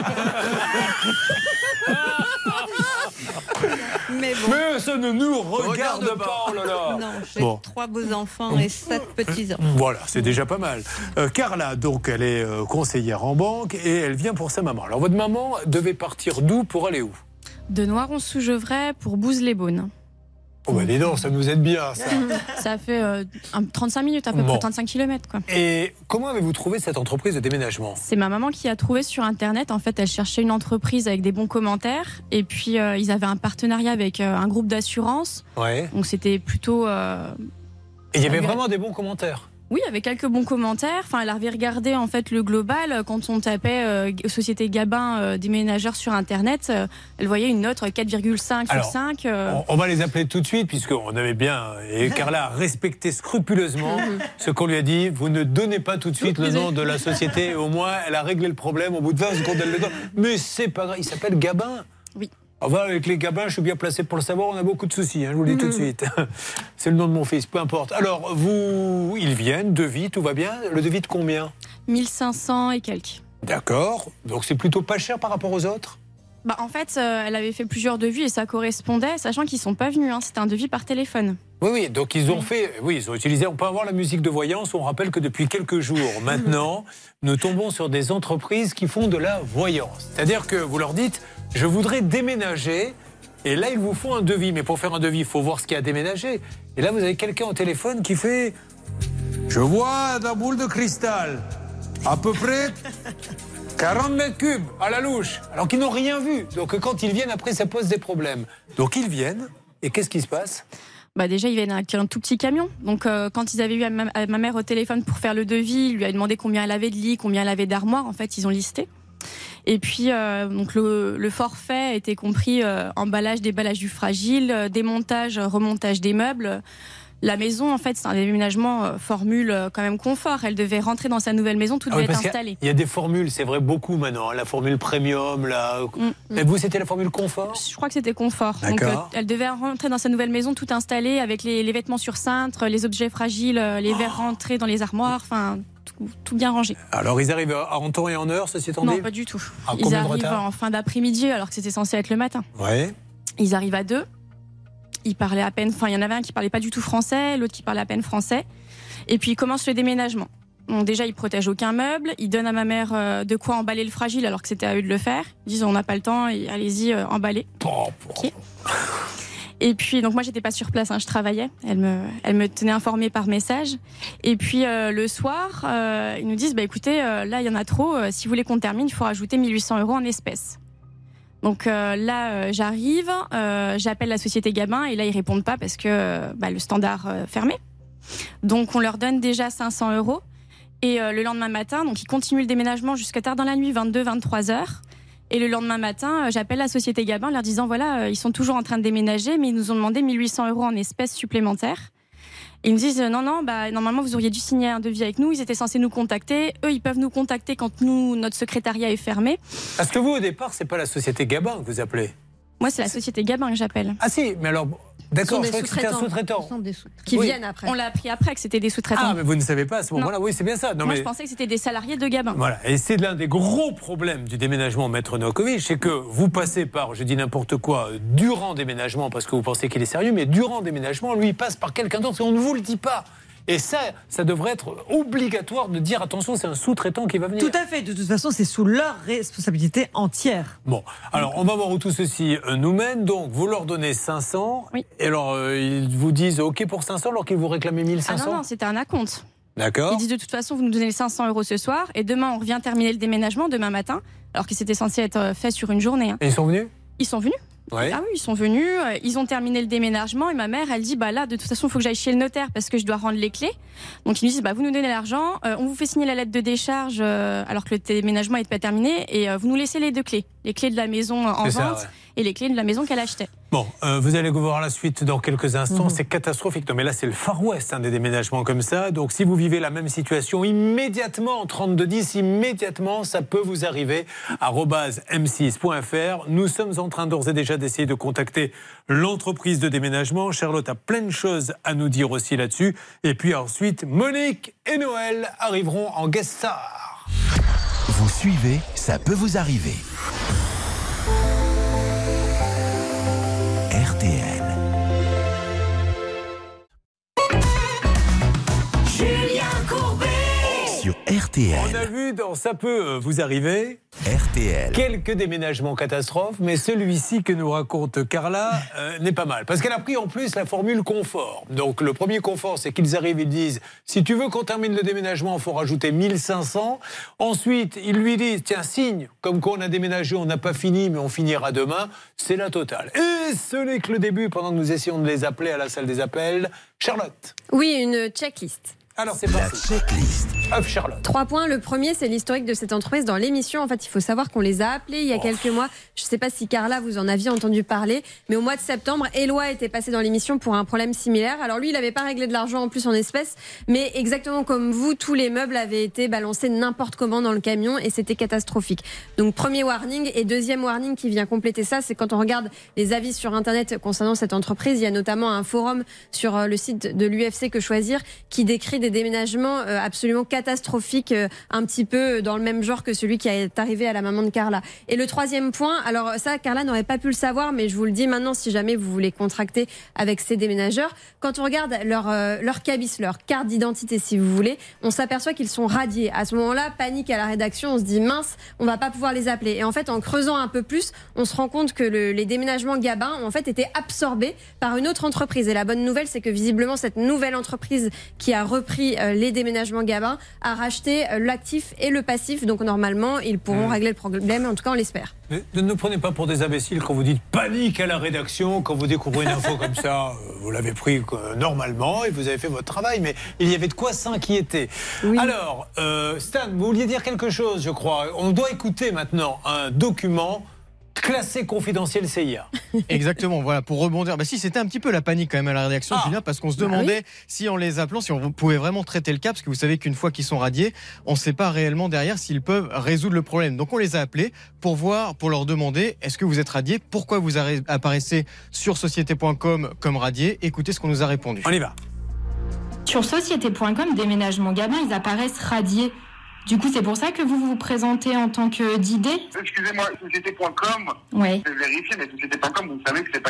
Mais ça ne nous regarde pas, oh là là. Non, j'ai 3 beaux enfants et 7 petits-enfants. Voilà, c'est déjà pas mal. Carla, donc, elle est conseillère en banque et elle vient pour sa maman. Alors, votre maman devait partir d'où pour aller où? De Noiron-sous-Gevrey pour Bouzes-les-Beaunes. Oh bah dis donc, ça nous aide bien, ça. Ça fait 35 minutes, à peu près 35 km. Quoi. Et comment avez-vous trouvé cette entreprise de déménagement? C'est ma maman qui a trouvé sur Internet. En fait, elle cherchait une entreprise avec des bons commentaires. Et puis, ils avaient un partenariat avec un groupe d'assurance. Ouais. Donc, c'était plutôt... Et il y avait vraiment des bons commentaires? Oui, avec quelques bons commentaires. Enfin, elle avait regardé en fait le global. Quand on tapait Société Gabin déménageur sur Internet, elle voyait une note 4,5 sur 5. On va les appeler tout de suite puisqu'on avait bien, et Carla a respecté scrupuleusement ce qu'on lui a dit. Vous ne donnez pas tout de suite le nom de la société. Au moins, elle a réglé le problème. Au bout de 20 secondes, elle le donne. Mais c'est pas grave, il s'appelle Gabin. Oui. Enfin, avec les Gabins, je suis bien placé pour le savoir, on a beaucoup de soucis, je vous le dis tout de suite. C'est le nom de mon fils, peu importe. Alors, ils viennent, devis, tout va bien. Le devis de combien? 1500 et quelques. D'accord, donc c'est plutôt pas cher par rapport aux autres? En fait, elle avait fait plusieurs devis et ça correspondait, sachant qu'ils ne sont pas venus, c'était un devis par téléphone. Oui, donc ils ont utilisé, on peut avoir la musique de voyance, on rappelle que depuis quelques jours maintenant, nous tombons sur des entreprises qui font de la voyance. C'est-à-dire que vous leur dites, je voudrais déménager, et là ils vous font un devis, mais pour faire un devis, il faut voir ce qu'il y a à déménager. Et là vous avez quelqu'un au téléphone qui fait, je vois la boule de cristal, à peu près 40 mètres cubes à la louche, alors qu'ils n'ont rien vu. Donc quand ils viennent, après ça pose des problèmes. Donc ils viennent, et qu'est-ce qui se passe? Déjà, ils viennent avec un tout petit camion. Donc, quand ils avaient eu ma mère au téléphone pour faire le devis, il lui a demandé combien elle avait de lits, combien elle avait d'armoires. En fait, ils ont listé. Et puis, donc le forfait était compris emballage, déballage du fragile, démontage, remontage des meubles. La maison, en fait, c'est un déménagement formule quand même confort. Elle devait rentrer dans sa nouvelle maison, tout devait être installé. Il y a des formules, c'est vrai, beaucoup maintenant. La formule premium, Mais vous, c'était la formule confort? Je crois que c'était confort. Donc, elle devait rentrer dans sa nouvelle maison, tout installé, avec les vêtements sur cintre, les objets fragiles, les verres rentrés dans les armoires, enfin... Tout bien rangé. Alors, ils arrivent en temps et en heure, ceci étant dit? Non, pas du tout. Ils arrivent en fin d'après-midi, alors que c'était censé être le matin. Ouais. Ils arrivent à 2. Ils parlaient à peine... Enfin, il y en avait un qui parlait pas du tout français, l'autre qui parlait à peine français. Et puis, ils commencent le déménagement. Bon, déjà, ils protègent aucun meuble. Ils donnent à ma mère de quoi emballer le fragile, alors que c'était à eux de le faire. Ils disent, on n'a pas le temps, et allez-y, emballez. Okay. Et puis, donc moi, j'étais pas sur place, je travaillais. Elle me tenait informée par message. Et puis, le soir, ils nous disent, écoutez, là, il y en a trop. Si vous voulez qu'on termine, il faut rajouter 1 800 € en espèces. Donc là, j'arrive, j'appelle la société Gabin, et là, ils répondent pas parce que le standard fermé. Donc, on leur donne déjà 500 €. Et le lendemain matin, donc ils continuent le déménagement jusqu'à tard dans la nuit, 22-23 heures. Et le lendemain matin, j'appelle la société Gabin leur disant, voilà, ils sont toujours en train de déménager, mais ils nous ont demandé 1 800 € en espèces supplémentaires. Et ils me disent non, normalement vous auriez dû signer un devis avec nous. Ils étaient censés nous contacter. Eux, ils peuvent nous contacter quand notre secrétariat est fermé. Parce que vous, au départ, c'est pas la société Gabin que vous appelez? Moi, c'est la société Gabin que j'appelle. Ah si, mais alors, d'accord, je crois que c'était un sous-traitant. Qui viennent après. On l'a appris après que c'était des sous-traitants. Ah, mais vous ne savez pas à ce moment-là. Oui, c'est bien ça. Non, Moi, mais... je pensais que c'était des salariés de Gabin. Voilà, et c'est l'un des gros problèmes du déménagement Maître Novakovic, c'est que vous passez par, je dis n'importe quoi, durant déménagement, parce que vous pensez qu'il est sérieux, mais durant déménagement, lui, il passe par quelqu'un d'autre et on ne vous le dit pas. Et ça devrait être obligatoire de dire attention, c'est un sous-traitant qui va venir. Tout à fait. De toute façon, c'est sous leur responsabilité entière. Bon, alors on va voir où tout ceci nous mène. Donc, vous leur donnez 500. Oui. Et alors, ils vous disent OK pour 500 alors qu'ils vous réclamaient 1500. Ah non, c'était un acompte. D'accord. Ils disent de toute façon, vous nous donnez 500 € ce soir et demain, on revient terminer le déménagement demain matin, alors que c'était censé être fait sur une journée. Et ils sont venus? Ils sont venus. Ouais. Ah oui, ils sont venus, ils ont terminé le déménagement et ma mère, elle dit là, de toute façon, il faut que j'aille chez le notaire parce que je dois rendre les clés. Donc ils nous disent vous nous donnez l'argent, on vous fait signer la lettre de décharge alors que le déménagement n'est pas terminé et vous nous laissez les 2 clés, les clés de la maison en vente et les clés de la maison qu'elle achetait. Bon, vous allez voir la suite dans quelques instants. C'est catastrophique. Non, mais là, c'est le Far West, des déménagements comme ça. Donc, si vous vivez la même situation, immédiatement, en 3210, immédiatement, ça peut vous arriver. @m6.fr. Nous sommes en train d'ores et déjà d'essayer de contacter l'entreprise de déménagement. Charlotte a plein de choses à nous dire aussi là-dessus. Et puis ensuite, Monique et Noël arriveront en guest star. Vous suivez, ça peut vous arriver. RTL. Julien Courbet Sur RTL. On a vu dans Ça peut vous arriver RTL. quelques déménagements catastrophes, mais celui-ci que nous raconte Carla n'est pas mal. Parce qu'elle a pris en plus la formule confort. Donc le premier confort, c'est qu'ils arrivent, ils disent si tu veux qu'on termine le déménagement, il faut rajouter 1500. Ensuite, ils lui disent tiens, signe, comme quoi on a déménagé, on n'a pas fini, mais on finira demain. C'est la totale. Et ce n'est que le début, pendant que nous essayons de les appeler à la salle des appels. Charlotte. Oui, une checklist. Alors c'est parti. La checklist. Charlotte. 3 points. Le premier, c'est l'historique de cette entreprise dans l'émission. En fait, il faut savoir qu'on les a appelés il y a quelques mois. Je ne sais pas si Carla, vous en aviez entendu parler, mais au mois de septembre, Éloi était passé dans l'émission pour un problème similaire. Alors lui, il n'avait pas réglé de l'argent en plus en espèces, mais exactement comme vous, tous les meubles avaient été balancés n'importe comment dans le camion et c'était catastrophique. Donc premier warning. Et deuxième warning qui vient compléter ça, c'est quand on regarde les avis sur Internet concernant cette entreprise, il y a notamment un forum sur le site de l'UFC Que Choisir qui décrit des déménagements absolument catastrophique, un petit peu dans le même genre que celui qui est arrivé à la maman de Carla. Et le troisième point, alors ça, Carla n'aurait pas pu le savoir, mais je vous le dis maintenant, si jamais vous voulez contracter avec ces déménageurs, quand on regarde leur cabis, leur carte d'identité, si vous voulez, on s'aperçoit qu'ils sont radiés. À ce moment-là, panique à la rédaction, on se dit mince, on va pas pouvoir les appeler. Et en fait, en creusant un peu plus, on se rend compte que les déménagements Gabin ont en fait été absorbés par une autre entreprise. Et la bonne nouvelle, c'est que visiblement, cette nouvelle entreprise qui a repris les déménagements Gabin à racheter l'actif et le passif. Donc normalement, ils pourront régler le problème. En tout cas, on l'espère. Ne nous prenez pas pour des imbéciles quand vous dites panique à la rédaction, quand vous découvrez une info comme ça. Vous l'avez pris normalement et vous avez fait votre travail, mais il y avait de quoi s'inquiéter. Oui. Alors, Stan, vous vouliez dire quelque chose, je crois. On doit écouter maintenant un document classé confidentiel CIA. Exactement, voilà, pour rebondir. Si, c'était un petit peu la panique quand même à la rédaction, Julien, parce qu'on se demandait si en les appelant, si on pouvait vraiment traiter le cas, parce que vous savez qu'une fois qu'ils sont radiés, on ne sait pas réellement derrière s'ils peuvent résoudre le problème. Donc on les a appelés pour voir, pour leur demander, est-ce que vous êtes radiés? Pourquoi vous apparaissez sur société.com comme radiés? Écoutez ce qu'on nous a répondu. On y va. Sur société.com, déménagement Gabin, ils apparaissent radiés. Du coup, c'est pour ça que vous vous présentez en tant que d'idée. Excusez-moi, société.com, oui. Je vais vérifier, mais société.com, vous savez que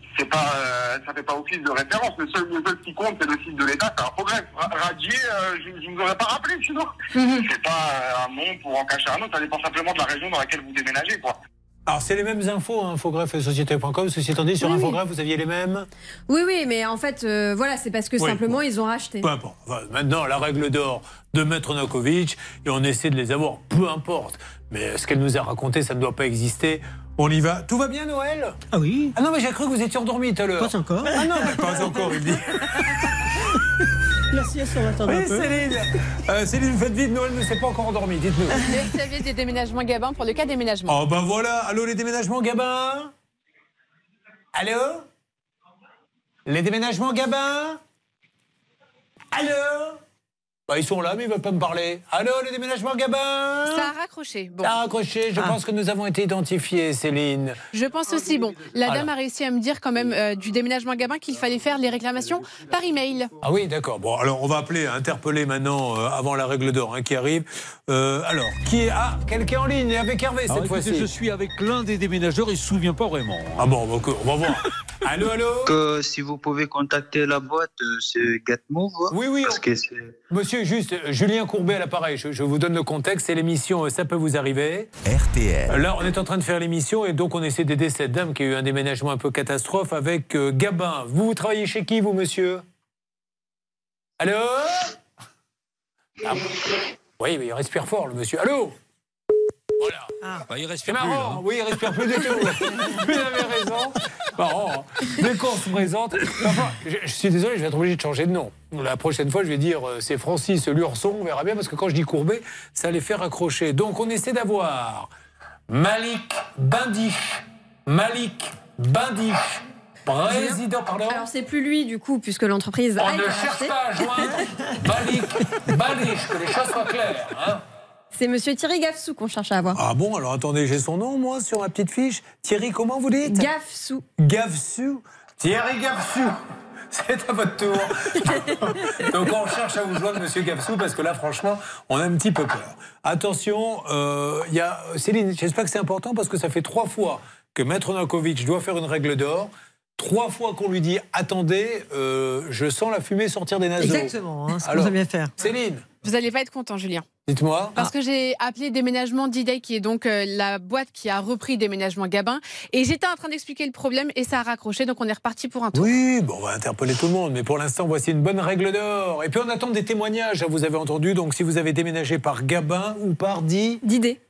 ça fait pas office de référence. Le seul qui compte, c'est le site de l'État, c'est un progrès. Radier, je ne vous aurais pas rappelé, sinon. C'est pas un nom pour en cacher un autre, ça dépend simplement de la région dans laquelle vous déménagez, quoi. Alors, c'est les mêmes infos, Infogreffe et Société.com. Ceci étant dit, sur Infogreffe, vous aviez les mêmes? Oui, mais en fait, voilà, c'est parce que simplement, ils ont racheté. Peu importe. Maintenant, la règle d'or de Maître Novakovic, et on essaie de les avoir, peu importe. Mais ce qu'elle nous a raconté, ça ne doit pas exister. On y va. Tout va bien, Noël? Ah oui. Ah non, mais j'ai cru que vous étiez endormi tout à l'heure. Pas encore. Ah non, mais pas encore, il dit. La sieste, on va attendre un peu. Céline, faites vite, Noël ne s'est pas encore endormi, dites-nous. Le service des déménagements Gabin pour le cas déménagement. Oh ben voilà, allô les déménagements Gabin? Allô? Les déménagements Gabin? Allô? Ils sont là, mais ils ne veulent pas me parler. Allô, le déménagement Gabin? Ça a raccroché. Bon. Ça a raccroché. Je pense que nous avons été identifiés, Céline. Je pense aussi. Bon, la dame a réussi à me dire quand même du déménagement Gabin qu'il fallait faire les réclamations par email. Ah oui, d'accord. Bon, alors on va interpeller maintenant avant la règle d'or qui arrive. Alors, qui est... Ah, quelqu'un en ligne avec Hervé cette fois-ci. Je suis avec l'un des déménageurs, il ne se souvient pas vraiment. Ah bon, donc, on va voir. Allô, allô? Si vous pouvez contacter la boîte, c'est GetMove. Oui. Parce que c'est... Monsieur, juste, Julien Courbet à l'appareil. Je vous donne le contexte. C'est l'émission Ça peut vous arriver. RTL. Là, on est en train de faire l'émission et donc on essaie d'aider cette dame qui a eu un déménagement un peu catastrophe avec Gabin. Vous travaillez chez qui, vous, monsieur? Allô? Oui, mais il respire fort, le monsieur. Allô? Voilà. Il respire c'est marrant. plus. Là. Oui, il respire plus du tout. Vous avez raison. Marrant. Dès qu'on se présente. Enfin, je suis désolé, je vais être obligé de changer de nom. La prochaine fois, je vais dire c'est Francis Lurson. On verra bien parce que quand je dis Courbet, ça les fait raccrocher. Donc, on essaie d'avoir Malik Bindiche. Président, pardon. Alors c'est plus lui du coup puisque l'entreprise On ne cherche pas à joindre Malik Bindiche, que les choses soient claires. Hein. C'est monsieur Thierry Gafsou qu'on cherche à avoir. Ah bon, alors attendez, j'ai son nom moi sur ma petite fiche. Thierry, comment vous dites? Gafsou. Thierry Gafsou. C'est à votre tour. Donc on cherche à vous joindre, monsieur Gafsou, parce que là, franchement, on a un petit peu peur. Attention, il y a Céline, j'espère que c'est important, parce que ça fait 3 fois que Maître Nankovic doit faire une règle d'or. 3 fois qu'on lui dit attendez, je sens la fumée sortir des naseaux. Exactement, ce qu'on aime bien faire. Céline. Vous n'allez pas être content, Julien. Dites-moi. Parce que j'ai appelé Déménagement D-Day, qui est donc la boîte qui a repris Déménagement Gabin. Et j'étais en train d'expliquer le problème et ça a raccroché, donc on est reparti pour un tour. Oui, bon, on va interpeller tout le monde. Mais pour l'instant, voici une bonne règle d'or. Et puis on attend des témoignages, vous avez entendu. Donc si vous avez déménagé par Gabin ou par Diday,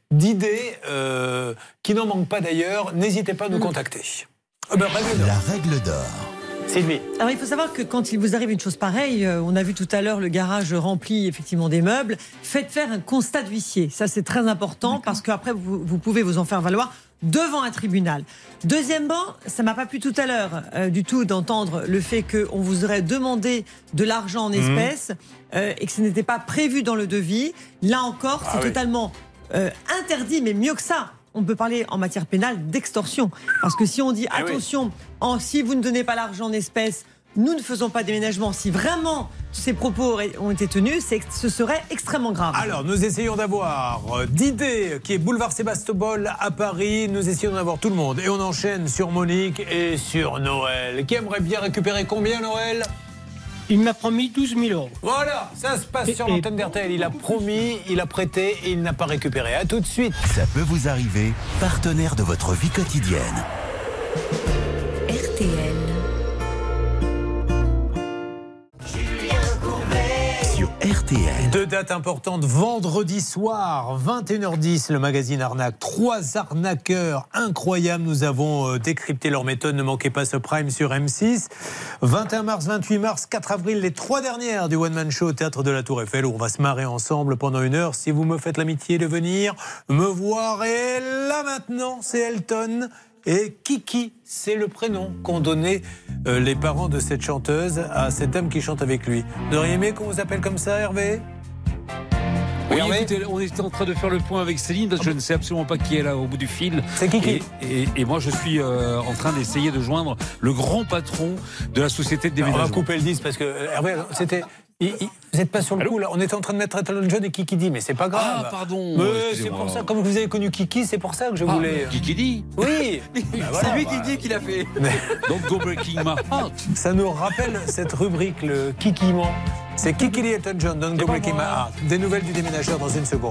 qui n'en manque pas d'ailleurs, n'hésitez pas à nous contacter. La règle d'or. Sylvie. Alors il faut savoir que quand il vous arrive une chose pareille, on a vu tout à l'heure le garage rempli effectivement des meubles, faites faire un constat de huissier. Ça c'est très important parce qu'après vous pouvez vous en faire valoir devant un tribunal. Deuxièmement, ça m'a pas plu tout à l'heure du tout d'entendre le fait qu'on vous aurait demandé de l'argent en espèces et que ce n'était pas prévu dans le devis. Là encore, c'est totalement interdit, mais mieux que ça. On peut parler en matière pénale d'extorsion. Parce que si on dit attention, si vous ne donnez pas l'argent en espèces, nous ne faisons pas de déménagement. Si vraiment ces propos ont été tenus, ce serait extrêmement grave. Alors, nous essayons d'avoir Diday, qui est boulevard Sébastopol à Paris. Nous essayons d'avoir tout le monde. Et on enchaîne sur Monique et sur Noël. Qui aimerait bien récupérer combien, Noël ? Il m'a promis 12 000 euros. Voilà, ça se passe sur l'antenne d'RTL. Il a promis, il a prêté et il n'a pas récupéré. À tout de suite. Ça peut vous arriver, partenaire de votre vie quotidienne. RTL. Sur RTL. 2 dates importantes. Vendredi soir, 21h10, le magazine Arnaque. 3 arnaqueurs incroyables. Nous avons décrypté leur méthode. Ne manquez pas ce prime sur M6. 21 mars, 28 mars, 4 avril, les 3 dernières du One Man Show au Théâtre de la Tour Eiffel, où on va se marrer ensemble pendant 1 heure. Si vous me faites l'amitié de venir me voir. Et là maintenant, c'est Elton. Et Kiki, c'est le prénom qu'ont donné les parents de cette chanteuse à cette dame qui chante avec lui. Vous auriez aimé qu'on vous appelle comme ça, Hervé ? Oui, écoutez, on était en train de faire le point avec Céline, parce que je ne sais absolument pas qui est là au bout du fil. C'est Kiki. Et moi, je suis en train d'essayer de joindre le grand patron de la société de déménagement. On va couper le 10 parce que, Hervé, c'était... Vous n'êtes pas sur le coup là. On était en train de mettre Elton John et Kiki dit, mais c'est pas grave. Ah pardon. Mais c'est pour ça, comme vous avez connu Kiki, c'est pour ça que je voulais. Kiki dit. Oui. C'est lui qui dit qu'il a fait. Donc Go Breaking My Heart. Ça nous rappelle cette rubrique, le Kikiment. C'est Kiki dit Elton John, Don't Go Breaking My Heart. Des nouvelles du déménageur dans 1 seconde.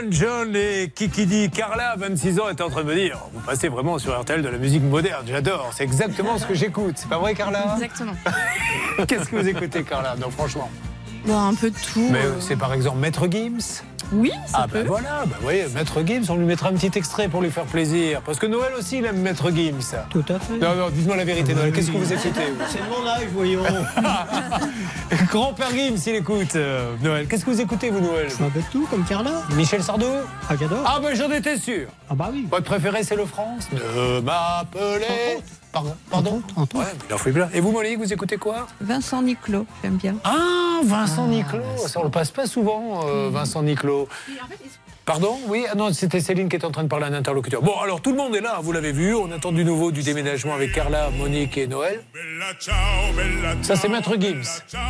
John et Kikidi. Carla, 26 ans, était en train de me dire, vous passez vraiment sur RTL de la musique moderne, j'adore, c'est exactement ce que j'écoute. C'est pas vrai, Carla? Exactement. Qu'est-ce que vous écoutez, Carla? Non, franchement. Bon, un peu de tout. Mais c'est par exemple Maître Gims? Oui, ça peut. Ben voilà, ben voyez, Maître Gims, on lui mettra un petit extrait pour lui faire plaisir. Parce que Noël aussi, il aime Maître Gims. Tout à fait. Non, dites-moi la vérité, Noël, qu'est-ce que vous écoutez? C'est de mon âge, voyons. Grand-père Gims, il écoute. Noël, qu'est-ce que vous écoutez, vous, Noël? Un peu de tout, comme Carla. Michel Sardou? Ah, j'adore. Ah, ben j'en étais sûr. Ah, bah oui. Votre préféré, c'est le France? Ne m'appelez... Pardon Ouais, il en fait plein. Et vous, Monique, vous écoutez quoi? Vincent Niclot, j'aime bien. Ah, Vincent Niclot. Ça, on le passe pas souvent, Vincent Niclot. Pardon? Oui? Ah non, c'était Céline qui était en train de parler à un interlocuteur. Bon, alors tout le monde est là, vous l'avez vu. On attend du nouveau du déménagement avec Carla, Monique et Noël. Ça, c'est Maître Gims.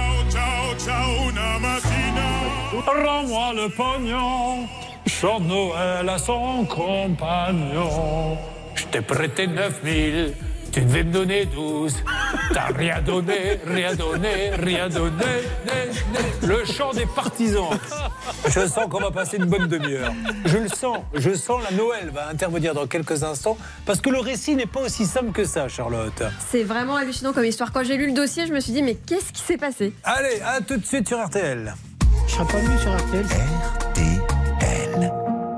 Rends-moi le pognon, chante Noël à son compagnon. Je t'ai prêté 9000, tu devais me donner 12. T'as rien donné, rien donné, rien donné. Le chant des partisans. Je sens qu'on va passer une bonne demi-heure. Je sens la Noël va intervenir dans quelques instants parce que le récit n'est pas aussi simple que ça, Charlotte. C'est vraiment hallucinant comme histoire. Quand j'ai lu le dossier, je me suis dit, mais qu'est-ce qui s'est passé? Allez, à tout de suite sur RTL. Je serais pas venu sur RTL. RTL.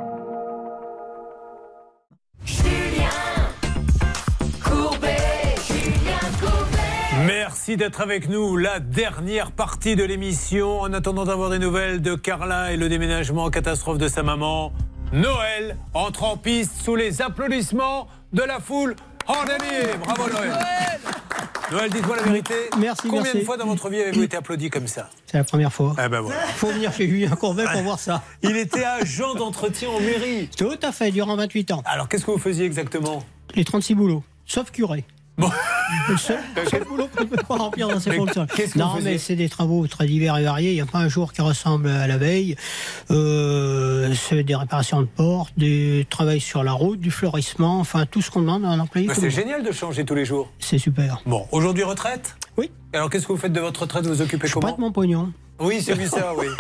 Merci d'être avec nous. La dernière partie de l'émission. En attendant d'avoir des nouvelles de Carla et le déménagement catastrophe de sa maman, Noël entre en piste sous les applaudissements de la foule en délire. Bravo Noël. Noël, dites-moi la vérité. Merci. Combien de fois dans votre vie avez-vous été applaudi comme ça? C'est la première fois. Ah ben voilà. Il faut venir chez Julien Courbet pour voir ça. Il était agent d'entretien en mairie. Tout à fait, durant 28 ans. Alors qu'est-ce que vous faisiez exactement? Les 36 boulots, sauf curé. Bon. Le seul boulot qu'on ne peut pas remplir dans ces fonctions. Non, mais c'est des travaux très divers et variés. Il n'y a pas un jour qui ressemble à la veille. C'est des réparations de portes, des travaux sur la route, du fleurissement, enfin tout ce qu'on demande à un employé. C'est génial de changer tous les jours. C'est super. Bon, aujourd'hui retraite? Oui. Alors qu'est-ce que vous faites de votre retraite? Vous vous occupez comment? Je prête mon pognon. Oui, c'est bien ça, oui.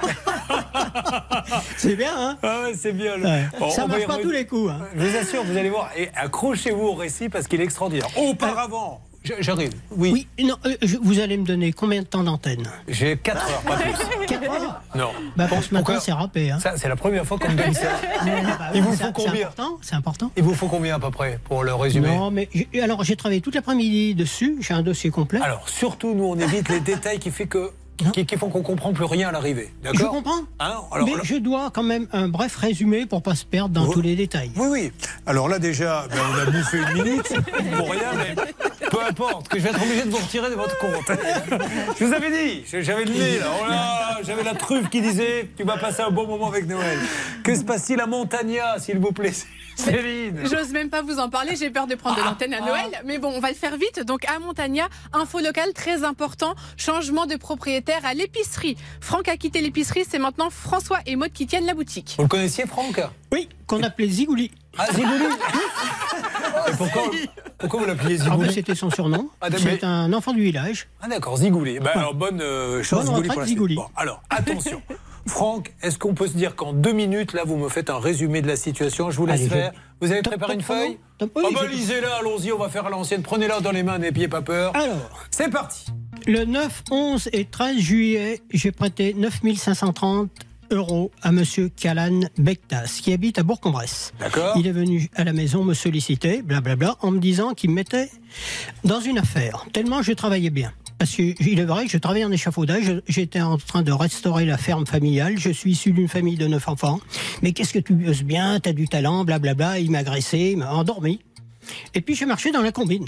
C'est bien, hein? Ah ouais, c'est bien. Ouais. Bon, ça marche pas tous les coups. Hein. Je vous assure, vous allez voir. Et accrochez-vous au récit parce qu'il est extraordinaire. Auparavant, j'arrive. Oui. Non, vous allez me donner combien de temps d'antenne? J'ai 4 heures, pas plus. 4 heures? Non. Bah pour ce matin, c'est râpé. Hein. Ça, c'est la première fois qu'on me donne ça. Il vous faut combien? C'est important. Il vous faut combien à peu près pour le résumer? Non, mais alors j'ai travaillé toute l'après-midi dessus. J'ai un dossier complet. Alors surtout, nous, on évite les détails qui font qu'on comprend plus rien à l'arrivée. D'accord? Je comprends. Hein? Alors, mais je dois quand même un bref résumé pour pas se perdre dans tous les détails. Oui. Alors là déjà, on a bouffé une minute pour rien, mais peu importe, que je vais être obligé de vous retirer de votre compte. Je vous avais dit, j'avais le nez là, oh là, j'avais la truffe qui disait tu vas passer un bon moment avec Noël. Que se passe-t-il à Montagna, s'il vous plaît, Céline? J'ose même pas vous en parler, j'ai peur de prendre de l'antenne à Noël, mais bon, on va le faire vite. Donc à Montagna, info locale très important, changement de propriétaire à l'épicerie. Franck a quitté l'épicerie, c'est maintenant François et Maud qui tiennent la boutique. Vous le connaissiez, Franck? Oui, qu'on appelait Zigouli. Ah, Zigouli. Et pourquoi vous l'appeliez Zigouli? C'était son surnom. C'est un enfant du village. Ah d'accord, Zigouli. Alors bonne chance, bonne Zigouli pour la Zigouli. Bon, alors attention. Franck, est-ce qu'on peut se dire qu'en 2 minutes, là, vous me faites un résumé de la situation? Je vous laisse faire. Vous avez préparé une feuille? Lisez-la, allons-y, on va faire à l'ancienne. Prenez-la dans les mains, n'ayez pas peur. Alors, c'est parti. Le 9, 11 et 13 juillet, j'ai prêté 9 530 € à monsieur Calan Bektas, qui habite à Bourg-en-Bresse. D'accord. Il est venu à la maison me solliciter, blablabla, en me disant qu'il me mettait dans une affaire, tellement je travaillais bien. Parce qu'il est vrai que je travaillais en échafaudage, j'étais en train de restaurer la ferme familiale, je suis issu d'une famille de 9 enfants. Mais qu'est-ce que tu bosses bien, t'as du talent, blablabla, il m'a agressé, il m'a endormi. Et puis j'ai marché dans la combine.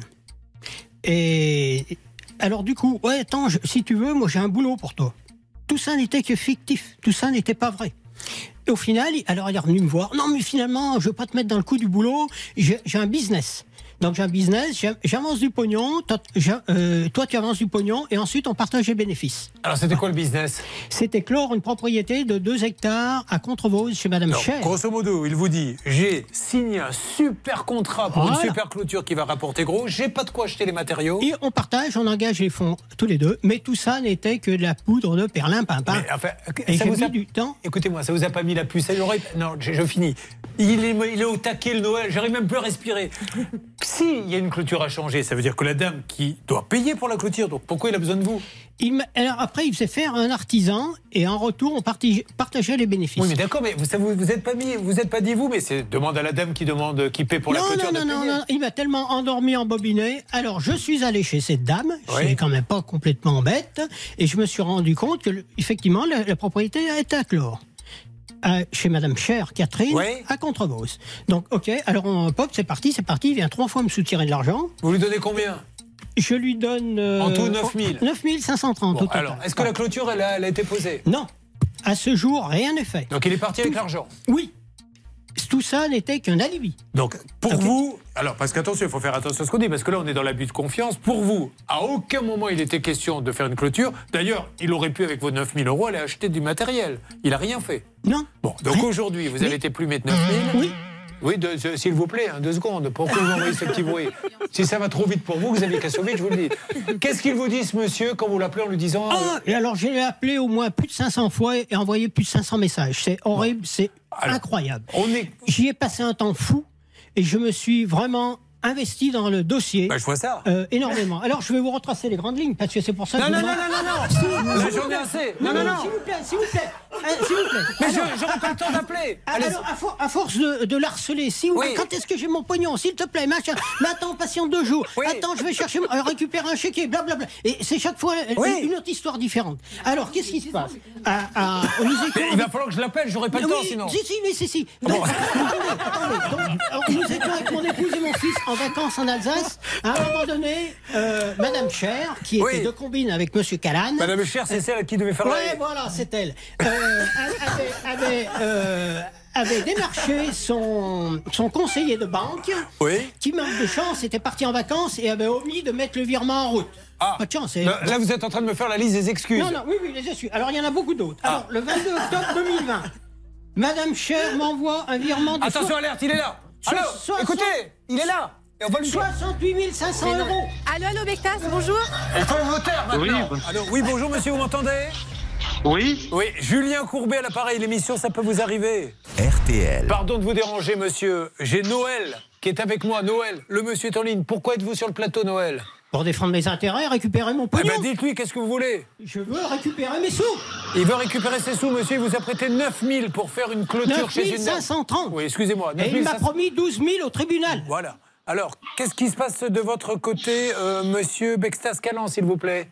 Et alors du coup, ouais, attends, si tu veux, moi j'ai un boulot pour toi. Tout ça n'était que fictif, tout ça n'était pas vrai. Et au final, alors il est revenu me voir, non mais finalement, je veux pas te mettre dans le coup du boulot, j'ai un business. Donc j'ai un business, j'avance du pognon, toi tu avances du pognon et ensuite on partage les bénéfices. Alors c'était quoi le business? C'était clore une propriété de 2 hectares à Contrevose chez Madame Cher. Grosso modo, il vous dit, j'ai signé un super contrat pour une super clôture qui va rapporter gros, j'ai pas de quoi acheter les matériaux. Et on partage, on engage les fonds tous les deux, mais tout ça n'était que de la poudre de perlimpinpin. Enfin, et ça j'ai vous a mis du temps. Écoutez-moi, ça vous a pas mis la puce à l'oreille? Non, je finis. Il est au taquet le Noël, j'arrive même plus à respirer. S'il y a une clôture à changer, ça veut dire que la dame qui doit payer pour la clôture, donc pourquoi il a besoin de vous? Alors après, il faisait faire un artisan et en retour, on partageait les bénéfices. Oui, mais d'accord, mais vous êtes pas dit vous, mais c'est demande à la dame qui paie pour la clôture de payer. Non, il m'a tellement endormi, embobiné. Alors, je suis allé chez cette dame, je suis quand même pas complètement bête, et je me suis rendu compte que, effectivement, la propriété était à clore. Chez Madame Cher, Catherine, à Contrevose. Donc, ok, alors c'est parti, il vient 3 fois me soutirer de l'argent. Vous lui donnez combien? Je lui donne... en tout 9 000. 9 530 au total. Alors, est-ce que la clôture, elle a été posée? Non. À ce jour, rien n'est fait. Donc il est parti avec l'argent? Oui. Tout ça n'était qu'un alibi. Donc, pour vous... Alors, parce qu'attention, il faut faire attention à ce qu'on dit, parce que là, on est dans l'abus de confiance. Pour vous, à aucun moment, il était question de faire une clôture. D'ailleurs, il aurait pu, avec vos 9 000 euros, aller acheter du matériel. Il n'a rien fait. Non. Bon, donc aujourd'hui, vous avez été plumé de 9 000. Oui. Oui, s'il vous plaît, 2 secondes. Pourquoi vous envoyez ce petit bruit? Si ça va trop vite pour vous, vous avez qu'à sauver, je vous le dis. Qu'est-ce qu'il vous dit, ce monsieur, quand vous l'appelez en lui disant... Et alors, j'ai appelé au moins plus de 500 fois et envoyé plus de 500 messages. C'est horrible, c'est incroyable. J'y ai passé un temps fou et je me suis vraiment investi dans le dossier. Je vois ça. Énormément. Alors, je vais vous retracer les grandes lignes parce que c'est pour ça que... Non. La journée assez. Non. S'il vous plaît. Mais j'aurais pas le temps d'appeler. Alors, à force de l'harceler, quand est-ce que j'ai mon pognon? S'il te plaît, machin. Mais attends, patiente 2 jours. Attends, je vais chercher, récupérer un chéquier, blablabla. Et c'est chaque fois une autre histoire différente. Alors, qu'est-ce qui se passe? Il va falloir que je l'appelle, j'aurai pas le temps sinon. Si. Donc, nous étions avec mon épouse et mon fils en vacances en Alsace. À un moment donné, Madame Cher, qui était de combine avec Monsieur Callan. Madame Cher, c'est celle qui devait faire voilà, c'est elle. Avait démarché son conseiller de banque, qui, manque de chance, était parti en vacances et avait omis de mettre le virement en route. Pas de chance. Là, vous êtes en train de me faire la liste des excuses. Non, oui, les excuses. Alors, il y en a beaucoup d'autres. Alors, le 22 octobre 2020, Madame Cher m'envoie un virement de... Attention, alerte, il est là. Alors, écoutez, il est là. Et on va lui 68 500 €. Allô, Bectas, bonjour. Il faut vous taire maintenant. Oui, bonjour, monsieur, vous m'entendez? Oui. Julien Courbet à l'appareil, l'émission Ça peut vous arriver. RTL. Pardon de vous déranger, monsieur. J'ai Noël qui est avec moi. Noël, le monsieur est en ligne. Pourquoi êtes-vous sur le plateau, Noël? Pour défendre mes intérêts et récupérer mon pognon. Dites-lui, qu'est-ce que vous voulez? Je veux récupérer mes sous. Il veut récupérer ses sous, monsieur. Il vous a prêté 9 000 pour faire une clôture chez une... 9 530. Oui, excusez-moi. Et il m'a promis 12 000 au tribunal. Voilà. Alors, qu'est-ce qui se passe de votre côté, monsieur Bextas Callan, s'il vous plaît?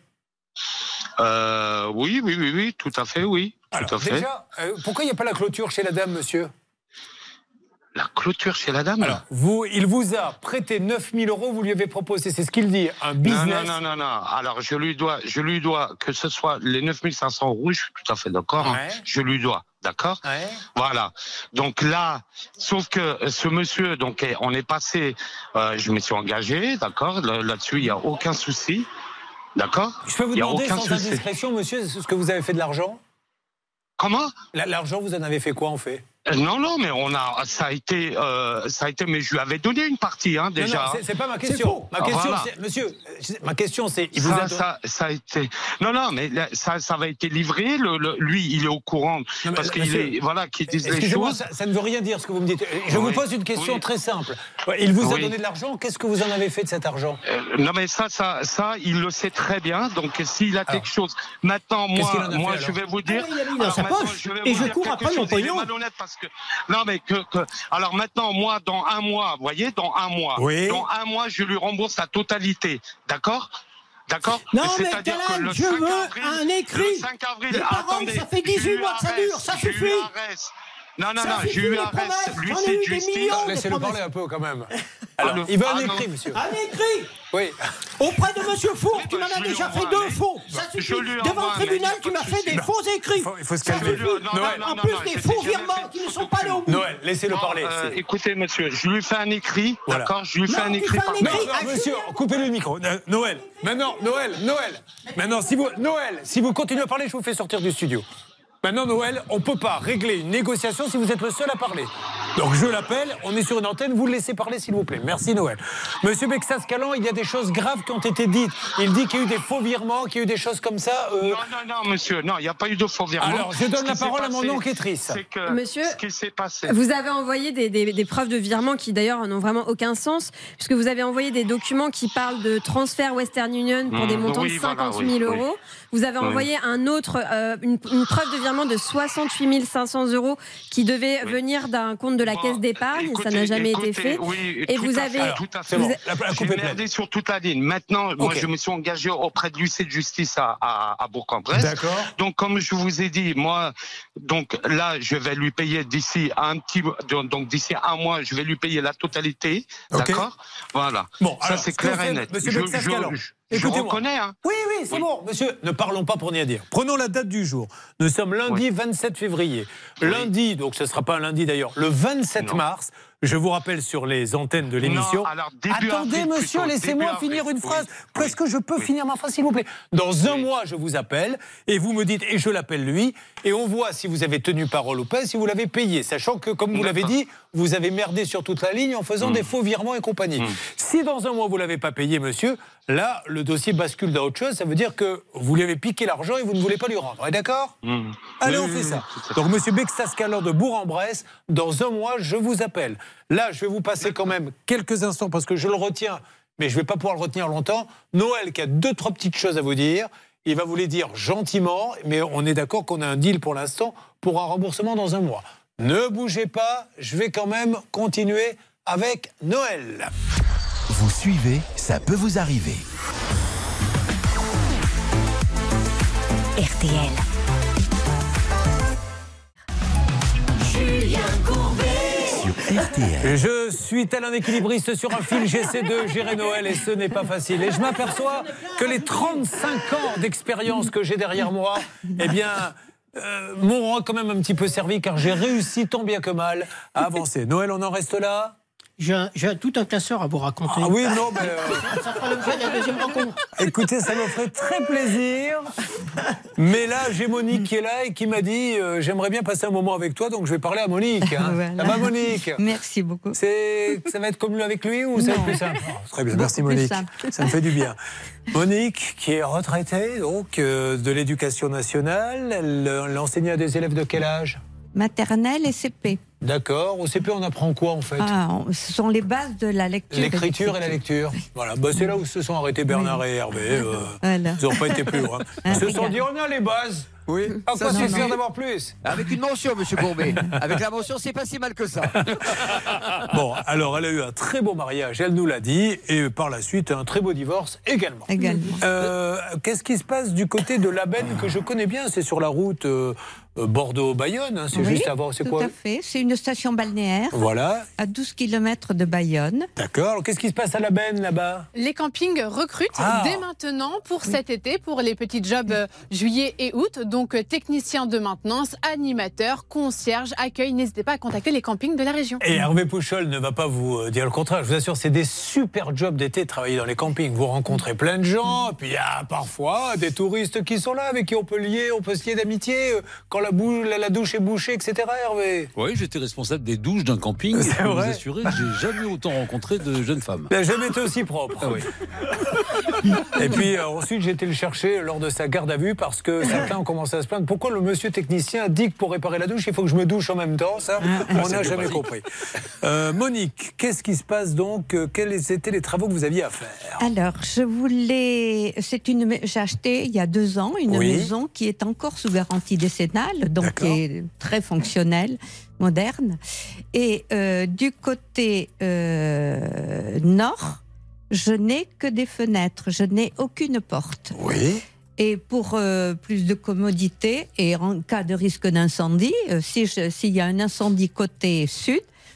Oui, tout à fait, oui. Alors, tout à fait. Déjà, pourquoi il n'y a pas la clôture chez la dame, monsieur? La clôture chez la dame? Alors, il vous a prêté 9 000 €, vous lui avez proposé, c'est ce qu'il dit, un business. Non. Alors, je lui dois, que ce soit les 9 500 €, je suis tout à fait d'accord, je lui dois. D'accord? Voilà. Donc là, sauf que ce monsieur, donc on est passé, je me suis engagé, d'accord? Là-dessus, il n'y a aucun souci. D'accord? Je peux vous demander sans indiscrétion, monsieur, ce que vous avez fait de l'argent? Comment? L'argent, vous en avez fait quoi, en fait? Non, mais ça a été, mais je lui avais donné une partie, déjà. Non, c'est pas ma question. Ma question, c'est, monsieur, ma question, c'est, il vous a donné... ça a été, non, mais ça avait été livré. Lui, il est au courant parce qu'il est, qui disent les choses. Ça ne veut rien dire ce que vous me dites. Je vous pose une question très simple. Il vous a donné de l'argent. Qu'est-ce que vous en avez fait de cet argent? Non, mais ça, il le sait très bien. Donc, s'il a quelque chose, maintenant, moi, je vais vous dire. Il a mis dans sa poche et je cours après mon pognon. Alors maintenant, moi, dans un mois, vous voyez, dans un mois, je lui rembourse la totalité, d'accord? Non, mais Callan, je veux un écrit. Le 5 avril, les paroles, ça fait 18 mois que ça dure, ça suffit. Non, j'ai eu arrêt. Lui, c'est justice. Laissez-le parler un peu, quand même. Alors, il veut un écrit, monsieur. Un écrit Oui. Auprès de monsieur Four, tu m'en as déjà fait 2 faux. Ça suffit. Devant le tribunal, tu m'as fait des faux écrits. Il faut se calmer. Noël. En plus, des faux virements qui ne sont pas allés au bout. Noël, laissez-le parler. Écoutez, monsieur, je lui fais un écrit, Voilà. d'accord? Je lui fais un écrit par Non, monsieur, coupez-le micro. Noël, maintenant, Noël. Maintenant, si vous continuez à parler, je vous fais sortir du studio. Maintenant, Noël, on ne peut pas régler une négociation si vous êtes le seul à parler. Donc je l'appelle, on est sur une antenne, vous le laissez parler s'il vous plaît. Merci Noël. Monsieur Bexas-Calan, il y a des choses graves qui ont été dites. Il dit qu'il y a eu des faux virements, qu'il y a eu des choses comme ça. Non, monsieur, non, il n'y a pas eu de faux virements. Alors, je donne la parole à mon enquêtrice. Monsieur, ce qui s'est passé. Vous avez envoyé des preuves de virement qui d'ailleurs n'ont vraiment aucun sens, puisque vous avez envoyé des documents qui parlent de transfert Western Union pour des montants de 50 000 euros. Vous avez envoyé un autre, une preuve de virement de 68 500 euros qui devait venir d'un compte de la caisse d'épargne. Ça n'a jamais été fait. Et vous avez. J'ai merdé sur toute la ligne. Maintenant, moi, je me suis engagé auprès de l'huissier de justice à Bourg-en-Bresse. D'accord. Donc, comme je vous ai dit, moi, donc là, je vais lui payer d'ici d'ici un mois, je vais lui payer la totalité. D'accord. Voilà. Bon, ça, c'est clair et net. Monsieur Bexas-Calan. Je reconnais. Hein. Oui, c'est bon. Monsieur, ne parlons pas pour rien dire. Prenons la date du jour. Nous sommes lundi 27 février. Lundi, donc ce ne sera pas un lundi d'ailleurs, le 27 mars, je vous rappelle sur les antennes de l'émission. Attendez, monsieur, laissez-moi finir une phrase. Est-ce que je peux finir ma phrase, s'il vous plaît? Dans un mois, je vous appelle et vous me dites, et je l'appelle lui, et on voit si vous avez tenu parole ou pas, si vous l'avez payé. Sachant que, comme vous l'avez dit, vous avez merdé sur toute la ligne en faisant des faux virements et compagnie. Si dans un mois, vous ne l'avez pas payé, monsieur, là, le dossier bascule dans autre chose. Ça veut dire que vous lui avez piqué l'argent et vous ne voulez pas lui rendre. D'accord? Allez, on fait ça. Donc, monsieur Bexas-Calan de Bourg-en-Bresse, dans un mois, je vous appelle. Là, je vais vous passer quand même quelques instants parce que je le retiens, mais je ne vais pas pouvoir le retenir longtemps. Noël qui a 2-3 petites choses à vous dire. Il va vous les dire gentiment, mais on est d'accord qu'on a un deal pour l'instant pour un remboursement dans un mois. Ne bougez pas, je vais quand même continuer avec Noël. Vous suivez, ça peut vous arriver. RTL. Julien Courbet. RTL. Je suis tel un équilibriste sur un fil, j'essaie de gérer Noël et ce n'est pas facile. Et je m'aperçois que les 35 ans d'expérience que j'ai derrière moi, eh bien, m'ont quand même un petit peu servi car j'ai réussi tant bien que mal à avancer. Noël, on en reste là ? J'ai tout un classeur à vous raconter. Ah oui, non, mais... Ça fera l'objet de la deuxième rencontre. Écoutez, ça me ferait très plaisir. Mais là, j'ai Monique qui est là et qui m'a dit j'aimerais bien passer un moment avec toi, donc je vais parler à Monique. Hein. Voilà. Ça va, Monique? Merci beaucoup. Ça va être comme avec lui ou ça va être plus simple? Très bien, merci Beaucoup plus Monique. simple. Ça me fait du bien. Monique, qui est retraitée donc, de l'éducation nationale, elle enseignait à des élèves de quel âge? Maternelle et CP. D'accord. Au CP, on apprend quoi en fait? Ce sont les bases de la lecture. L'écriture et la lecture. Voilà. Bah, c'est là où se sont arrêtés Bernard et Hervé. Voilà. Ils n'ont pas été plus loin. Ils se sont dit on a les bases. Oui. À quoi suffire d'avoir plus? Avec une mention, monsieur Courbet. Avec la mention, c'est pas si mal que ça. Bon, alors elle a eu un très beau mariage, elle nous l'a dit, et par la suite un très beau divorce également. Qu'est-ce qui se passe du côté de Labenne que je connais bien? C'est sur la route Bordeaux-Bayonne, hein, c'est juste avant. C'est quoi? Tout à fait. C'est une station balnéaire. Voilà. À 12 km de Bayonne. D'accord. Alors, qu'est-ce qui se passe à Labenne là-bas? Les campings recrutent dès maintenant pour cet été, pour les petits jobs juillet et août. Donc, techniciens de maintenance, animateurs, concierges, accueil. N'hésitez pas à contacter les campings de la région. Et Hervé Pouchol ne va pas vous dire le contraire. Je vous assure, c'est des super jobs d'été de travailler dans les campings. Vous rencontrez plein de gens, et puis il y a parfois des touristes qui sont là, avec qui on peut se lier d'amitié quand la douche est bouchée, etc. Hervé? Oui, j'étais responsable des douches d'un camping. C'est et je peux vous vrai. assurer que j'ai jamais autant rencontré de jeunes femmes. Ben, jamais été aussi propre. Ah oui. Et puis ensuite, j'ai été le chercher lors de sa garde à vue parce que certains ont commencé à se plaindre. Pourquoi le monsieur technicien dit que pour réparer la douche, il faut que je me douche en même temps? Ça, on n'a jamais compris. Monique, qu'est-ce qui se passe donc? Quels étaient les travaux que vous aviez à faire? Alors, j'ai acheté il y a 2 ans une maison qui est encore sous garantie décennale, donc qui est très fonctionnelle, moderne. Et du côté nord, je n'ai que des fenêtres, je n'ai aucune porte. Oui. Et pour plus de commodité, et en cas de risque d'incendie, s'il y a un incendie côté sud,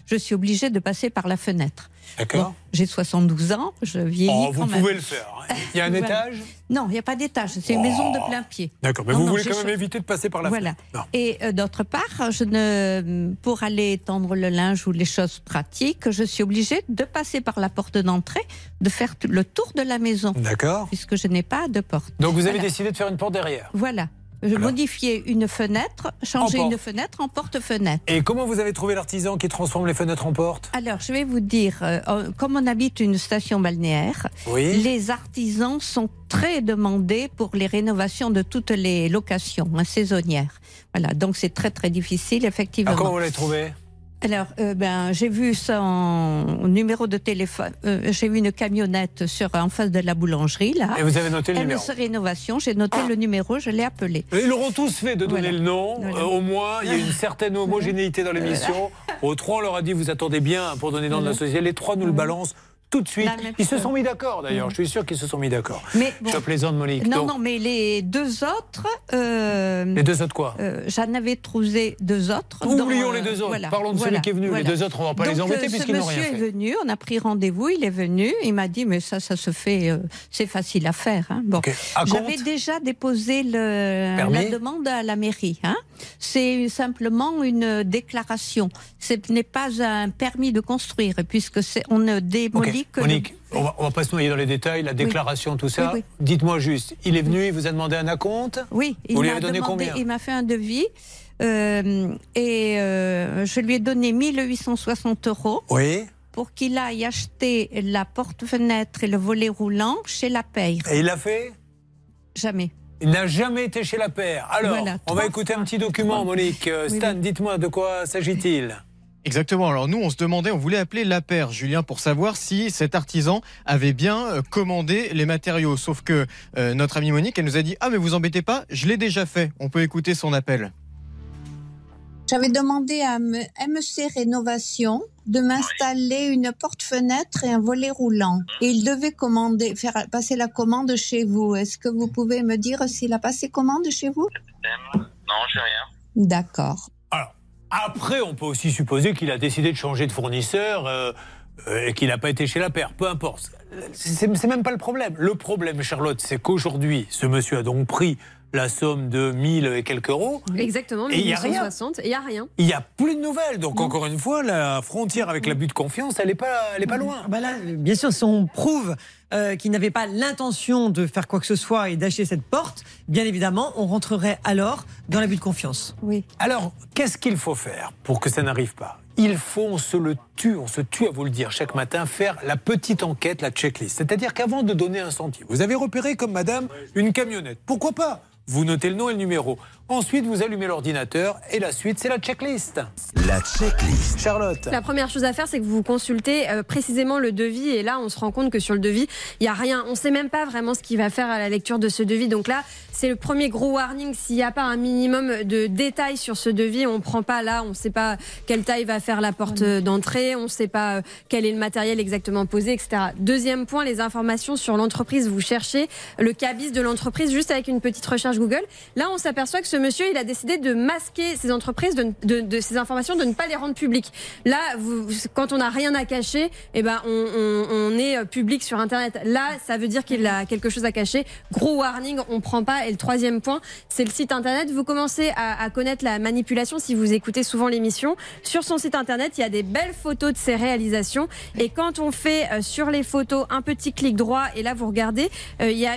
je suis obligée de passer par la fenêtre. D'accord. Bon, j'ai 72 ans, je vieillis Vous pouvez le faire. Il y a un étage ? Non, il n'y a pas d'étage, c'est une maison de plein pied. D'accord, mais vous voulez quand même éviter de passer par la fenêtre. Et d'autre part, pour aller tendre le linge ou les choses pratiques, je suis obligée de passer par la porte d'entrée, de faire le tour de la maison. D'accord. Puisque je n'ai pas de porte. Donc vous avez décidé de faire une porte derrière. Voilà. Modifier une fenêtre, changer une fenêtre en porte-fenêtre. Et comment vous avez trouvé l'artisan qui transforme les fenêtres en portes ? Alors, je vais vous dire, comme on habite une station balnéaire, les artisans sont très demandés pour les rénovations de toutes les locations saisonnières. Voilà, donc c'est très très difficile, effectivement. Comment vous l'avez trouvé ? Alors, j'ai vu son numéro de téléphone. J'ai vu une camionnette en face de la boulangerie, là. Et vous avez noté le numéro ? Rénovation, j'ai noté le numéro, je l'ai appelé. Ils l'auront tous fait de donner le nom. Au moins, il y a une certaine homogénéité dans l'émission. Aux trois, on leur a dit, vous attendez bien pour donner le nom de la société. Les trois nous le balancent tout de suite. Ils se sont mis d'accord, d'ailleurs. Je suis sûr qu'ils se sont mis d'accord. Je plaisante, Monique. Non, mais les deux autres... les deux autres quoi ? J'en avais trouvé deux autres. Oublions les deux autres. Voilà. Parlons de celui qui est venu. Voilà. Les deux autres, on ne va pas les embêter puisqu'ils n'ont rien fait. Ce monsieur est venu, on a pris rendez-vous, il est venu. Il m'a dit, mais ça se fait... c'est facile à faire. Hein. Bon. J'avais déjà déposé la demande à la mairie. Hein. C'est simplement une déclaration. Ce n'est pas un permis de construire, puisque on ne démolit que... Monique, on va pas se noyer dans les détails, la déclaration, tout ça. Oui. Dites-moi juste, il est venu, il vous a demandé un acompte ? Oui, vous lui avez donné combien ? Il m'a fait un devis je lui ai donné 1 860 €. Oui. Pour qu'il aille acheter la porte-fenêtre et le volet roulant chez La Peyre. Et il l'a fait ? Jamais. Il n'a jamais été chez La Peyre. Alors, on va écouter un petit document, Monique. Stan, dites-moi, de quoi s'agit-il ? Exactement. Alors nous, on se demandait, on voulait appeler La Peyre, Julien, pour savoir si cet artisan avait bien commandé les matériaux. Sauf que notre amie Monique, elle nous a dit « Ah, mais vous embêtez pas, je l'ai déjà fait. » On peut écouter son appel. J'avais demandé à MC Rénovation de m'installer une porte-fenêtre et un volet roulant. Et il devait faire passer la commande chez vous. Est-ce que vous pouvez me dire s'il a passé commande chez vous ? Non, j'ai rien. D'accord. Alors, après, on peut aussi supposer qu'il a décidé de changer de fournisseur et qu'il n'a pas été chez La Peyre. Peu importe. C'est même pas le problème. Le problème, Charlotte, c'est qu'aujourd'hui, ce monsieur a donc pris la somme de 1000 et quelques euros. Exactement, 1860, et il n'y a rien. Il n'y a plus de nouvelles. Donc, encore une fois, la frontière avec l'abus de confiance, elle n'est pas loin. Bah là, bien sûr, si on prouve qu'il n'avait pas l'intention de faire quoi que ce soit et d'acheter cette porte, bien évidemment, on rentrerait alors dans l'abus de confiance. Oui. Alors, qu'est-ce qu'il faut faire pour que ça n'arrive pas ? Il faut, on se tue à vous le dire chaque matin, faire la petite enquête, la checklist. C'est-à-dire qu'avant de donner un centime, vous avez repéré comme madame une camionnette. Pourquoi pas ? Vous notez le nom et le numéro. Ensuite, vous allumez l'ordinateur et la suite, c'est la checklist. La checklist. Charlotte. La première chose à faire, c'est que vous consultez précisément le devis. Et là, on se rend compte que sur le devis, il n'y a rien. On ne sait même pas vraiment ce qu'il va faire à la lecture de ce devis. Donc là, c'est le premier gros warning. S'il n'y a pas un minimum de détails sur ce devis, on ne prend pas là. On ne sait pas quelle taille va faire la porte d'entrée. On ne sait pas quel est le matériel exactement posé, etc. Deuxième point, les informations sur l'entreprise. Vous cherchez le cabis de l'entreprise juste avec une petite recherche Google. Là, on s'aperçoit que ce monsieur, il a décidé de masquer ces entreprises, de ces informations, de ne pas les rendre publiques. Là, quand on n'a rien à cacher, eh ben, on est public sur Internet. Là, ça veut dire qu'il a quelque chose à cacher. Gros warning, on prend pas. Et le troisième point, c'est le site Internet. Vous commencez à connaître la manipulation si vous écoutez souvent l'émission. Sur son site Internet, il y a des belles photos de ses réalisations. Et quand on fait sur les photos un petit clic droit, et là, vous regardez, il y a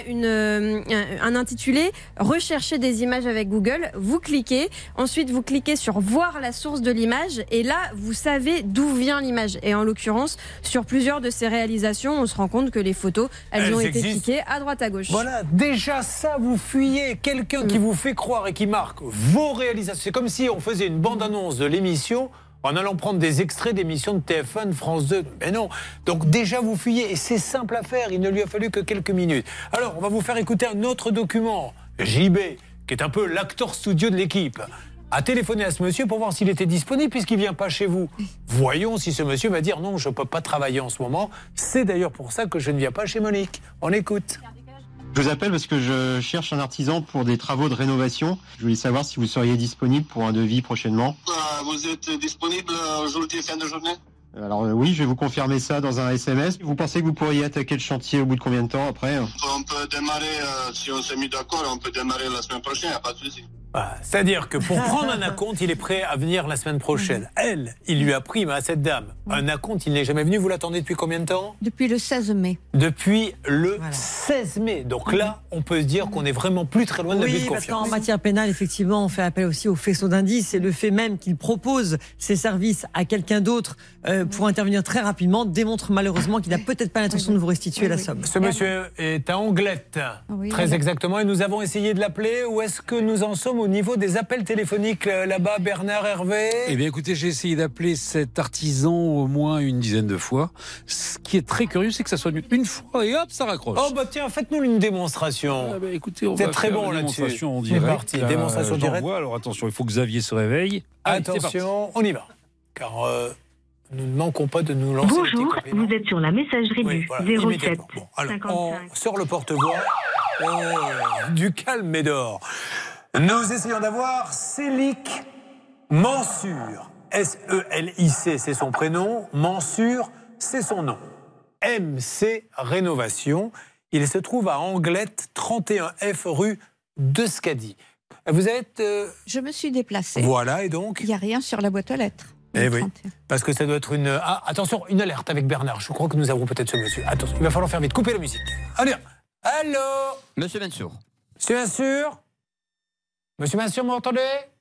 un intitulé « Rechercher des images avec Google ». Vous cliquez, ensuite vous cliquez sur voir la source de l'image et là vous savez d'où vient l'image. Et en l'occurrence, sur plusieurs de ces réalisations, on se rend compte que les photos, elles ont été cliquées à droite à gauche. Voilà, déjà ça, vous fuyez quelqu'un qui vous fait croire et qui marque vos réalisations. C'est comme si on faisait une bande-annonce de l'émission en allant prendre des extraits d'émissions de TF1, France 2. Mais non. Donc déjà, vous fuyez. Et c'est simple à faire. Il ne lui a fallu que quelques minutes. Alors, on va vous faire écouter un autre document. JB, qui est un peu l'acteur studio de l'équipe, a téléphoné à ce monsieur pour voir s'il était disponible puisqu'il ne vient pas chez vous. Voyons si ce monsieur va dire non, je ne peux pas travailler en ce moment. C'est d'ailleurs pour ça que je ne viens pas chez Monique. On écoute. Je vous appelle parce que je cherche un artisan pour des travaux de rénovation. Je voulais savoir si vous seriez disponible pour un devis prochainement. Vous êtes disponible aujourd'hui, fin de journée? Alors oui, je vais vous confirmer ça dans un SMS. Vous pensez que vous pourriez attaquer le chantier au bout de combien de temps après? On peut démarrer, si on s'est mis d'accord, on peut démarrer la semaine prochaine, il n'y a pas de souci. C'est-à-dire que pour prendre un acompte, il est prêt à venir la semaine prochaine. Elle, il lui a pris, mais à cette dame, un acompte, il n'est jamais venu. Vous l'attendez depuis combien de temps? Depuis le 16 mai. Depuis le 16 mai. Donc là, on peut se dire qu'on est vraiment plus très loin de l'abus de confiance. Oui, parce qu'en matière pénale, effectivement, on fait appel aussi au faisceau d'indices. Et le fait même qu'il propose ses services à quelqu'un d'autre pour intervenir très rapidement démontre malheureusement qu'il n'a peut-être pas l'intention de vous restituer la somme. Ce monsieur est à Anglette, très exactement. Et nous avons essayé de l'appeler. Où est-ce que nous en sommes au niveau des appels téléphoniques là-bas, Bernard, Hervé? Eh bien, écoutez, j'ai essayé d'appeler cet artisan au moins une dizaine de fois. Ce qui est très curieux, c'est que ça sonne une fois et hop, ça raccroche. Oh, bah tiens, faites-nous une démonstration. Écoutez, on c'est va très faire bon une là-dessus. démonstration en direct. C'est parti, démonstration directe. Alors attention, il faut que Xavier se réveille. Allez, attention, on y va. Car nous ne manquons pas de nous lancer. Bonjour, vous êtes sur la messagerie du 07 bon, alors, on sort le porte-voix. Du calme, Médor. Nous essayons d'avoir Célic Mansur. S-E-L-I-C, c'est son prénom. Mansur, c'est son nom. MC Rénovation. Il se trouve à Anglette, 31F rue de Scadi. Vous êtes... Je me suis déplacée. Voilà, et donc il n'y a rien sur la boîte aux lettres. Eh oui, parce que ça doit être une... Ah, attention, une alerte avec Bernard. Je crois que nous avons peut-être ce monsieur. Attention, il va falloir faire vite. Coupez la musique. Allez, allô? Monsieur Mansour. Monsieur Mansour? Monsieur Mansour, vous m'entendez?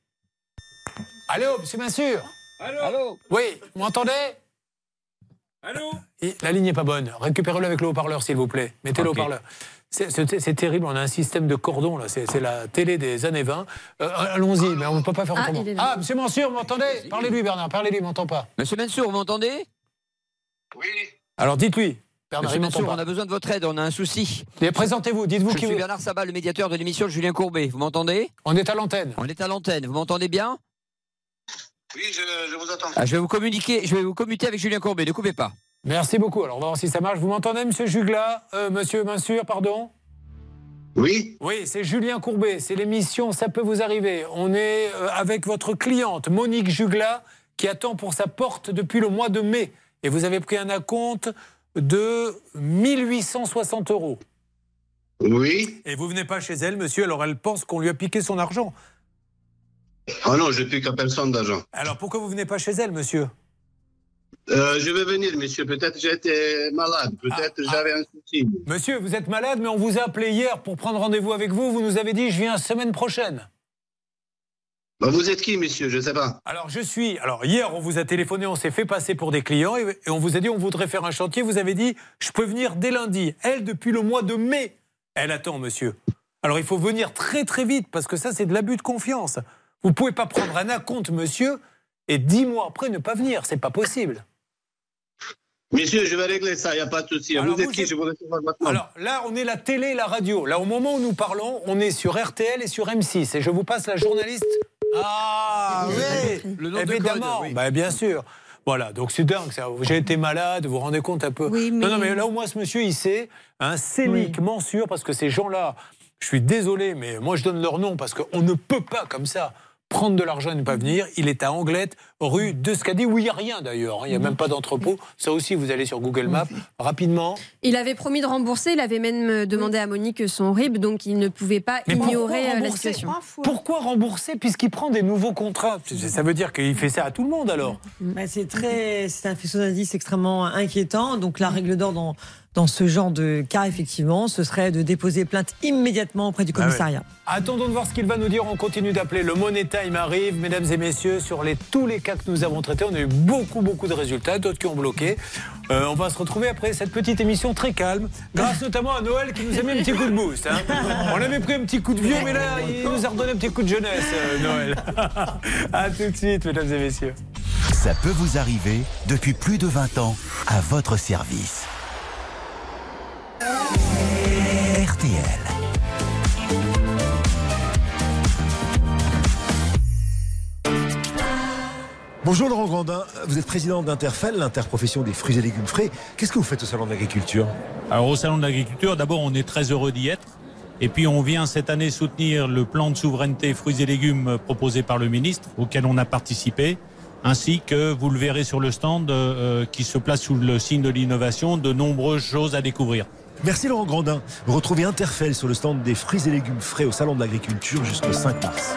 Allô, monsieur Mansour? Allô? Oui, vous m'entendez? Allô? La ligne n'est pas bonne. Récupérez-le avec le haut-parleur, s'il vous plaît. Mettez le haut-parleur. C'est terrible, on a un système de cordon, là. C'est la télé des années 20. Allons-y, mais on ne peut pas faire autrement. Monsieur Mansour, vous m'entendez? Parlez-lui, Bernard, parlez-lui, il ne m'entend pas. Monsieur Mansour, vous m'entendez? Oui. Alors dites-lui. Bernard, Monsieur Mansour, on a besoin de votre aide, on a un souci. Présentez-vous, dites-vous qui vous... Je suis Bernard Sabat, le médiateur de l'émission de Julien Courbet. Vous m'entendez? On est à l'antenne. On est à l'antenne, vous m'entendez bien? Oui, je vous attends. Je vais vous commuter avec Julien Courbet, ne coupez pas. Merci beaucoup, alors on va voir si ça marche. Vous m'entendez, monsieur Jugla? Monsieur Mansour, pardon? Oui. Oui, c'est Julien Courbet, c'est l'émission Ça peut vous arriver. On est avec votre cliente, Monique Jugla, qui attend pour sa porte depuis le mois de mai. Et vous avez pris un acompte de 1860 €. Oui. Et vous venez pas chez elle, monsieur, alors elle pense qu'on lui a piqué son argent. Ah non, je ne pique à personne d'argent. Alors pourquoi vous venez pas chez elle, monsieur? Je vais venir, monsieur. Peut-être j'étais malade. Peut-être j'avais un souci. Monsieur, vous êtes malade, mais on vous a appelé hier pour prendre rendez-vous avec vous. Vous nous avez dit, je viens semaine prochaine. Bah, vous êtes qui, monsieur? Je ne sais pas. Alors, hier, on vous a téléphoné, on s'est fait passer pour des clients et on vous a dit, on voudrait faire un chantier. Vous avez dit, je peux venir dès lundi. Elle, depuis le mois de mai, elle attend, monsieur. Alors, il faut venir très, très vite parce que ça, c'est de l'abus de confiance. Vous ne pouvez pas prendre un acompte, monsieur, et 10 mois après ne pas venir. C'est pas possible. Monsieur, je vais régler ça, il n'y a pas de souci. Vous êtes qui? Je vous recevoir maintenant. Alors là, on est la télé et la radio. Là, au moment où nous parlons, on est sur RTL et sur M6. Et je vous passe la journaliste. Ah oui, le nom évidemment. De code, oui. Bah, bien sûr. Voilà, donc c'est dingue ça. J'ai été malade, vous vous rendez compte un peu? Oui, mais... Non, mais là, au moins, ce monsieur, il sait. Célic Mansur, parce que ces gens-là, je suis désolé, mais moi, je donne leur nom parce qu'on ne peut pas, comme ça, prendre de l'argent et ne pas venir. Il est à Anglette, rue de Scadi, où il n'y a rien d'ailleurs. Il n'y a même pas d'entrepôt. Ça aussi, vous allez sur Google Maps rapidement. Il avait promis de rembourser. Il avait même demandé à Monique son RIB, donc il ne pouvait pas ignorer la situation. Pourquoi rembourser puisqu'il prend des nouveaux contrats? Ça veut dire qu'il fait ça à tout le monde alors. C'est un faisceau d'indices extrêmement inquiétant. Donc la règle d'or dans ce genre de cas, effectivement, ce serait de déposer plainte immédiatement auprès du commissariat. Attendons de voir ce qu'il va nous dire. On continue d'appeler. Le Money Time arrive, mesdames et messieurs, sur tous les cas que nous avons traités. On a eu beaucoup de résultats, d'autres qui ont bloqué. On va se retrouver après cette petite émission très calme, grâce notamment à Noël qui nous a mis un petit coup de boost. On avait pris un petit coup de vieux, mais là, il nous a redonné un petit coup de jeunesse, Noël. À tout de suite, mesdames et messieurs. Ça peut vous arriver depuis plus de 20 ans à votre service. RTL. Bonjour Laurent Grandin, vous êtes président d'Interfel, l'interprofession des fruits et légumes frais. Qu'est-ce que vous faites au Salon de l'Agriculture? Alors au Salon de l'Agriculture, d'abord on est très heureux d'y être. Et puis on vient cette année soutenir le plan de souveraineté fruits et légumes proposé par le ministre, auquel on a participé, ainsi que, vous le verrez sur le stand, qui se place sous le signe de l'innovation, de nombreuses choses à découvrir. Merci Laurent Grandin. Retrouvez Interfell sur le stand des fruits et légumes frais au Salon de l'Agriculture jusqu'au 5 mars.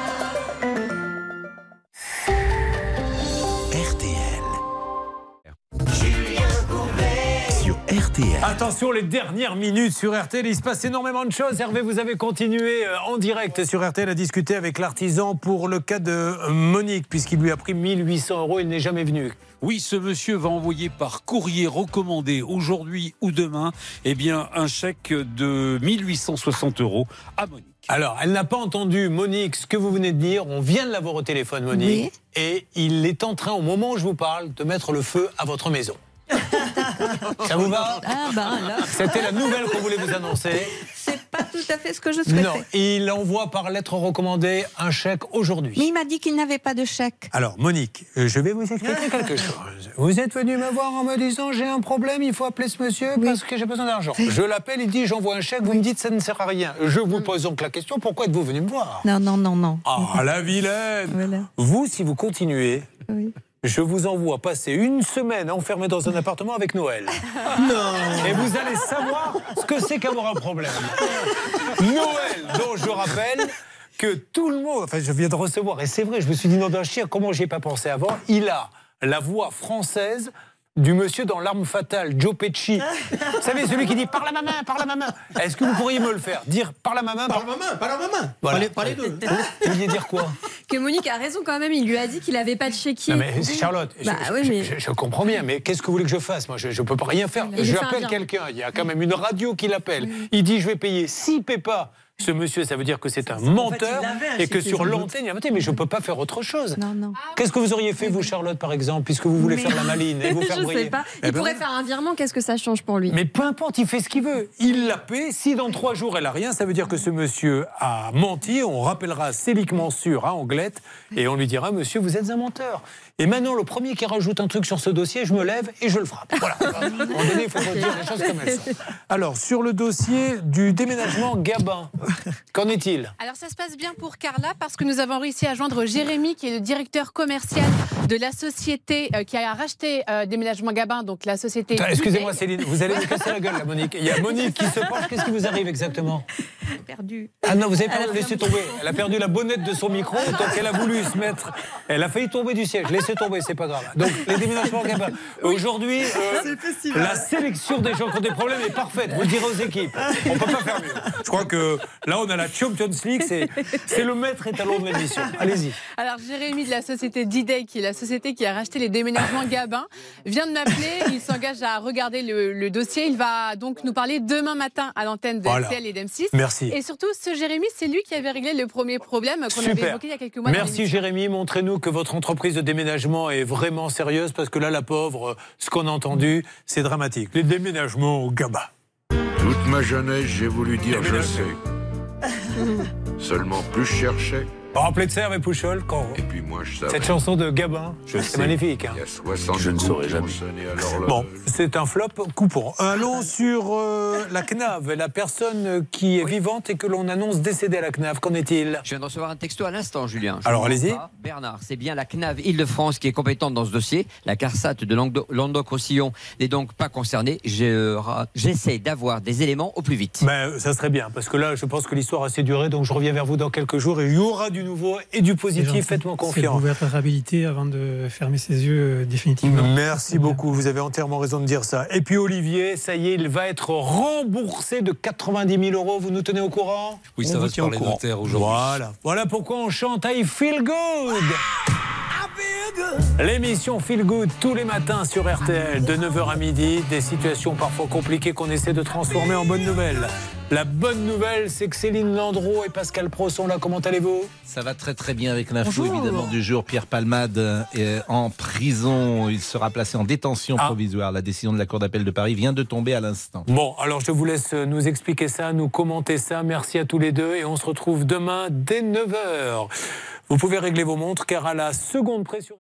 RTL. Attention, les dernières minutes sur RTL, il se passe énormément de choses. Hervé, vous avez continué en direct sur RTL à discuter avec l'artisan pour le cas de Monique, puisqu'il lui a pris 1 800 €, il n'est jamais venu. Oui, ce monsieur va envoyer par courrier recommandé aujourd'hui ou demain un chèque de 1 860 € à Monique. Alors, elle n'a pas entendu, Monique, ce que vous venez de dire. On vient de l'avoir au téléphone, Monique. Oui. Et il est en train, au moment où je vous parle, de mettre le feu à votre maison. Ça vous va? C'était la nouvelle qu'on voulait vous annoncer. C'est pas tout à fait ce que je souhaitais. Non, il envoie par lettre recommandée un chèque aujourd'hui. Mais il m'a dit qu'il n'avait pas de chèque. Alors, Monique, je vais vous expliquer quelque chose. Vous êtes venu me voir en me disant j'ai un problème, il faut appeler ce monsieur parce que j'ai besoin d'argent. Je l'appelle, il dit j'envoie un chèque, vous me dites ça ne sert à rien. Je vous pose donc la question, pourquoi êtes-vous venu me voir? Non. Ah, la vilaine. Voilà. Vous, si vous continuez... Oui. Je vous envoie passer 1 semaine enfermé dans un appartement avec Noël. Non. Et vous allez savoir ce que c'est qu'avoir un problème. Noël, dont je rappelle que tout le monde... Enfin, je viens de recevoir, et c'est vrai, je me suis dit, non d'un chien, comment j'y ai pas pensé avant? Il a la voix française du monsieur dans L'Arme Fatale, Joe Pesci. Vous savez, celui qui dit « Parle à ma main, parle à ma main ». Est-ce que vous pourriez me le faire? Dire « Parle à ma main ». Parle à ma main, parle à ma main. Voilà. Pas les deux. Vous vouliez dire quoi? Que Monique a raison quand même, il lui a dit qu'il n'avait pas de chéquier. Non mais Charlotte, je comprends bien, mais qu'est-ce que vous voulez que je fasse? Moi, je ne peux pas rien faire. Je appelle quelqu'un, il y a quand même une radio qui l'appelle. Il dit « Je vais payer 6 pépas ». Ce monsieur, ça veut dire que c'est un menteur et que sur l'antenne, il a menté. Mais je ne peux pas faire autre chose. Non. Qu'est-ce que vous auriez fait, vous, Charlotte, par exemple, puisque vous voulez faire la maline et vous faire briller? Je ne sais pas. Il pourrait faire un virement, qu'est-ce que ça change pour lui? Mais peu importe, il fait ce qu'il veut. Il la paie. Si dans 3 jours, elle n'a rien, ça veut dire que ce monsieur a menti. On rappellera Célic Mansour à Anglette et on lui dira, monsieur, vous êtes un menteur. Et maintenant, le premier qui rajoute un truc sur ce dossier, je me lève et je le frappe. Voilà. À un moment donné, il faut dire les choses comme elles sont. Alors, sur le dossier du déménagement Gabin, qu'en est-il? Alors, ça se passe bien pour Carla parce que nous avons réussi à joindre Jérémy, qui est le directeur commercial de la société qui a racheté Déménagement Gabin, donc la société... Excusez-moi, Céline, vous allez me casser la gueule, là, Monique. Il y a Monique qui se penche. Qu'est-ce qui vous arrive exactement? Perdu. Ah non, vous avez pas laissé tomber. Elle a perdu la bonnette de son micro, donc elle a voulu se mettre... Elle a failli tomber du siège. Laissez tomber, c'est pas grave. Donc, les déménagements Gabin. Aujourd'hui, la sélection des gens qui ont des problèmes est parfaite. Vous le direz aux équipes. On peut pas faire mieux. Je crois que là, on a la Champions League. C'est le maître étalon de l'émission. Allez-y. Alors, Jérémy de la société D-Day, qui est la société qui a racheté les déménagements Gabin, vient de m'appeler. Il s'engage à regarder le dossier. Il va donc nous parler demain matin à l'antenne de RTL et d'M6. Merci. Et surtout, ce Jérémy, c'est lui qui avait réglé le premier problème qu'on avait évoqué il y a quelques mois. Merci Jérémy. Montrez-nous que votre entreprise de déménagement est vraiment sérieuse, parce que là, la pauvre, ce qu'on a entendu, c'est dramatique. Les déménagements au Gabin. Toute ma jeunesse, j'ai voulu dire je sais. Seulement plus je cherchais. Rappelez de ça, Hervé Pouchol, quand... Et puis moi, je savais. Cette chanson de Gabin, c'est magnifique. Hein. Il y a 60 je ne saurais jamais. Bon, c'est un flop coupon. Allons sur la CNAV, la personne qui est vivante et que l'on annonce décédée à la CNAV. Qu'en est-il? Je viens de recevoir un texto à l'instant, Julien. Alors, allez-y. Bernard, c'est bien la CNAV Île-de-France qui est compétente dans ce dossier. La CARSAT de Languedoc-Roussillon n'est donc pas concernée. J'essaie d'avoir des éléments au plus vite. Mais ça serait bien, parce que là, je pense que l'histoire a assez duré, donc je reviens vers vous dans quelques jours et il y aura du nouveau et du positif. Faites-moi confiance. C'est votre traçabilité avant de fermer ses yeux définitivement. Merci beaucoup, vous avez entièrement raison de dire ça. Et puis Olivier, ça y est, il va être remboursé de 90 000 €. Vous nous tenez au courant? Oui, ça va se parler notaire aujourd'hui. Voilà pourquoi on chante I Feel Good. L'émission Feel Good tous les matins sur RTL de 9h à midi. Des situations parfois compliquées qu'on essaie de transformer en bonnes nouvelles. La bonne nouvelle, c'est que Céline Landreau et Pascal Pro sont là. Comment allez-vous? Ça va très très bien avec l'info évidemment du jour. Pierre Palmade est en prison. Il sera placé en détention provisoire. La décision de la Cour d'appel de Paris vient de tomber à l'instant. Bon, alors je vous laisse nous expliquer ça, nous commenter ça. Merci à tous les deux et on se retrouve demain dès 9h. Vous pouvez régler vos montres car à la seconde pression...